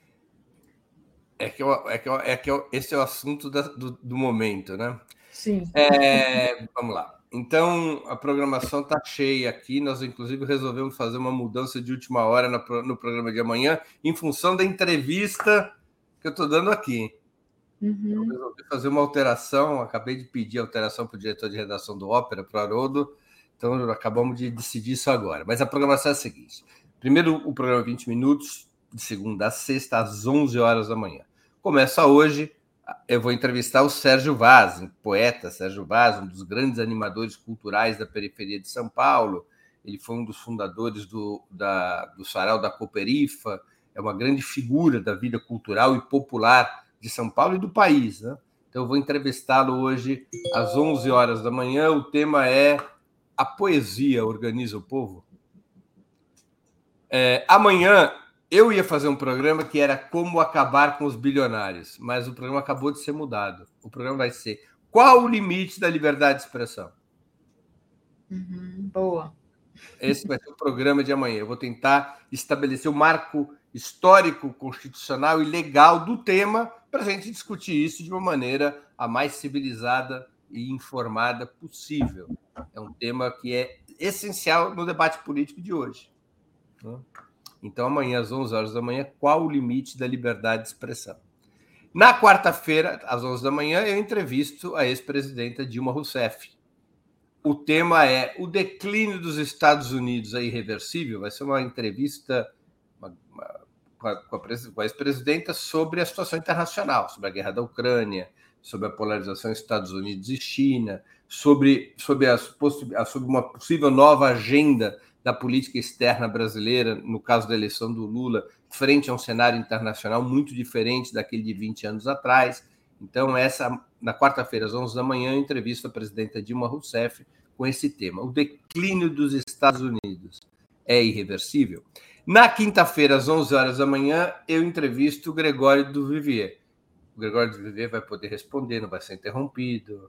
Esse é o assunto do momento, né? Sim. Vamos lá. Então, a programação está cheia aqui. Nós, inclusive, resolvemos fazer uma mudança de última hora no programa de amanhã, em função da entrevista que eu estou dando aqui. Eu resolvi fazer uma alteração. Acabei de pedir alteração para o diretor de redação do Ópera, para o Haroldo. Então, acabamos de decidir isso agora. Mas a programação é a seguinte. Primeiro, o programa 20 minutos, de segunda a sexta, às 11 horas da manhã. Começa hoje. Eu vou entrevistar o Sérgio Vaz, poeta Sérgio Vaz, um dos grandes animadores culturais da periferia de São Paulo. Ele foi um dos fundadores do Sarau da Cooperifa, é uma grande figura da vida cultural e popular de São Paulo e do país, né? Então, eu vou entrevistá-lo hoje às 11 horas da manhã. O tema é A Poesia Organiza o Povo. Amanhã... Eu ia fazer um programa que era Como Acabar com os Bilionários, mas o programa acabou de ser mudado. O programa vai ser Qual o Limite da Liberdade de Expressão? Boa. Esse vai ser o programa de amanhã. Eu vou tentar estabelecer o marco histórico, constitucional e legal do tema para a gente discutir isso de uma maneira a mais civilizada e informada possível. É um tema que é essencial no debate político de hoje. Então, amanhã, às 11 horas da manhã, qual o limite da liberdade de expressão? Na quarta-feira, às 11 da manhã, eu entrevisto a ex-presidenta Dilma Rousseff. O tema é o declínio dos Estados Unidos é irreversível. Vai ser uma entrevista com a ex-presidenta sobre a situação internacional, sobre a guerra da Ucrânia, sobre a polarização Estados Unidos e China, sobre uma possível nova agenda da política externa brasileira, no caso da eleição do Lula, frente a um cenário internacional muito diferente daquele de 20 anos atrás. Então, na quarta-feira, às 11 da manhã, eu entrevisto a presidenta Dilma Rousseff com esse tema. O declínio dos Estados Unidos é irreversível? Na quinta-feira, às 11 horas da manhã, eu entrevisto o Gregório do Vivier. O Gregório do Vivier vai poder responder, não vai ser interrompido.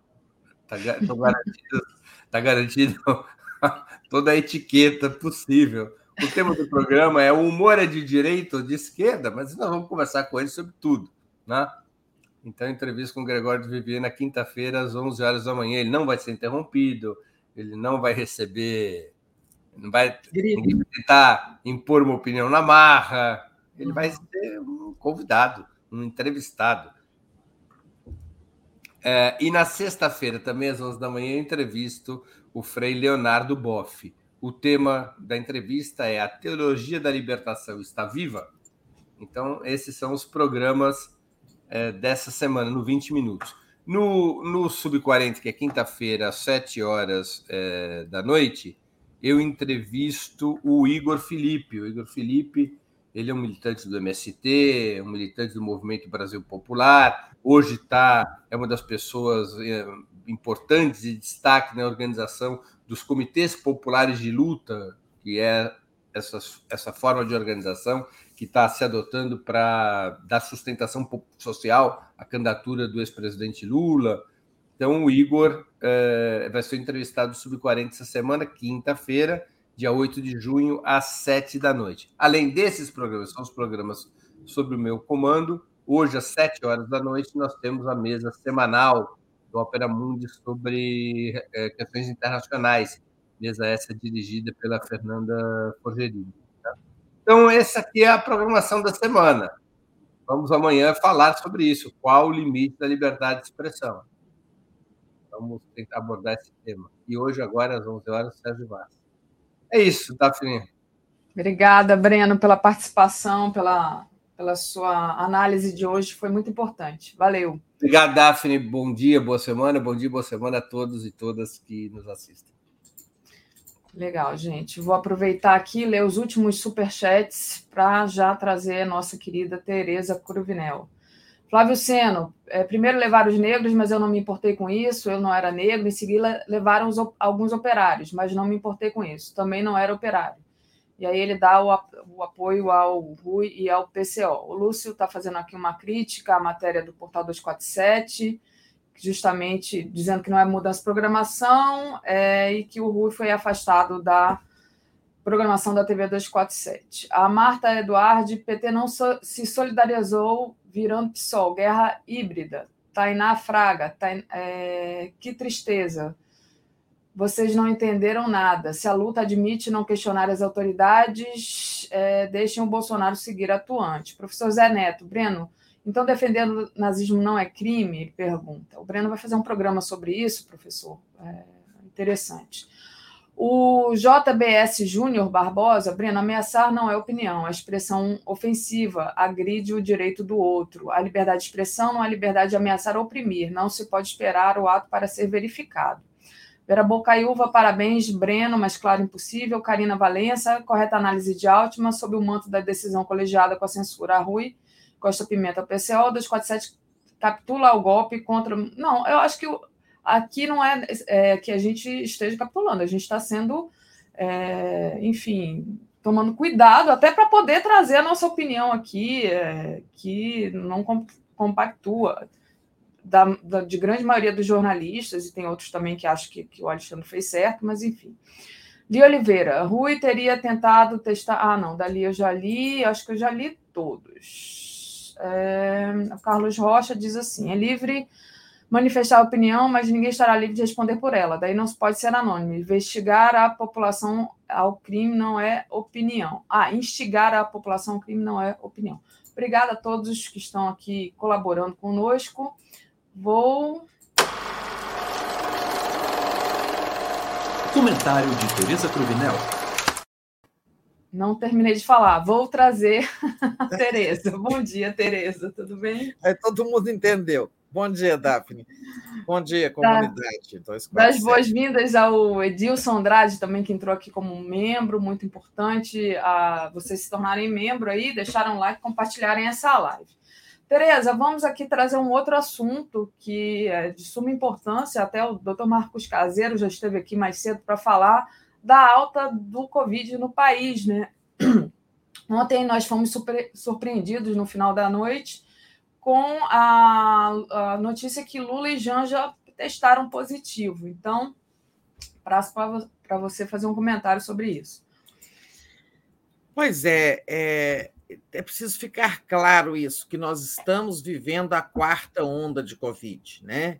Está garantido toda a etiqueta possível. O tema do programa é o humor é de direita ou de esquerda, mas nós vamos conversar com ele sobre tudo, né? Então, entrevista com o Gregório do Vivier na quinta-feira, às 11 horas da manhã. Ele não vai ser interrompido, ele não vai receber... Ninguém vai tentar impor uma opinião na marra. Ele vai ser um convidado, um entrevistado. E na sexta-feira, também às 11 da manhã, eu entrevisto o Frei Leonardo Boff. O tema da entrevista é A Teologia da Libertação Está Viva? Então, esses são os programas dessa semana, no 20 minutos. No Sub-40, que é quinta-feira, às 7 horas da noite, eu entrevisto o Igor Felipe. O Igor Felipe, ele é um militante do MST, um militante do Movimento Brasil Popular. Hoje é uma das pessoas importantes de destaque na organização dos comitês populares de luta, que é essa forma de organização que está se adotando para dar sustentação social à candidatura do ex-presidente Lula. Então, o Igor vai ser entrevistado no Sub-40 essa semana, quinta-feira, dia 8 de junho, às 7 da noite. Além desses programas, são os programas sob o meu comando. Hoje, às 7 horas da noite, nós temos a mesa semanal do Opera Mundi sobre questões internacionais. Mesa essa dirigida pela Fernanda Forgerini. Tá? Então, essa aqui é a programação da semana. Vamos amanhã falar sobre isso. Qual o limite da liberdade de expressão? Vamos tentar abordar esse tema. E hoje, agora, às 11 horas, Sérgio Vaz. É isso, Daphne. Obrigada, Breno, pela participação, pela sua análise de hoje. Foi muito importante. Valeu. Obrigado, Daphne. Bom dia, boa semana. Bom dia, boa semana a todos e todas que nos assistem. Legal, gente. Vou aproveitar aqui e ler os últimos superchats para já trazer a nossa querida Tereza Cruvinel. Flávio Seno, primeiro levaram os negros, mas eu não me importei com isso, eu não era negro. Em seguida, levaram alguns operários, mas não me importei com isso. Também não era operário. E aí ele dá o apoio ao RUI e ao PCO. O Lúcio está fazendo aqui uma crítica à matéria do Portal 247, justamente dizendo que não é mudança de programação e que o RUI foi afastado programação da TV 247. A Marta Eduardi, PT não se solidarizou virando PSOL, guerra híbrida. Tainá Fraga, que tristeza. Vocês não entenderam nada. Se a luta admite não questionar as autoridades, deixem o Bolsonaro seguir atuante. Professor Zé Neto, Breno, então defender o nazismo não é crime? Pergunta. O Breno vai fazer um programa sobre isso, professor. Interessante. O JBS Júnior Barbosa, Breno, ameaçar não é opinião, é expressão ofensiva, agride o direito do outro. A liberdade de expressão não é liberdade de ameaçar ou oprimir, não se pode esperar o ato para ser verificado. Vera Bocaiúva, parabéns, Breno, mas claro, impossível. Karina Valença, correta análise de Altman, sob o manto da decisão colegiada com a censura a Rui Costa Pimenta, PCO, 247 capitula o golpe contra... Não, eu acho que aqui não é que a gente esteja capitulando, a gente está sendo, enfim, tomando cuidado até para poder trazer a nossa opinião aqui, que não compactua de grande maioria dos jornalistas, e tem outros também que acham que o Alexandre fez certo, mas enfim. Lia Oliveira, Rui teria tentado testar... não, dali eu já li, acho que eu já li todos. O Carlos Rocha diz assim, é livre manifestar a opinião, mas ninguém estará livre de responder por ela, daí não se pode ser anônimo. Investigar a população ao crime não é opinião. Instigar a população ao crime não é opinião. Obrigada a todos que estão aqui colaborando conosco. Comentário de Tereza Cruvinel. Não terminei de falar. Vou trazer a Tereza. Bom dia, Tereza. Tudo bem? Todo mundo entendeu. Bom dia, Daphne. Bom dia, comunidade. Das boas-vindas ao Edilson Andrade, também, que entrou aqui como membro. Muito importante vocês se tornarem membro aí, deixarem um like, compartilharem essa live. Tereza, vamos aqui trazer um outro assunto que é de suma importância. Até o Dr. Marcos Caseiro já esteve aqui mais cedo para falar da alta do Covid no país, né? Ontem nós fomos surpreendidos no final da noite com a notícia que Lula e Janja testaram positivo. Então, prazo para você fazer um comentário sobre isso. Pois é preciso ficar claro isso, que nós estamos vivendo a quarta onda de Covid, né?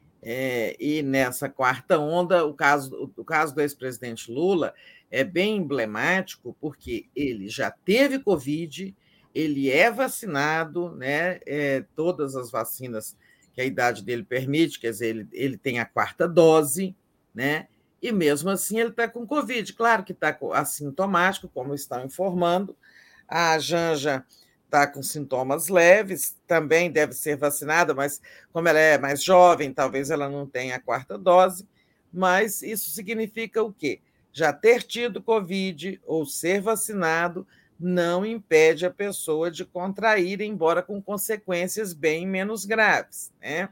E nessa quarta onda, o caso do ex-presidente Lula é bem emblemático, porque ele já teve Covid, ele é vacinado, né? Todas as vacinas que a idade dele permite, quer dizer, ele tem a quarta dose, né? E mesmo assim ele está com Covid. Claro que está assintomático, como estão informando. A Janja está com sintomas leves, também deve ser vacinada, mas como ela é mais jovem, talvez ela não tenha a quarta dose. Mas isso significa o quê? Já ter tido Covid ou ser vacinado não impede a pessoa de contrair, embora com consequências bem menos graves, né?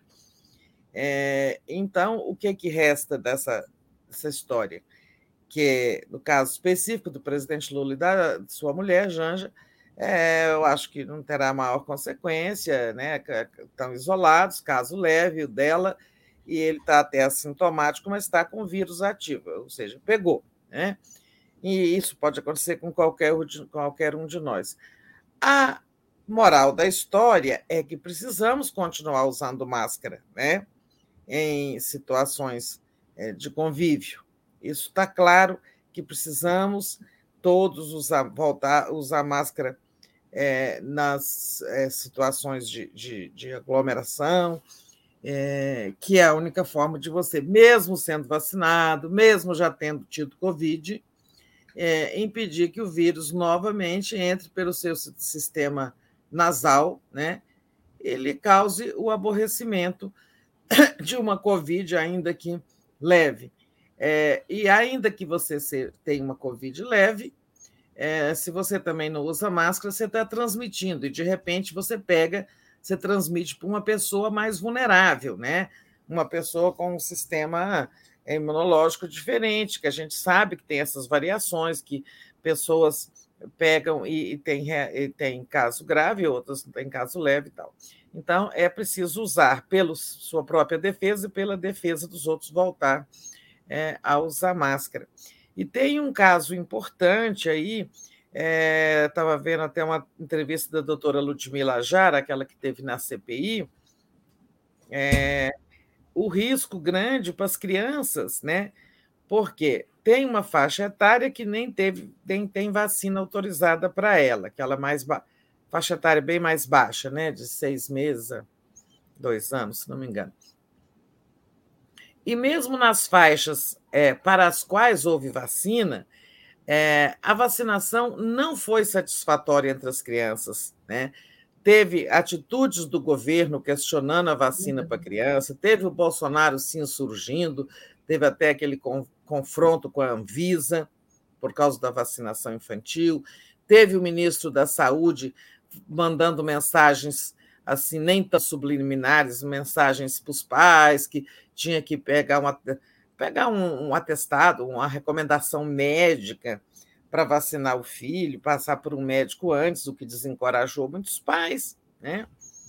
Então, o que resta dessa história? Que, no caso específico do presidente Lula e da sua mulher, Janja, eu acho que não terá maior consequência, né? Estão isolados, caso leve, o dela, e ele está até assintomático, mas está com vírus ativo, ou seja, pegou, né? E isso pode acontecer com qualquer um de nós. A moral da história é que precisamos continuar usando máscara, né? Em situações de convívio. Isso está claro que precisamos todos voltar a usar máscara nas situações de aglomeração, que é a única forma de você, mesmo sendo vacinado, mesmo já tendo tido Covid, impedir que o vírus novamente entre pelo seu sistema nasal, né? Ele cause o aborrecimento de uma Covid, ainda que leve. E ainda que você tenha uma Covid leve, se você também não usa máscara, você está transmitindo, e de repente você transmite para uma pessoa mais vulnerável, né? Uma pessoa com um sistema imunológico diferente, que a gente sabe que tem essas variações, que pessoas pegam e tem caso grave, outras têm caso leve e tal. Então, é preciso usar pela sua própria defesa e pela defesa dos outros voltar a usar máscara. E tem um caso importante aí, estava vendo até uma entrevista da doutora Ludmila Jara, aquela que teve na CPI, o risco grande para as crianças, né? Porque tem uma faixa etária que nem tem vacina autorizada para ela, aquela faixa etária bem mais baixa, né? De 6 meses a 2 anos, se não me engano. E mesmo nas faixas para as quais houve vacina, a vacinação não foi satisfatória entre as crianças, né? Teve atitudes do governo questionando a vacina para criança, teve o Bolsonaro se insurgindo, teve até aquele confronto com a Anvisa por causa da vacinação infantil, teve o ministro da Saúde mandando mensagens assim, nem tão subliminares, mensagens para os pais, que tinha que pegar um atestado, uma recomendação médica para vacinar o filho, passar por um médico antes, o que desencorajou muitos pais, né?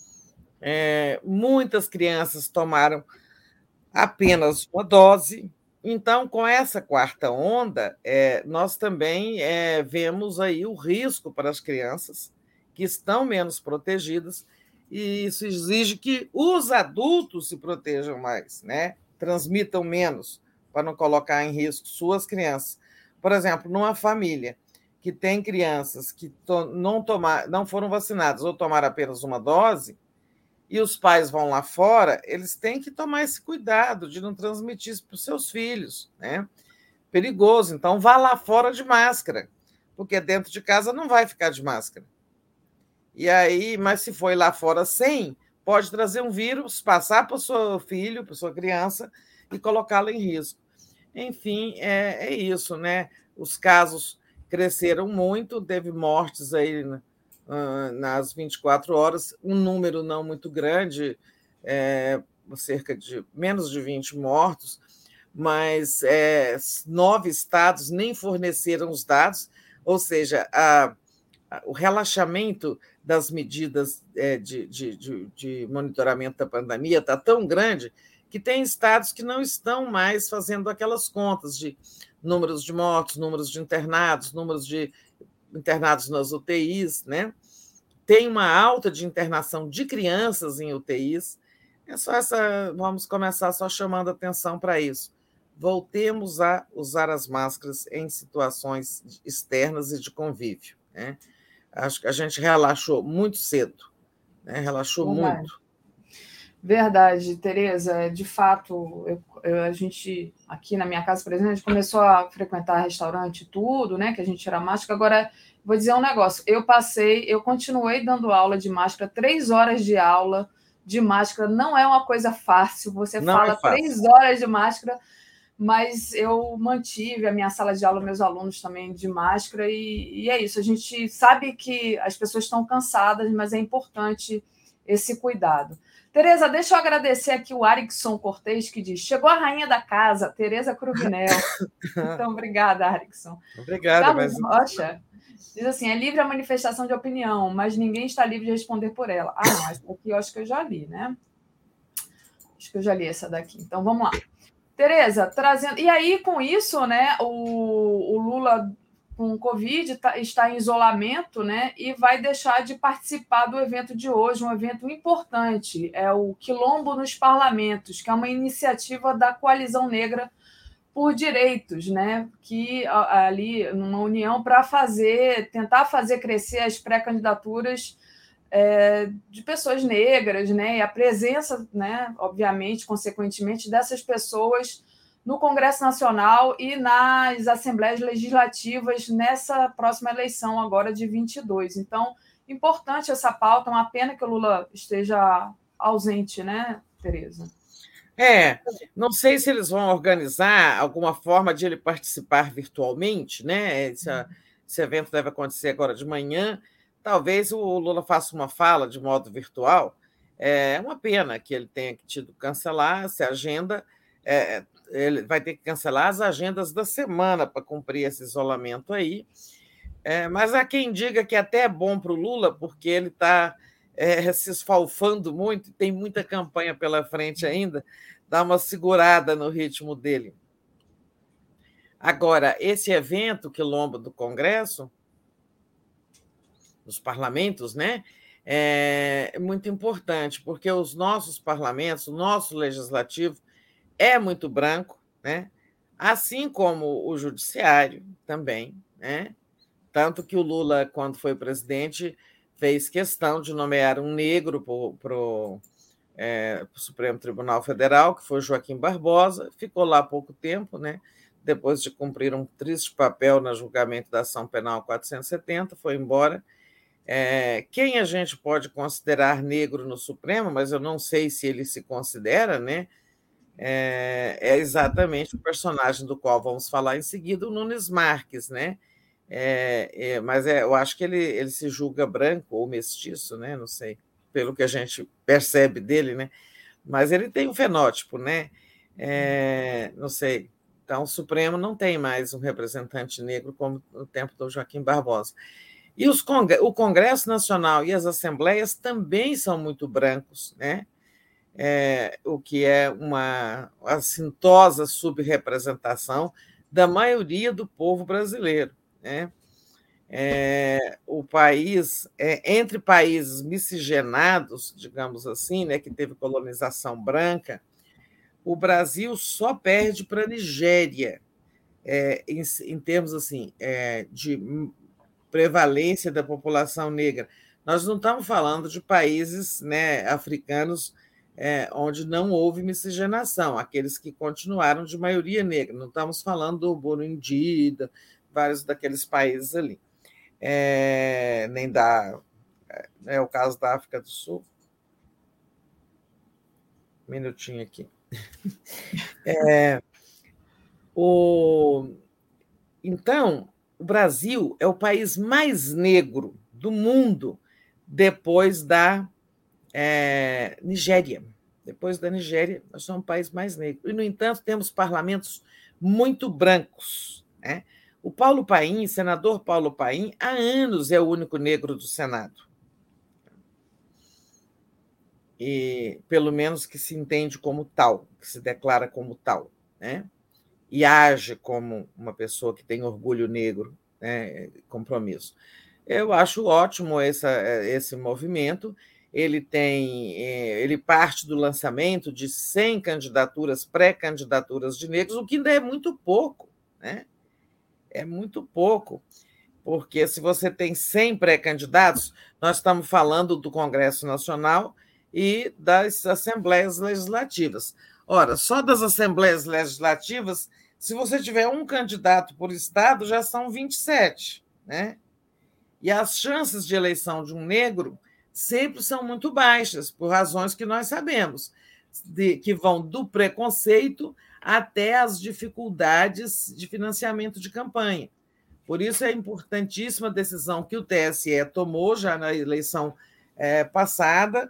Muitas crianças tomaram apenas uma dose. Então, com essa quarta onda, nós também vemos aí o risco para as crianças que estão menos protegidas, e isso exige que os adultos se protejam mais, né? Transmitam menos, para não colocar em risco suas crianças. Por exemplo, numa família que tem crianças que não foram vacinadas ou tomaram apenas uma dose, e os pais vão lá fora, eles têm que tomar esse cuidado de não transmitir isso para os seus filhos, né? Perigoso. Então, vá lá fora de máscara, porque dentro de casa não vai ficar de máscara. E aí, mas se for lá fora sem, pode trazer um vírus, passar para o seu filho, para a sua criança e colocá-lo em risco. Enfim, é isso, né? Os casos cresceram muito, teve mortes aí nas 24 horas, um número não muito grande, cerca de menos de 20 mortos, mas 9 estados nem forneceram os dados, ou seja, o relaxamento das medidas de monitoramento da pandemia está tão grande que tem estados que não estão mais fazendo aquelas contas de números de mortos, números de internados, números de internados nas UTIs, né? Tem uma alta de internação de crianças em UTIs. Vamos começar só chamando atenção para isso. Voltemos a usar as máscaras em situações externas e de convívio, né? Acho que a gente relaxou muito cedo, né? Relaxou muito. Verdade, Tereza. De fato, a gente, aqui na minha casa, por exemplo, a gente começou a frequentar restaurante e tudo, né? Que a gente tira máscara. Agora, vou dizer um negócio. Eu continuei dando aula de máscara, 3 horas de aula de máscara. Não é uma coisa fácil. Você não fala 3 horas de máscara, mas eu mantive a minha sala de aula, meus alunos também de máscara, e é isso. A gente sabe que as pessoas estão cansadas, mas é importante esse cuidado. Tereza, deixa eu agradecer aqui o Arikson Cortez, que diz: chegou a rainha da casa, Tereza Cruvinel. Então, obrigada, Arikson. Obrigada. Carlos Rocha diz assim: é livre a manifestação de opinião, mas ninguém está livre de responder por ela. Não, essa daqui eu acho que eu já li, né? Acho que eu já li essa daqui. Então, vamos lá. Tereza, trazendo... E aí, com isso, né, o Lula, com Covid, está em isolamento, né, e vai deixar de participar do evento de hoje, um evento importante, é o Quilombo nos Parlamentos, que é uma iniciativa da Coalizão Negra por Direitos, né, que ali, numa união para tentar fazer crescer as pré-candidaturas de pessoas negras, né, e a presença, né, obviamente, consequentemente, dessas pessoas no Congresso Nacional e nas Assembleias Legislativas nessa próxima eleição agora de 22. Então, importante essa pauta, uma pena que o Lula esteja ausente, né, Tereza? Não sei se eles vão organizar alguma forma de ele participar virtualmente, né? Esse evento deve acontecer agora de manhã. Talvez o Lula faça uma fala de modo virtual. É uma pena que ele tenha tido que cancelar essa agenda. Ele vai ter que cancelar as agendas da semana para cumprir esse isolamento aí. Mas há quem diga que até é bom para o Lula, porque ele está se esfalfando muito, tem muita campanha pela frente ainda, dá uma segurada no ritmo dele. Agora, esse evento quilombo do Congresso, dos parlamentos, né, é muito importante, porque os nossos parlamentos, o nosso legislativo é muito branco, né, assim como o judiciário também, né, tanto que o Lula, quando foi presidente, fez questão de nomear um negro para o Supremo Tribunal Federal, que foi Joaquim Barbosa, ficou lá há pouco tempo, né, depois de cumprir um triste papel no julgamento da ação penal 470, foi embora. Quem a gente pode considerar negro no Supremo, mas eu não sei se ele se considera, né? É exatamente o personagem do qual vamos falar em seguida, o Nunes Marques, né? Mas eu acho que ele se julga branco ou mestiço, né? Não sei, pelo que a gente percebe dele, né? Mas ele tem um fenótipo, né? Não sei. Então, o Supremo não tem mais um representante negro como no tempo do Joaquim Barbosa. E o Congresso Nacional e as assembleias também são muito brancos, né? O que é uma assintosa subrepresentação da maioria do povo brasileiro, né? O país, entre países miscigenados, digamos assim, né, que teve colonização branca, o Brasil só perde para a Nigéria, em termos assim, de prevalência da população negra. Nós não estamos falando de países, né, africanos onde não houve miscigenação, aqueles que continuaram de maioria negra. Não estamos falando do Burundi, vários daqueles países ali. Nem o caso da África do Sul. Um minutinho aqui. Então, o Brasil é o país mais negro do mundo depois da Nigéria. Depois da Nigéria, nós somos o país mais negro. E, no entanto, temos parlamentos muito brancos, né? O Paulo Paim, senador Paulo Paim, há anos é o único negro do Senado. E, pelo menos, que se entende como tal, que se declara como tal, né? E age como uma pessoa que tem orgulho negro, né? Compromisso. Eu acho ótimo esse movimento. Ele parte do lançamento de 100 candidaturas, pré-candidaturas de negros, o que ainda é muito pouco, né? É muito pouco, porque se você tem 100 pré-candidatos, nós estamos falando do Congresso Nacional e das Assembleias Legislativas. Ora, só das Assembleias Legislativas, se você tiver um candidato por estado, já são 27, né? E as chances de eleição de um negro sempre são muito baixas, por razões que nós sabemos, que vão do preconceito até as dificuldades de financiamento de campanha. Por isso é importantíssima a decisão que o TSE tomou já na eleição passada,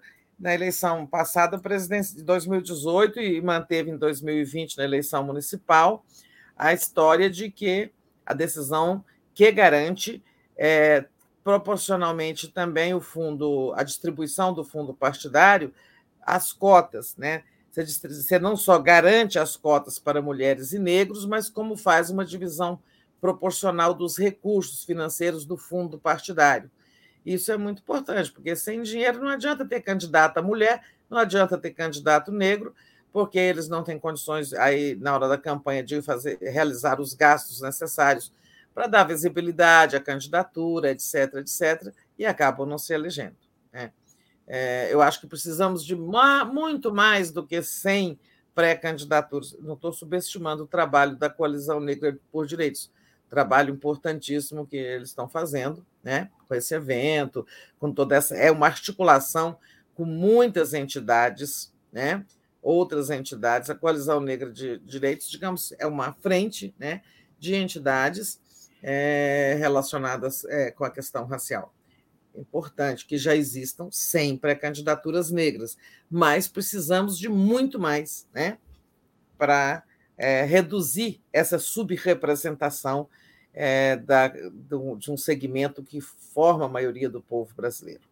presidência de 2018, e manteve em 2020, na eleição municipal, a história de que a decisão que garante proporcionalmente também a distribuição do fundo partidário, as cotas, né? Você não só garante as cotas para mulheres e negros, mas como faz uma divisão proporcional dos recursos financeiros do fundo partidário. Isso é muito importante, porque sem dinheiro não adianta ter candidata mulher, não adianta ter candidato negro, porque eles não têm condições, aí, na hora da campanha, de realizar os gastos necessários para dar visibilidade à candidatura, etc., etc., e acabam não se elegendo, né? Eu acho que precisamos de muito mais do que 100 pré-candidaturas. Não estou subestimando o trabalho da Coalizão Negra por Direitos, trabalho importantíssimo que eles estão fazendo, né? Com esse evento, com toda essa... É uma articulação com muitas entidades, né? Outras entidades. A Coalizão Negra de Direitos, digamos, é uma frente, né, de entidades relacionadas com a questão racial. Importante que já existam 100 pré-candidaturas negras, mas precisamos de muito mais, né, para reduzir essa subrepresentação de um segmento que forma a maioria do povo brasileiro.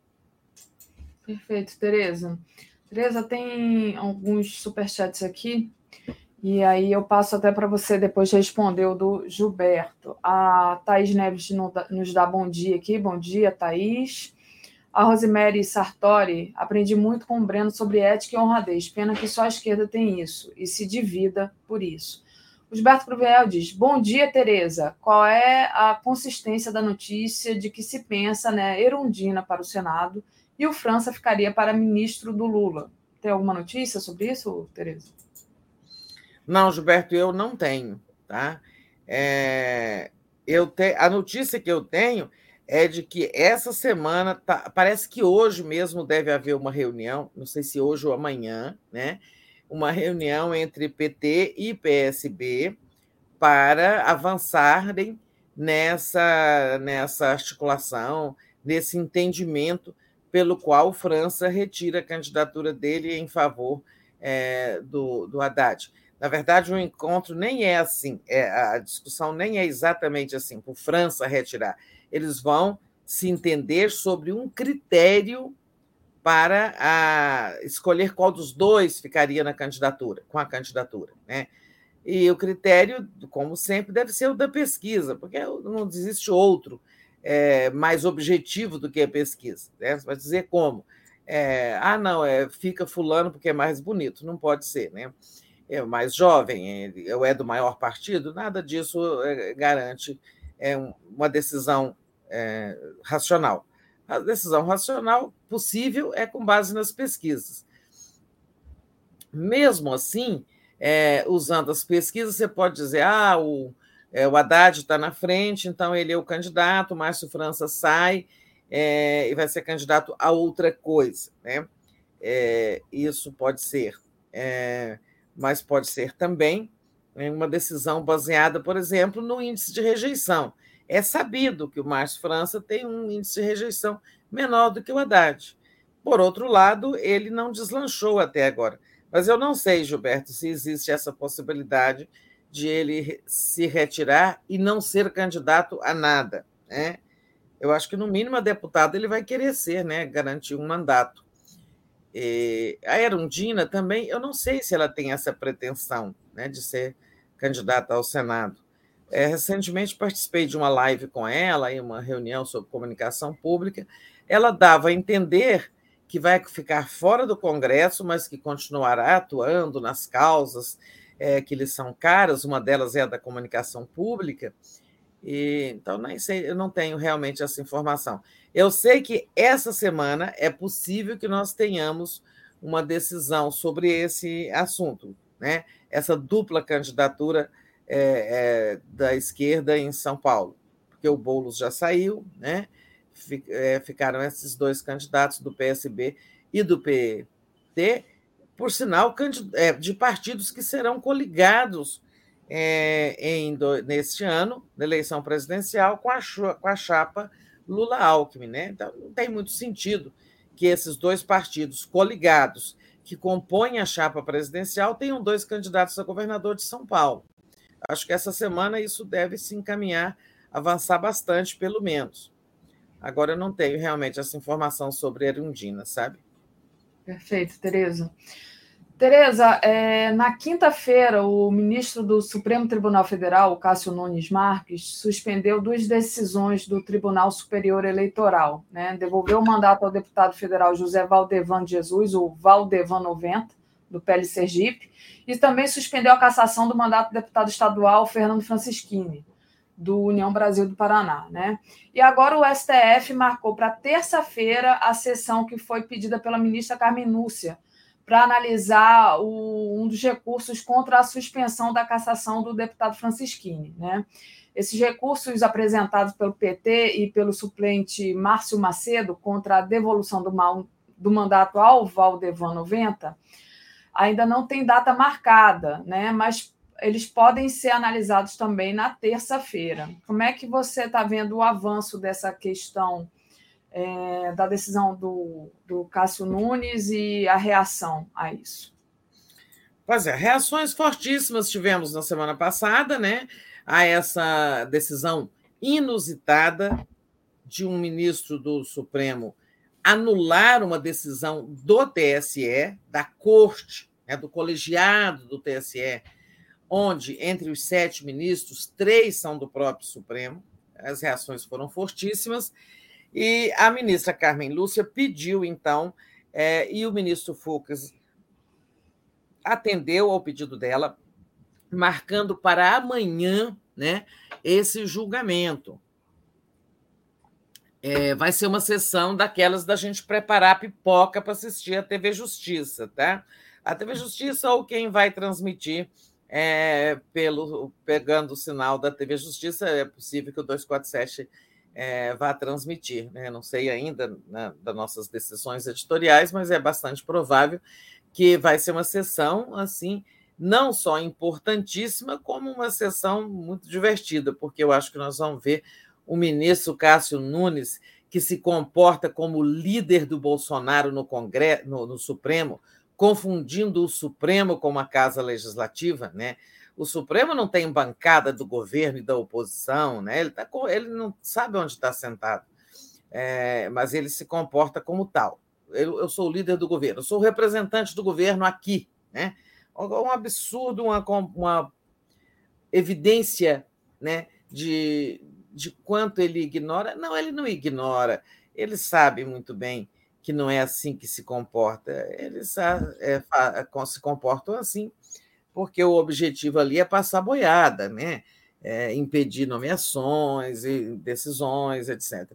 Perfeito, Tereza. Tereza, tem alguns superchats aqui. E aí eu passo até para você depois responder o do Gilberto. A Thaís Neves nos dá bom dia aqui. Bom dia, Thaís. A Rosemary Sartori, aprendi muito com o Breno sobre ética e honradez. Pena que só a esquerda tem isso e se divida por isso. O Gilberto Cruvinel diz, bom dia, Tereza. Qual é a consistência da notícia de que se pensa, né, Erundina para o Senado e o França ficaria para ministro do Lula? Tem alguma notícia sobre isso, Tereza? Não, Gilberto, eu não tenho. Tá? A notícia que eu tenho é de que essa semana, parece que hoje mesmo deve haver uma reunião, não sei se hoje ou amanhã, né? Uma reunião entre PT e PSB para avançarem nessa articulação, nesse entendimento pelo qual França retira a candidatura dele em favor do Haddad. Na verdade, o encontro nem é assim, a discussão nem é exatamente assim, por França retirar. Eles vão se entender sobre um critério para escolher qual dos dois ficaria com a candidatura. Né? E o critério, como sempre, deve ser o da pesquisa, porque não existe outro mais objetivo do que a pesquisa. Né? Você vai dizer como? Fica fulano porque é mais bonito. Não pode ser, né? É mais jovem, é do maior partido, nada disso garante uma decisão racional. A decisão racional possível é com base nas pesquisas. Mesmo assim, usando as pesquisas, você pode dizer o Haddad está na frente, então ele é o candidato, o Márcio França sai e vai ser candidato a outra coisa. Né? Isso pode ser, mas pode ser também uma decisão baseada, por exemplo, no índice de rejeição. É sabido que o Márcio França tem um índice de rejeição menor do que o Haddad. Por outro lado, ele não deslanchou até agora. Mas eu não sei, Gilberto, se existe essa possibilidade de ele se retirar e não ser candidato a nada. Né? Eu acho que, no mínimo, a deputada ele vai querer ser, né? Garantir um mandato. A Erundina também, eu não sei se ela tem essa pretensão, né, de ser candidata ao Senado. Recentemente participei de uma live com ela, em uma reunião sobre comunicação pública. Ela dava a entender que vai ficar fora do Congresso, mas que continuará atuando nas causas que lhe são caras, uma delas é a da comunicação pública. Então, nem sei, eu não tenho realmente essa informação. Eu sei que essa semana é possível que nós tenhamos uma decisão sobre esse assunto, né? Essa dupla candidatura da esquerda em São Paulo, porque o Boulos já saiu, né? Ficaram esses dois candidatos do PSB e do PT, por sinal, de partidos que serão coligados neste ano, na eleição presidencial, com a chapa Lula-Alckmin. Né? Então, não tem muito sentido que esses dois partidos coligados que compõem a chapa presidencial tenham dois candidatos a governador de São Paulo. Acho que essa semana isso deve se encaminhar, avançar bastante, pelo menos. Agora, eu não tenho realmente essa informação sobre a Erundina, sabe? Perfeito, Tereza. Tereza, na quinta-feira, o ministro do Supremo Tribunal Federal, Cássio Nunes Marques, suspendeu 2 decisões do Tribunal Superior Eleitoral. Né? Devolveu o mandato ao deputado federal José Valdevan de Jesus, o Valdevan 90, do PL Sergipe, e também suspendeu a cassação do mandato do deputado estadual Fernando Francischini, do União Brasil do Paraná. Né? E agora o STF marcou para terça-feira a sessão que foi pedida pela ministra Carmen Lúcia, para analisar um dos recursos contra a suspensão da cassação do deputado Francischini. Né? Esses recursos apresentados pelo PT e pelo suplente Márcio Macedo contra a devolução do mandato ao Valdevan 90 ainda não tem data marcada, né? Mas eles podem ser analisados também na terça-feira. Como é que você está vendo o avanço dessa questão da decisão do Cássio Nunes e a reação a isso? Pois é, reações fortíssimas tivemos na semana passada, né, a essa decisão inusitada de um ministro do Supremo anular uma decisão do TSE, da corte, né, do colegiado do TSE, onde, entre os 7 ministros, 3 são do próprio Supremo. As reações foram fortíssimas. E a ministra Carmen Lúcia pediu, então, e o ministro Fux atendeu ao pedido dela, marcando para amanhã, né, esse julgamento. Vai ser uma sessão daquelas da gente preparar pipoca para assistir a TV Justiça, tá? A TV Justiça ou quem vai transmitir pegando o sinal da TV Justiça, é possível que o 247 vá transmitir, né? Não sei ainda, né, das nossas decisões editoriais, mas é bastante provável que vai ser uma sessão assim, não só importantíssima, como uma sessão muito divertida, porque eu acho que nós vamos ver o ministro Cássio Nunes, que se comporta como líder do Bolsonaro no Congresso, no Supremo, confundindo o Supremo com uma casa legislativa, né? O Supremo não tem bancada do governo e da oposição, né? Ele não sabe onde está sentado, mas ele se comporta como tal. Eu sou o líder do governo, eu sou o representante do governo aqui, né? Um absurdo, uma evidência, né, de quanto ele ignora. Não, ele não ignora, ele sabe muito bem que não é assim que se comporta. Eles se comportam assim porque o objetivo ali é passar boiada, né? Impedir nomeações e decisões, etc.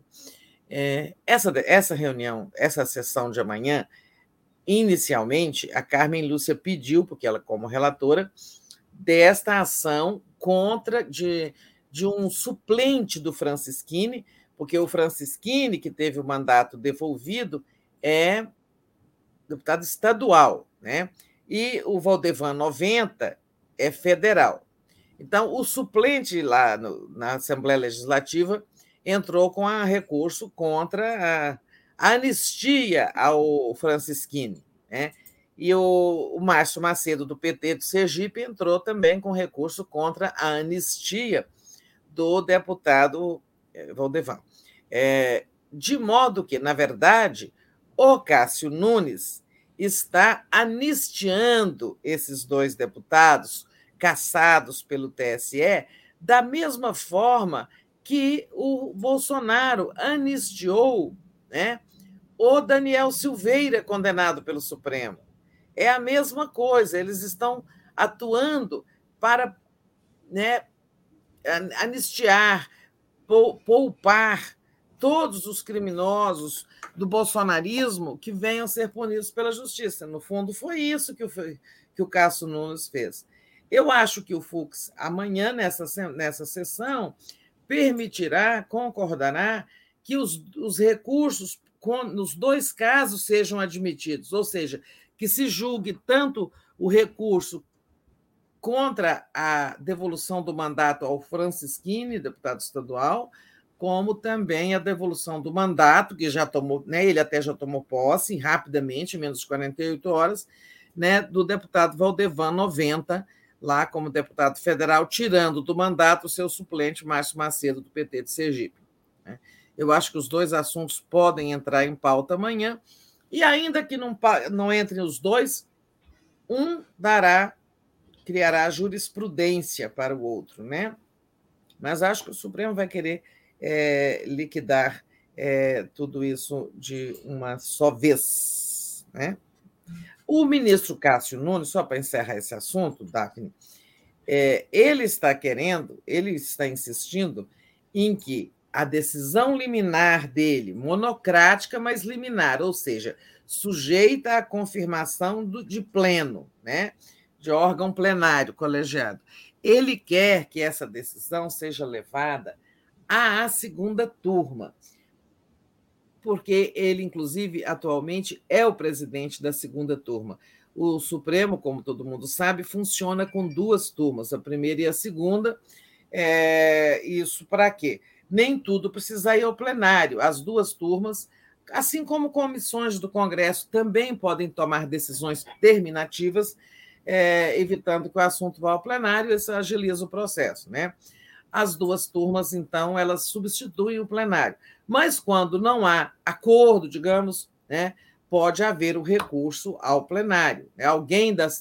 Essa reunião, essa sessão de amanhã, inicialmente, a Carmen Lúcia pediu, porque ela, como relatora, desta ação contra de um suplente do Francisquini, porque o Francisquini, que teve o mandato devolvido, é deputado estadual, né? E o Valdevan 90 é federal. Então, o suplente lá na Assembleia Legislativa entrou com recurso contra a anistia ao Francisquini, né? E o Márcio Macedo, do PT do Sergipe, entrou também com recurso contra a anistia do deputado Valdevan. De modo que, na verdade, o Cássio Nunes está anistiando esses 2 deputados cassados pelo TSE da mesma forma que o Bolsonaro anistiou, né, o Daniel Silveira, condenado pelo Supremo. É a mesma coisa, eles estão atuando para, né, anistiar, poupar todos os criminosos do bolsonarismo que venham a ser punidos pela justiça. No fundo, foi isso que o Cássio Nunes fez. Eu acho que o Fux, amanhã, nessa sessão, concordará que os recursos nos 2 casos sejam admitidos, ou seja, que se julgue tanto o recurso contra a devolução do mandato ao Francisquini, deputado estadual, como também a devolução do mandato, que já tomou, né, ele até já tomou posse rapidamente, em menos de 48 horas, né, do deputado Valdevan 90, lá como deputado federal, tirando do mandato o seu suplente, Márcio Macedo, do PT de Sergipe. Eu acho que os 2 assuntos podem entrar em pauta amanhã, e ainda que não entrem os 2, um criará jurisprudência para o outro, né? Mas acho que o Supremo vai querer liquidar tudo isso de uma só vez, né? O ministro Cássio Nunes, só para encerrar esse assunto, Daphne, ele está insistindo em que a decisão liminar dele, monocrática, mas liminar, ou seja, sujeita à confirmação de pleno, né, de órgão plenário colegiado. Ele quer que essa decisão seja levada à segunda turma, porque ele, inclusive, atualmente é o presidente da segunda turma. O Supremo, como todo mundo sabe, funciona com 2 turmas, a primeira e a segunda. Isso para quê? Nem tudo precisa ir ao plenário. As 2 turmas, assim como comissões do Congresso, também podem tomar decisões terminativas, evitando que o assunto vá ao plenário, isso agiliza o processo, né? As 2 turmas, então, elas substituem o plenário. Mas, quando não há acordo, digamos, né, pode haver o recurso ao plenário. Alguém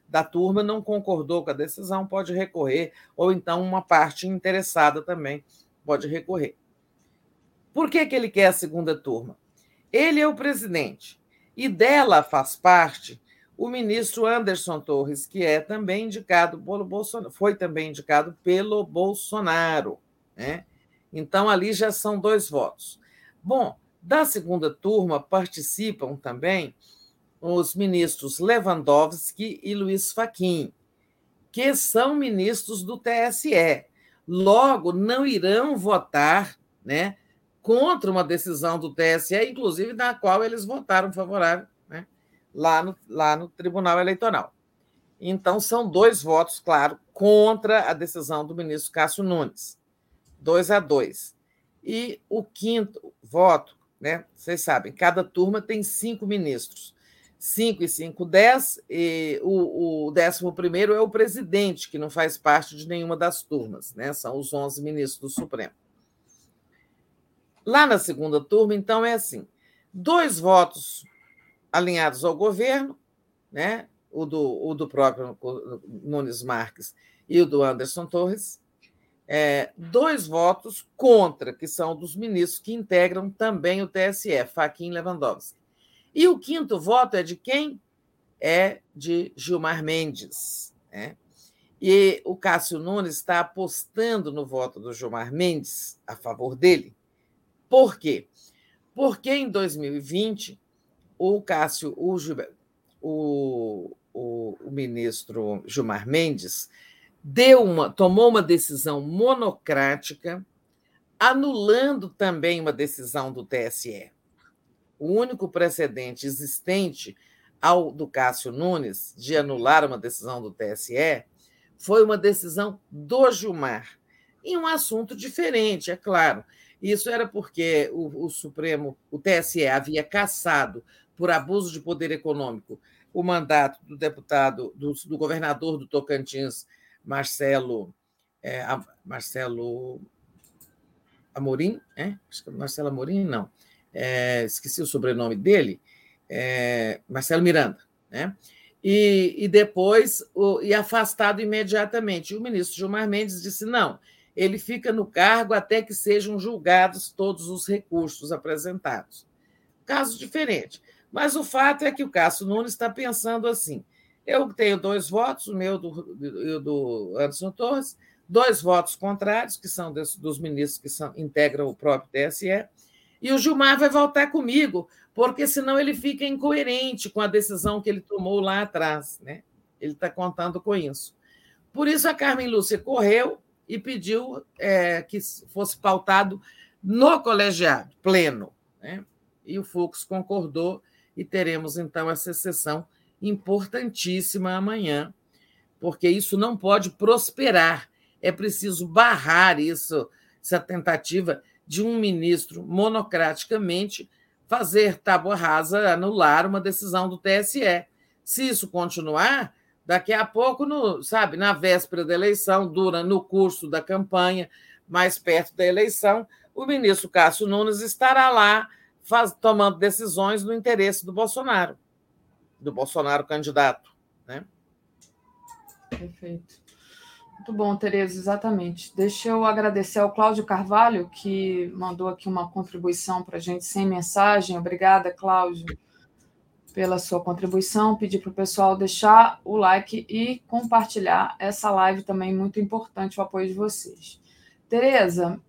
da turma não concordou com a decisão, pode recorrer, ou então uma parte interessada também pode recorrer. Por que ele quer a segunda turma? Ele é o presidente, e dela faz parte o ministro Anderson Torres, que é também indicado pelo Bolsonaro, foi também indicado pelo Bolsonaro, né? Então, ali já são 2 votos. Bom, da segunda turma participam também os ministros Lewandowski e Luiz Fachin, que são ministros do TSE. Logo, não irão votar, né, contra uma decisão do TSE, inclusive na qual eles votaram favorável, né, lá no Tribunal Eleitoral. Então, são 2 votos, claro, contra a decisão do ministro Cássio Nunes. 2-2. E o 5º voto, né, vocês sabem, cada turma tem 5 ministros. 5 e 5, 10, e o 11º é o presidente, que não faz parte de nenhuma das turmas, né? São os 11 ministros do Supremo. Lá na segunda turma, então, é assim: 2 votos alinhados ao governo, né? O do próprio Nunes Marques e o do Anderson Torres, 2 votos contra, que são dos ministros que integram também o TSE, Fachin e Lewandowski. E o 5º voto é de quem? É de Gilmar Mendes, né? E o Cássio Nunes está apostando no voto do Gilmar Mendes a favor dele. Por quê? Porque em 2020 o ministro Gilmar Mendes tomou uma decisão monocrática, anulando também uma decisão do TSE. O único precedente existente do Cássio Nunes de anular uma decisão do TSE foi uma decisão do Gilmar, em um assunto diferente, é claro. Isso era porque o Supremo, o TSE, havia cassado por abuso de poder econômico o mandato do deputado, do governador do Tocantins, Marcelo Amorim, acho que é Marcelo Amorim, não. Esqueci o sobrenome dele, Marcelo Miranda, né? E depois afastado imediatamente. E o ministro Gilmar Mendes disse: não, ele fica no cargo até que sejam julgados todos os recursos apresentados. Caso diferente. Mas o fato é que o Cássio Nunes está pensando assim: eu tenho 2 votos, o meu e o do Anderson Torres, 2 votos contrários, que são dos ministros que integram o próprio TSE, e o Gilmar vai voltar comigo, porque senão ele fica incoerente com a decisão que ele tomou lá atrás, né? Ele está contando com isso. Por isso, a Carmen Lúcia correu e pediu que fosse pautado no colegiado pleno, né? E o Fux concordou, e teremos, então, essa sessão importantíssima amanhã, porque isso não pode prosperar. É preciso barrar essa tentativa de um ministro monocraticamente fazer tábua rasa, anular uma decisão do TSE. Se isso continuar, daqui a pouco, na véspera da eleição, no curso da campanha, mais perto da eleição, o ministro Cássio Nunes estará lá tomando decisões no interesse do Bolsonaro candidato, né? Perfeito. Muito bom, Tereza, exatamente. Deixa eu agradecer ao Cláudio Carvalho, que mandou aqui uma contribuição para a gente sem mensagem. Obrigada, Cláudio, pela sua contribuição. Pedir para o pessoal deixar o like e compartilhar essa live também, muito importante o apoio de vocês. Tereza,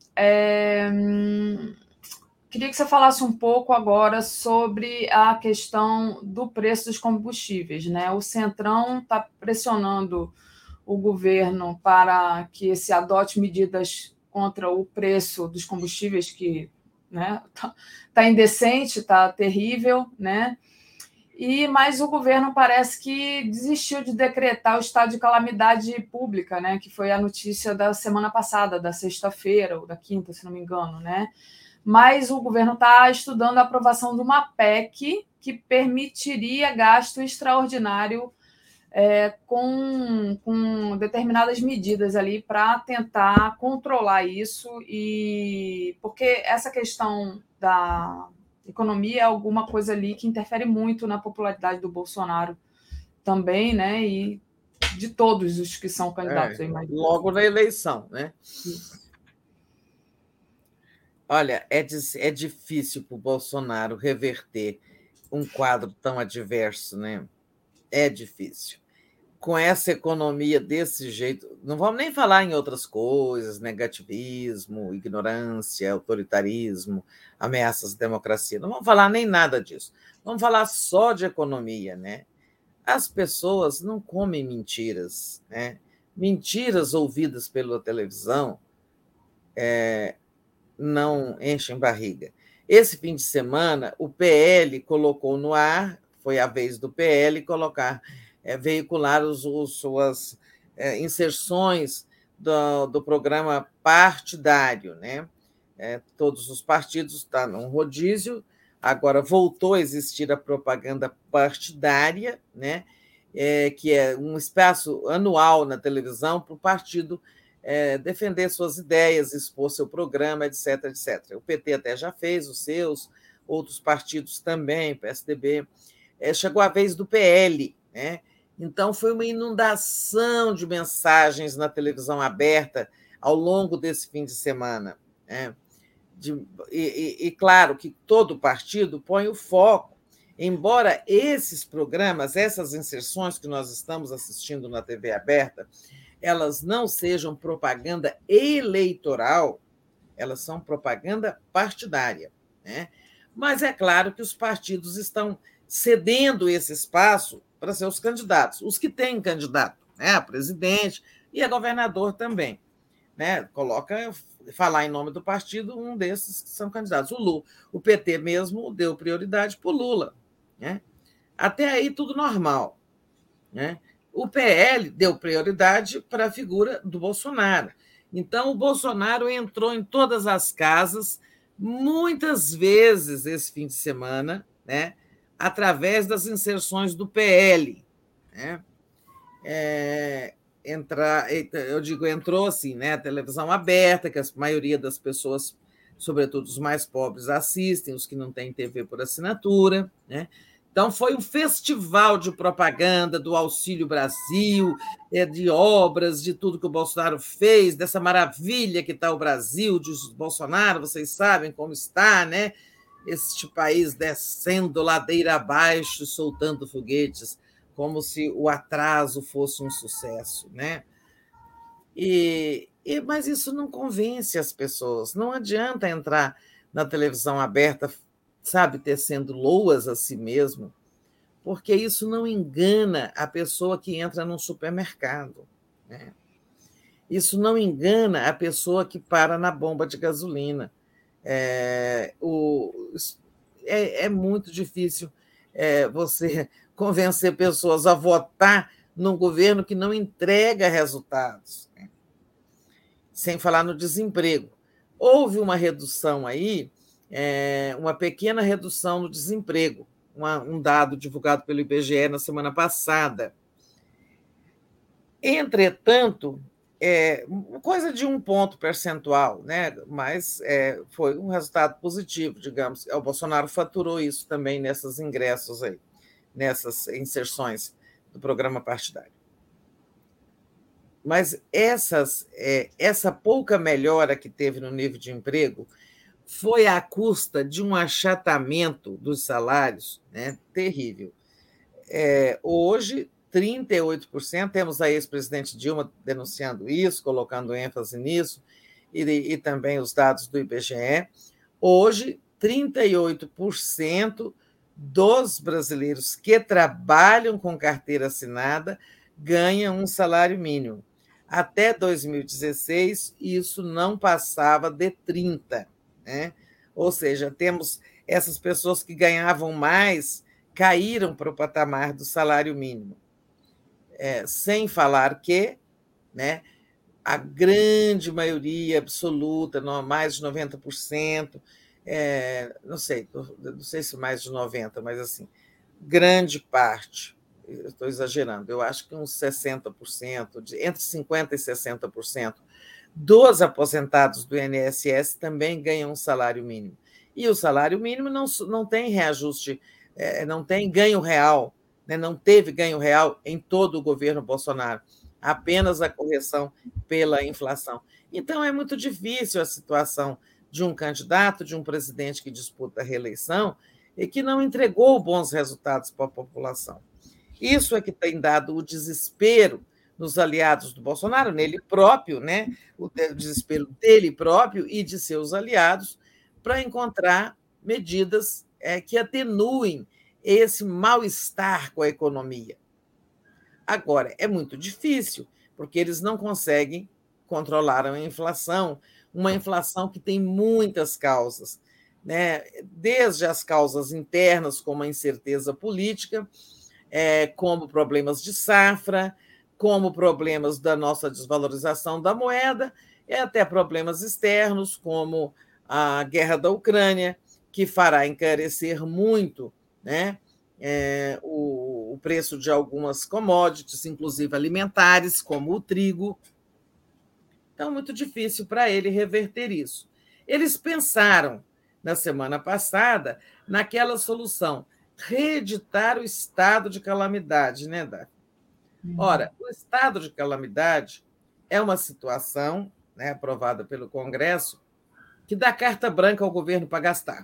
queria que você falasse um pouco agora sobre a questão do preço dos combustíveis, né? O Centrão está pressionando o governo para que se adote medidas contra o preço dos combustíveis, que, né, tá indecente, está terrível, né? Mas o governo parece que desistiu de decretar o estado de calamidade pública, né? Que foi a notícia da semana passada, da sexta-feira ou da quinta, se não me engano, né? Mas o governo está estudando a aprovação de uma PEC que permitiria gasto extraordinário com determinadas medidas ali para tentar controlar isso, porque essa questão da economia é alguma coisa ali que interfere muito na popularidade do Bolsonaro também, né? E de todos os que são candidatos. Logo na eleição, né? Olha, é difícil para o Bolsonaro reverter um quadro tão adverso, né? É difícil. Com essa economia desse jeito, não vamos nem falar em outras coisas, negativismo, ignorância, autoritarismo, ameaças à democracia, não vamos falar nem nada disso. Vamos falar só de economia, né? As pessoas não comem mentiras, né? Mentiras ouvidas pela televisão não enchem barriga. Esse fim de semana, o PL colocou no ar, foi a vez do PL veicular suas inserções do programa partidário, né? Todos os partidos estão num rodízio, agora voltou a existir a propaganda partidária, né? Que é um espaço anual na televisão para o partido defender suas ideias, expor seu programa, etc, etc. O PT até já fez os seus, outros partidos também, PSDB. Chegou a vez do PL, né? Então, foi uma inundação de mensagens na televisão aberta ao longo desse fim de semana, né? E claro que todo partido põe o foco, embora esses programas, essas inserções que nós estamos assistindo na TV aberta, elas não sejam propaganda eleitoral, elas são propaganda partidária, né? Mas é claro que os partidos estão cedendo esse espaço para seus candidatos, os que têm candidato, né? A presidente e a governador também, né? Falar em nome do partido um desses que são candidatos. O PT mesmo deu prioridade para o Lula, né? Até aí tudo normal, né? O PL deu prioridade para a figura do Bolsonaro. Então, o Bolsonaro entrou em todas as casas, muitas vezes esse fim de semana, né? Através das inserções do PL, né? Entrou assim, né? A televisão aberta, que a maioria das pessoas, sobretudo os mais pobres, assistem, os que não têm TV por assinatura, né? Então, foi um festival de propaganda do Auxílio Brasil, de obras, de tudo que o Bolsonaro fez, dessa maravilha que está o Brasil, de Bolsonaro, vocês sabem como está, né? Este país descendo ladeira abaixo, soltando foguetes, como se o atraso fosse um sucesso, né? Mas isso não convence as pessoas. Não adianta entrar na televisão aberta, sabe, tecendo loas a si mesmo, porque isso não engana a pessoa que entra num supermercado, né? Isso não engana a pessoa que para na bomba de gasolina. É muito difícil você convencer pessoas a votar num governo que não entrega resultados, né? Sem falar no desemprego. Houve uma redução aí, uma pequena redução no desemprego, um dado divulgado pelo IBGE na semana passada. Entretanto, coisa de 1 ponto percentual, né? Mas foi um resultado positivo, digamos. O Bolsonaro faturou isso também nesses ingressos aí, nessas inserções do programa partidário. Mas essa pouca melhora que teve no nível de emprego foi à custa de um achatamento dos salários, né, terrível. Hoje, 38%, temos a ex-presidente Dilma denunciando isso, colocando ênfase nisso, e também os dados do IBGE. Hoje, 38% dos brasileiros que trabalham com carteira assinada ganham um salário mínimo. Até 2016, isso não passava de 30%. Né? Ou seja, temos essas pessoas que ganhavam mais, caíram para o patamar do salário mínimo. Sem falar que, né, a grande maioria absoluta, mais de 90%, não sei se mais de 90%, mas assim, grande parte, eu estou exagerando, eu acho que uns 60%, entre 50% e 60%, dos aposentados do INSS também ganham um salário mínimo. E o salário mínimo não tem reajuste, não tem ganho real né? Não teve ganho real em todo o governo Bolsonaro, apenas a correção pela inflação. Então, é muito difícil a situação de um candidato, de um presidente que disputa a reeleição e que não entregou bons resultados para a população. Isso é que tem dado o desespero nos aliados do Bolsonaro, nele próprio, né? O desespero dele próprio e de seus aliados, para encontrar medidas que atenuem esse mal-estar com a economia. Agora, é muito difícil, porque eles não conseguem controlar a inflação, uma inflação que tem muitas causas, né? Desde as causas internas, como a incerteza política, como problemas de safra, como problemas da nossa desvalorização da moeda, e até problemas externos, como a guerra da Ucrânia, que fará encarecer muito, né, o preço de algumas commodities, inclusive alimentares, como o trigo. Então, é muito difícil para ele reverter isso. Eles pensaram, na semana passada, naquela solução, reeditar o estado de calamidade, né, Daphne? Ora, o estado de calamidade é uma situação, né, aprovada pelo Congresso, que dá carta branca ao governo para gastar.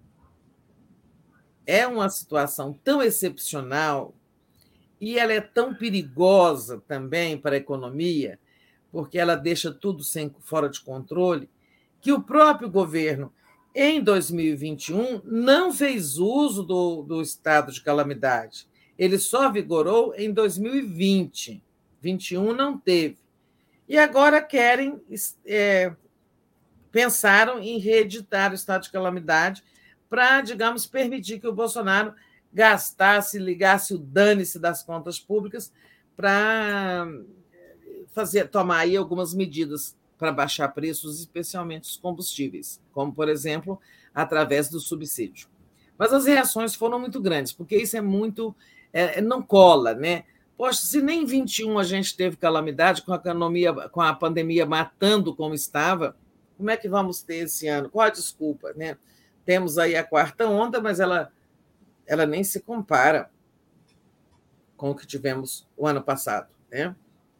É uma situação tão excepcional e ela é tão perigosa também para a economia, porque ela deixa tudo fora de controle, que o próprio governo, em 2021, não fez uso do estado de calamidade. Ele só vigorou em 2020. 2021 não teve. E agora pensaram em reeditar o estado de calamidade para, digamos, permitir que o Bolsonaro gastasse, ligasse o dane-se das contas públicas para tomar aí algumas medidas para baixar preços, especialmente os combustíveis, como, por exemplo, através do subsídio. Mas as reações foram muito grandes, porque isso é muito... não cola, né? Poxa, se nem em 21 a gente teve calamidade, com a pandemia matando como estava, como é que vamos ter esse ano? Qual a desculpa, né? Temos aí a quarta onda, mas ela nem se compara com o que tivemos o ano passado, né?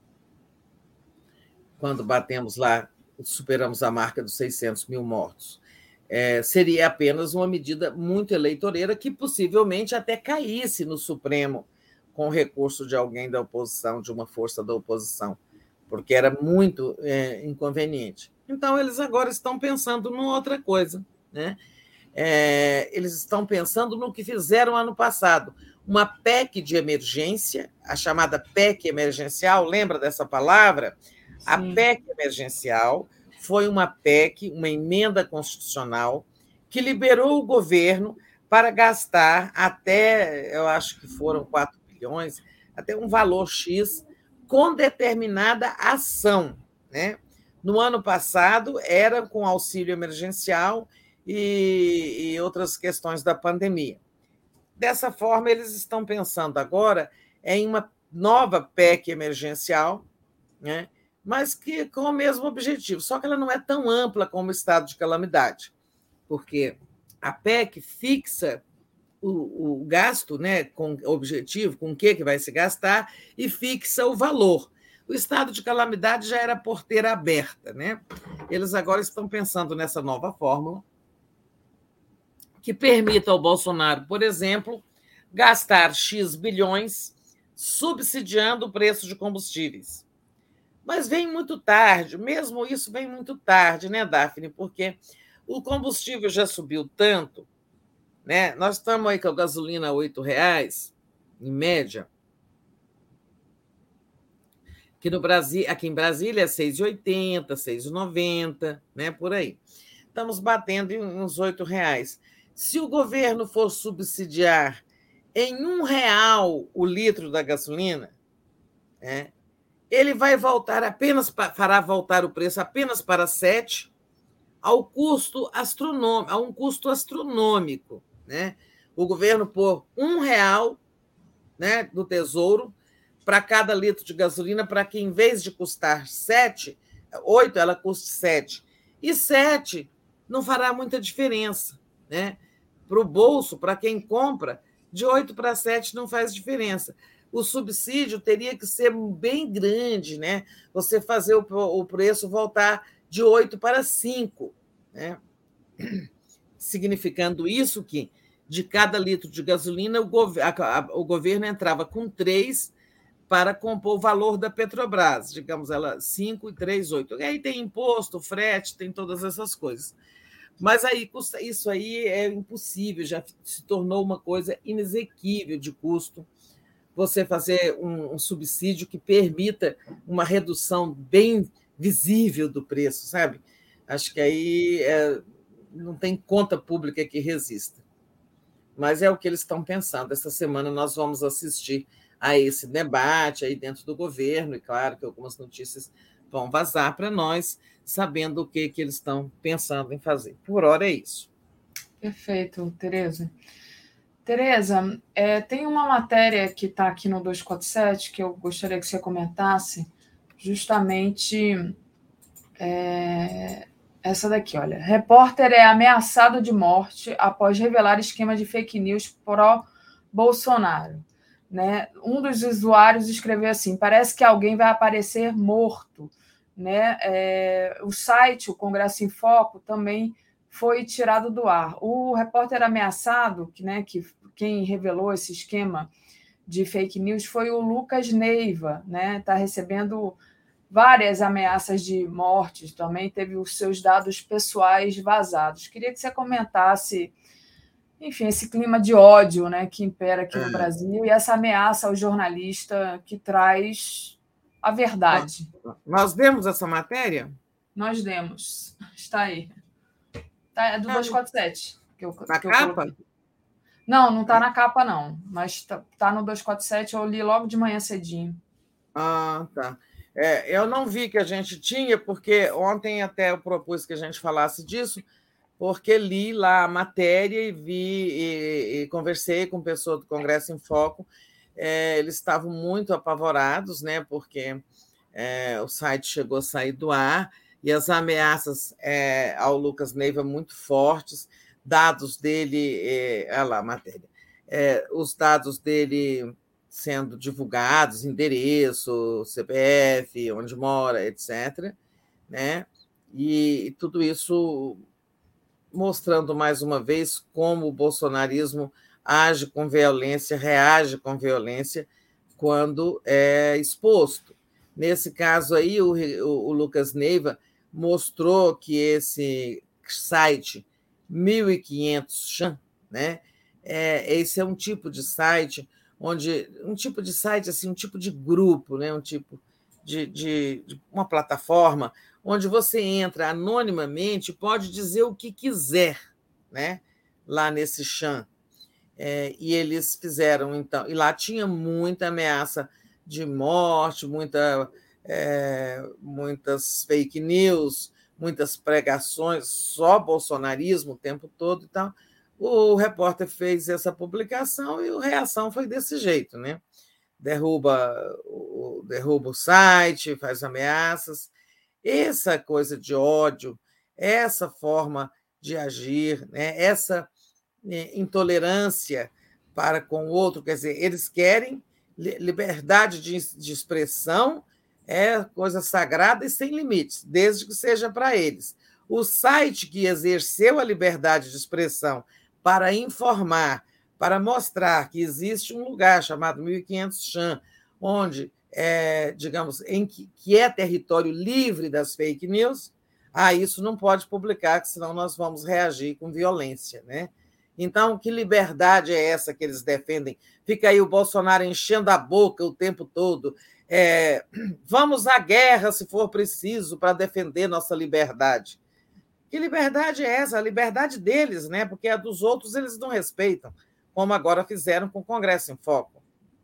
Quando batemos lá, superamos a marca dos 600 mil mortos. Seria apenas uma medida muito eleitoreira que possivelmente até caísse no Supremo com o recurso de alguém da oposição, de uma força da oposição, porque era muito inconveniente. Então, eles agora estão pensando numa outra coisa, né? Eles estão pensando no que fizeram ano passado, uma PEC de emergência, a chamada PEC emergencial, lembra dessa palavra? Sim. A PEC emergencial foi uma PEC, uma emenda constitucional, que liberou o governo para gastar até, eu acho que foram 4 bilhões, até um valor X, com determinada ação, né? No ano passado, era com auxílio emergencial e outras questões da pandemia. Dessa forma, eles estão pensando agora em uma nova PEC emergencial, né? Mas que com o mesmo objetivo, só que ela não é tão ampla como o estado de calamidade, porque a PEC fixa o gasto, né, com objetivo, com o que vai se gastar, e fixa o valor. O estado de calamidade já era porteira aberta, né? Eles agora estão pensando nessa nova fórmula que permita ao Bolsonaro, por exemplo, gastar X bilhões subsidiando o preço de combustíveis. Mas vem muito tarde, mesmo isso vem muito tarde, né, Daphne? Porque o combustível já subiu tanto, né? Nós estamos aí com a gasolina a R$8, em média, que no Brasil, aqui em Brasília é R$6,80, R$6,90, né, por aí. Estamos batendo em uns R$8. Se o governo for subsidiar em R$1 o litro da gasolina, né, ele vai voltar fará voltar o preço apenas para 7, a um custo astronômico, né? O governo pôr R$1, né, do Tesouro para cada litro de gasolina, para que, em vez de custar 8, ela custe 7. E 7 não fará muita diferença, né? Para o bolso, para quem compra, De 8 para 7 não faz diferença. O subsídio teria que ser bem grande, né? Você fazer o preço voltar de 8 para 5, né? Significando isso que, de cada litro de gasolina, o governo entrava com 3 para compor o valor da Petrobras, digamos, ela 5 e 3, 8. Aí tem imposto, frete, tem todas essas coisas. Mas aí isso aí é impossível, já se tornou uma coisa inexequível de custo. Você fazer um subsídio que permita uma redução bem visível do preço, sabe? Acho que aí não tem conta pública que resista. Mas é o que eles estão pensando. Essa semana nós vamos assistir a esse debate aí dentro do governo, e claro que algumas notícias vão vazar para nós, sabendo o que eles estão pensando em fazer. Por hora é isso. Perfeito, Tereza. Tereza, tem uma matéria que está aqui no 247 que eu gostaria que você comentasse, justamente essa daqui, olha. Repórter é ameaçado de morte após revelar esquema de fake news pró-Bolsonaro. Né? Um dos usuários escreveu assim: parece que alguém vai aparecer morto. Né? O site, o Congresso em Foco, também foi tirado do ar. O repórter ameaçado, que quem revelou esse esquema de fake news foi o Lucas Neiva, né? Está recebendo várias ameaças de morte, também teve os seus dados pessoais vazados. Queria que você comentasse, enfim, esse clima de ódio, né, que impera aqui no Brasil e essa ameaça ao jornalista que traz a verdade. Nós demos essa matéria? Nós demos. Está aí. É do 247. Na capa? Não está na capa, não. Mas está no 247, eu li logo de manhã cedinho. Ah, tá. Eu não vi que a gente tinha, porque ontem até eu propus que a gente falasse disso, porque li lá a matéria e vi e conversei com pessoas do Congresso em Foco. Eles estavam muito apavorados, né, porque o site chegou a sair do ar e as ameaças ao Lucas Neiva muito fortes, dados dele, olha lá a matéria, os dados dele sendo divulgados, endereço, CPF, onde mora, etc., né? E tudo isso mostrando mais uma vez como o bolsonarismo age com violência, reage com violência quando é exposto. Nesse caso aí, o Lucas Neiva mostrou que esse site 1500 Chan, né? Esse é um tipo de site assim, um tipo de grupo, né? Um tipo de uma plataforma onde você entra anonimamente, pode dizer o que quiser, né? Lá nesse Chan. E eles fizeram, então, e lá tinha muita ameaça de morte, muitas fake news, muitas pregações, só bolsonarismo o tempo todo e tal. O repórter fez essa publicação e a reação foi desse jeito, né? Derruba o site, faz ameaças. Essa coisa de ódio, essa forma de agir, né? Essa intolerância para com o outro, quer dizer, eles querem liberdade de expressão, é coisa sagrada e sem limites, desde que seja para eles. O site que exerceu a liberdade de expressão para informar, para mostrar que existe um lugar chamado 1500 Chan, onde, digamos, que é território livre das fake news, isso não pode publicar, senão nós vamos reagir com violência, né? Então, que liberdade é essa que eles defendem? Fica aí o Bolsonaro enchendo a boca o tempo todo. Vamos à guerra, se for preciso, para defender nossa liberdade. Que liberdade é essa? A liberdade deles, né? Porque a dos outros eles não respeitam, como agora fizeram com o Congresso em Foco.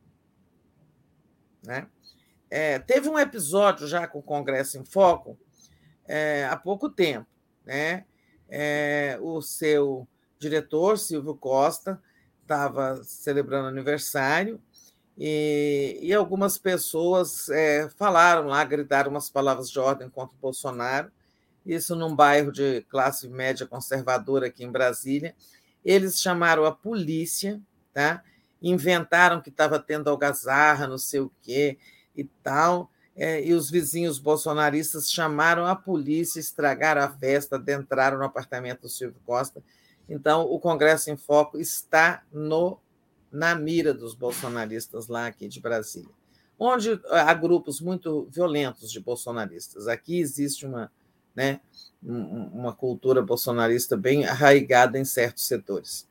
Né? Teve um episódio já com o Congresso em Foco há pouco tempo. Né? O seu diretor, Silvio Costa, estava celebrando aniversário e algumas pessoas falaram lá, gritaram umas palavras de ordem contra o Bolsonaro, isso num bairro de classe média conservadora aqui em Brasília. Eles chamaram a polícia, tá? inventaram que estava tendo algazarra, não sei o quê e tal, e os vizinhos bolsonaristas chamaram a polícia, estragaram a festa, adentraram no apartamento do Silvio Costa. Então, o Congresso em Foco está na mira dos bolsonaristas lá aqui de Brasília, onde há grupos muito violentos de bolsonaristas. Aqui existe uma cultura bolsonarista bem arraigada em certos setores.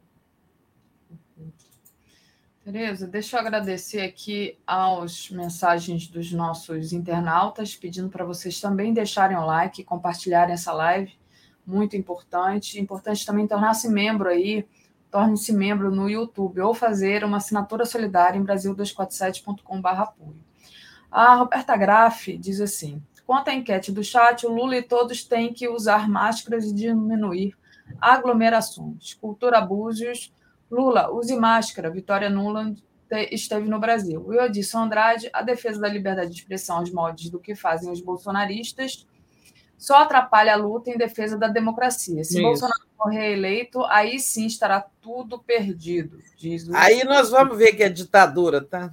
Tereza, deixa eu agradecer aqui as mensagens dos nossos internautas, pedindo para vocês também deixarem o like e compartilharem essa live, muito importante. Importante também tornar-se membro aí, torne-se membro no YouTube ou fazer uma assinatura solidária em Brasil247.com/apoio. A Roberta Graff diz assim: quanto à enquete do chat, o Lula e todos têm que usar máscaras e diminuir aglomerações. Cultura Búzios, Lula, use máscara. Vitória Nuland esteve no Brasil. O Eudisson Andrade, a defesa da liberdade de expressão aos moldes do que fazem os bolsonaristas só atrapalha a luta em defesa da democracia. Se Bolsonaro for reeleito, aí sim estará tudo perdido, diz o... Aí nós vamos ver que é ditadura, tá?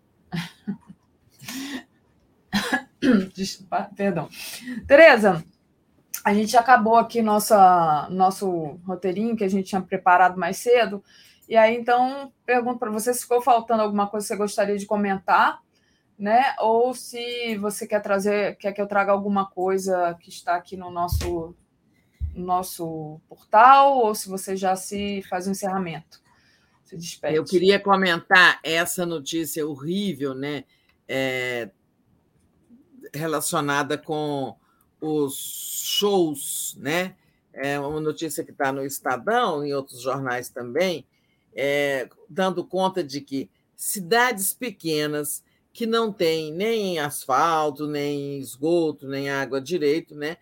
Perdão. Tereza, a gente acabou aqui nosso roteirinho que a gente tinha preparado mais cedo, e aí então pergunto para você se ficou faltando alguma coisa que você gostaria de comentar, né? Ou se você quer que eu traga alguma coisa que está aqui no nosso portal, ou se você já se faz um encerramento. Se despede. Eu queria comentar essa notícia horrível, né? Relacionada com os shows, né? É uma notícia que está no Estadão, em outros jornais também, dando conta de que cidades pequenas que não têm nem asfalto, nem esgoto, nem água direito, né?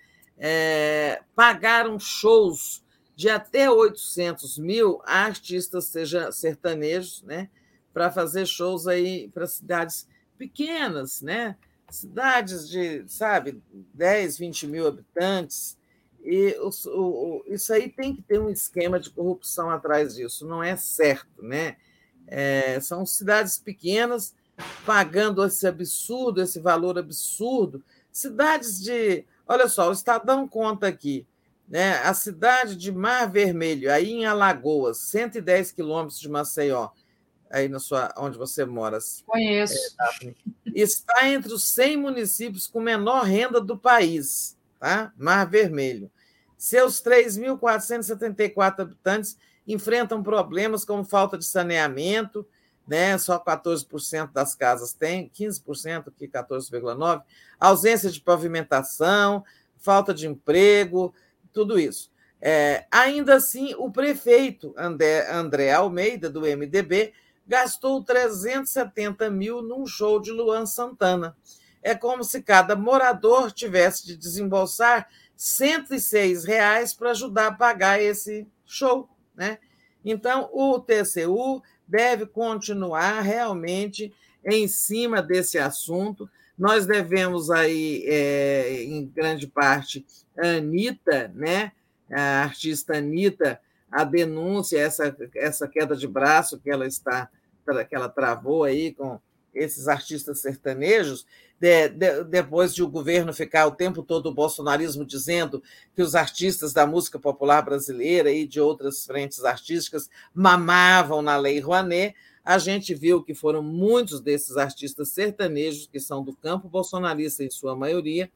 Pagaram shows de até 800 mil a artistas sertanejos, né? Para fazer shows aí para cidades pequenas, né? Cidades de, 10, 20 mil habitantes, e isso aí tem que ter um esquema de corrupção atrás disso, não é certo, né? São cidades pequenas pagando esse absurdo, esse valor absurdo, cidades de... Olha só, o Estadão conta aqui, né? A cidade de Mar Vermelho, aí em Alagoas, 110 quilômetros de Maceió, aí onde você mora. Conheço. Está entre os 100 municípios com menor renda do país, tá? Mar Vermelho. Seus 3.474 habitantes enfrentam problemas como falta de saneamento, né? Só 14% das casas têm, 15%, aqui 14,9%, ausência de pavimentação, falta de emprego, tudo isso. Ainda assim, o prefeito André Almeida, do MDB, gastou 370 mil num show de Luan Santana. É como se cada morador tivesse de desembolsar R$ 106 para ajudar a pagar esse show, né? Então, o TCU deve continuar realmente em cima desse assunto. Nós devemos aí, em grande parte, a Anitta, né? A artista Anitta, a denúncia, essa queda de braço que ela travou aí com esses artistas sertanejos, depois de o governo ficar o tempo todo, o bolsonarismo, dizendo que os artistas da música popular brasileira e de outras frentes artísticas mamavam na Lei Rouanet, a gente viu que foram muitos desses artistas sertanejos, que são do campo bolsonarista em sua maioria,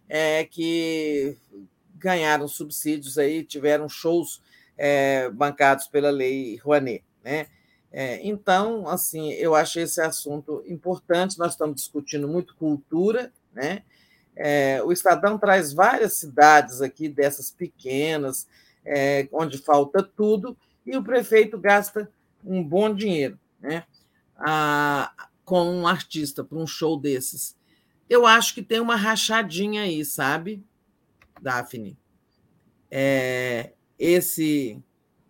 que ganharam subsídios, aí, tiveram shows bancados pela Lei Rouanet, né? Então, assim, eu achei esse assunto importante. Nós estamos discutindo muito cultura, né? O Estadão traz várias cidades aqui, dessas pequenas, onde falta tudo, e o prefeito gasta um bom dinheiro, né? Com um artista para um show desses. Eu acho que tem uma rachadinha aí, sabe, Daphne? Esse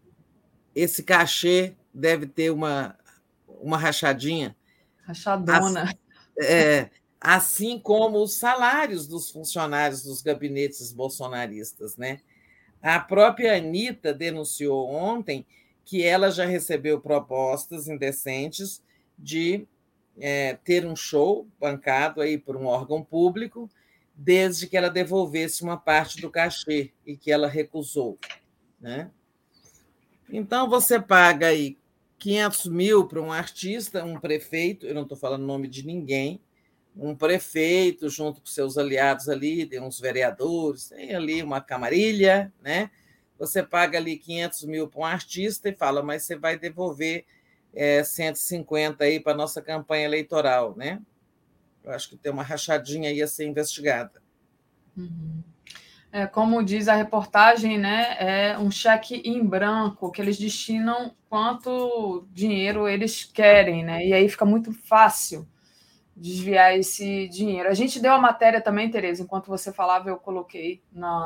cachê deve ter uma rachadinha. Rachadona. Assim como os salários dos funcionários dos gabinetes bolsonaristas, né? A própria Anitta denunciou ontem que ela já recebeu propostas indecentes de ter um show bancado aí por um órgão público, desde que ela devolvesse uma parte do cachê, e que ela recusou, né? Então, você paga aí 500 mil para um artista, um prefeito, eu não estou falando o nome de ninguém, um prefeito junto com seus aliados ali, tem uns vereadores, tem ali uma camarilha, né? Você paga ali 500 mil para um artista e fala, mas você vai devolver 150 aí para a nossa campanha eleitoral, né? Eu acho que tem uma rachadinha aí a ser investigada. Uhum. Como diz a reportagem, né, é um cheque em branco, que eles destinam quanto dinheiro eles querem, né? E aí fica muito fácil desviar esse dinheiro. A gente deu a matéria também, Tereza, enquanto você falava, eu coloquei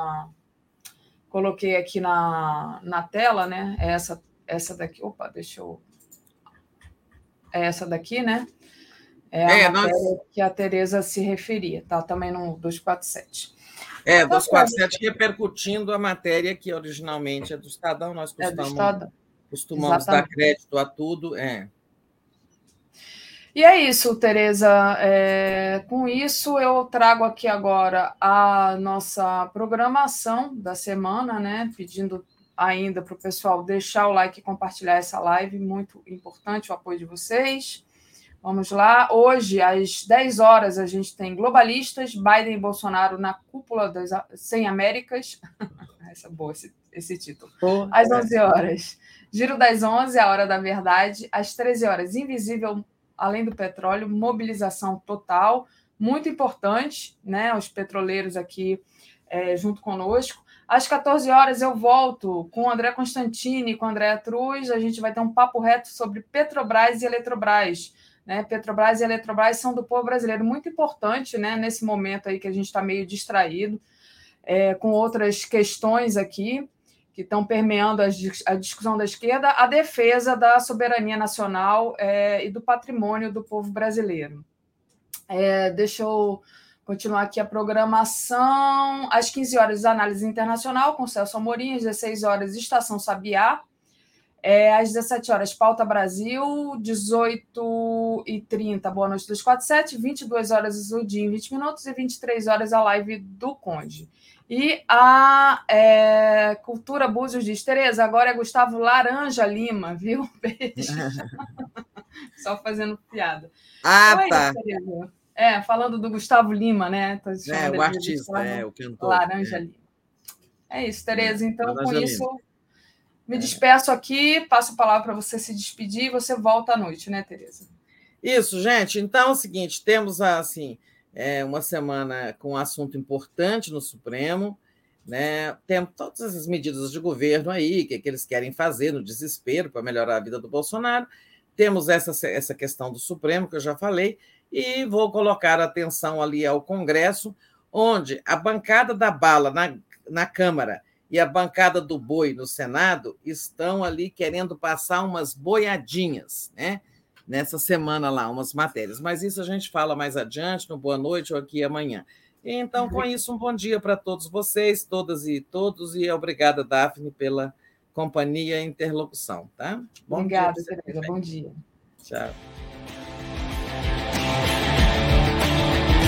aqui na tela, né? Essa daqui. Opa, deixa eu. É essa daqui, né? É a matéria que a Tereza se referia, tá? Também no 247. 247 repercutindo a matéria que originalmente é do Estadão, nós costumamos dar crédito a tudo. E é isso, Tereza. Com isso, eu trago aqui agora a nossa programação da semana, né? Pedindo ainda para o pessoal deixar o like e compartilhar essa live, muito importante o apoio de vocês. Vamos lá. Hoje, às 10 horas, a gente tem Globalistas, Biden e Bolsonaro na cúpula das 100 Américas. Essa é boa, esse título. Às 11 horas, Giro das 11, a Hora da Verdade. Às 13 horas, Invisível, Além do Petróleo, mobilização total. Muito importante, né? Os petroleiros aqui junto conosco. Às 14 horas, eu volto com o André Constantini e com a Andréa Truz. A gente vai ter um papo reto sobre Petrobras e Eletrobras. Né? Petrobras e Eletrobras são do povo brasileiro, muito importante, né? Nesse momento aí que a gente está meio distraído, com outras questões aqui que estão permeando a discussão da esquerda, a defesa da soberania nacional e do patrimônio do povo brasileiro. Deixa eu continuar aqui a programação. Às 15 horas, Análise Internacional com Celso Amorim. Às 16 horas, Estação Sabiá. Às 17 horas, Pauta Brasil. 18h30, Boa Noite 247. 22 horas, o Dia em 20 Minutos. E 23 horas, a live do Conde. E a Cultura Búzios diz, Tereza, agora é Gustavo Laranja Lima, viu? Beijo. Só fazendo piada. Tá. Tereza. Falando do Gustavo Lima, né? O artista, o cantor. Laranja Lima. É isso, Tereza. Então, com isso, me despeço aqui, passo a palavra para você se despedir e você volta à noite, né, Tereza? Isso, gente. Então é o seguinte, temos assim uma semana com um assunto importante no Supremo, né? Temos todas essas medidas de governo aí, que eles querem fazer no desespero para melhorar a vida do Bolsonaro. Temos essa questão do Supremo, que eu já falei, e vou colocar atenção ali ao Congresso, onde a bancada da bala na Câmara e a bancada do boi no Senado estão ali querendo passar umas boiadinhas, né? Nessa semana lá, umas matérias. Mas isso a gente fala mais adiante, no Boa Noite ou aqui amanhã. Então, com isso, um bom dia para todos vocês, todas e todos, e obrigada, Daphne, pela companhia e interlocução, tá? Obrigada, Tereza. Bom dia. Tchau.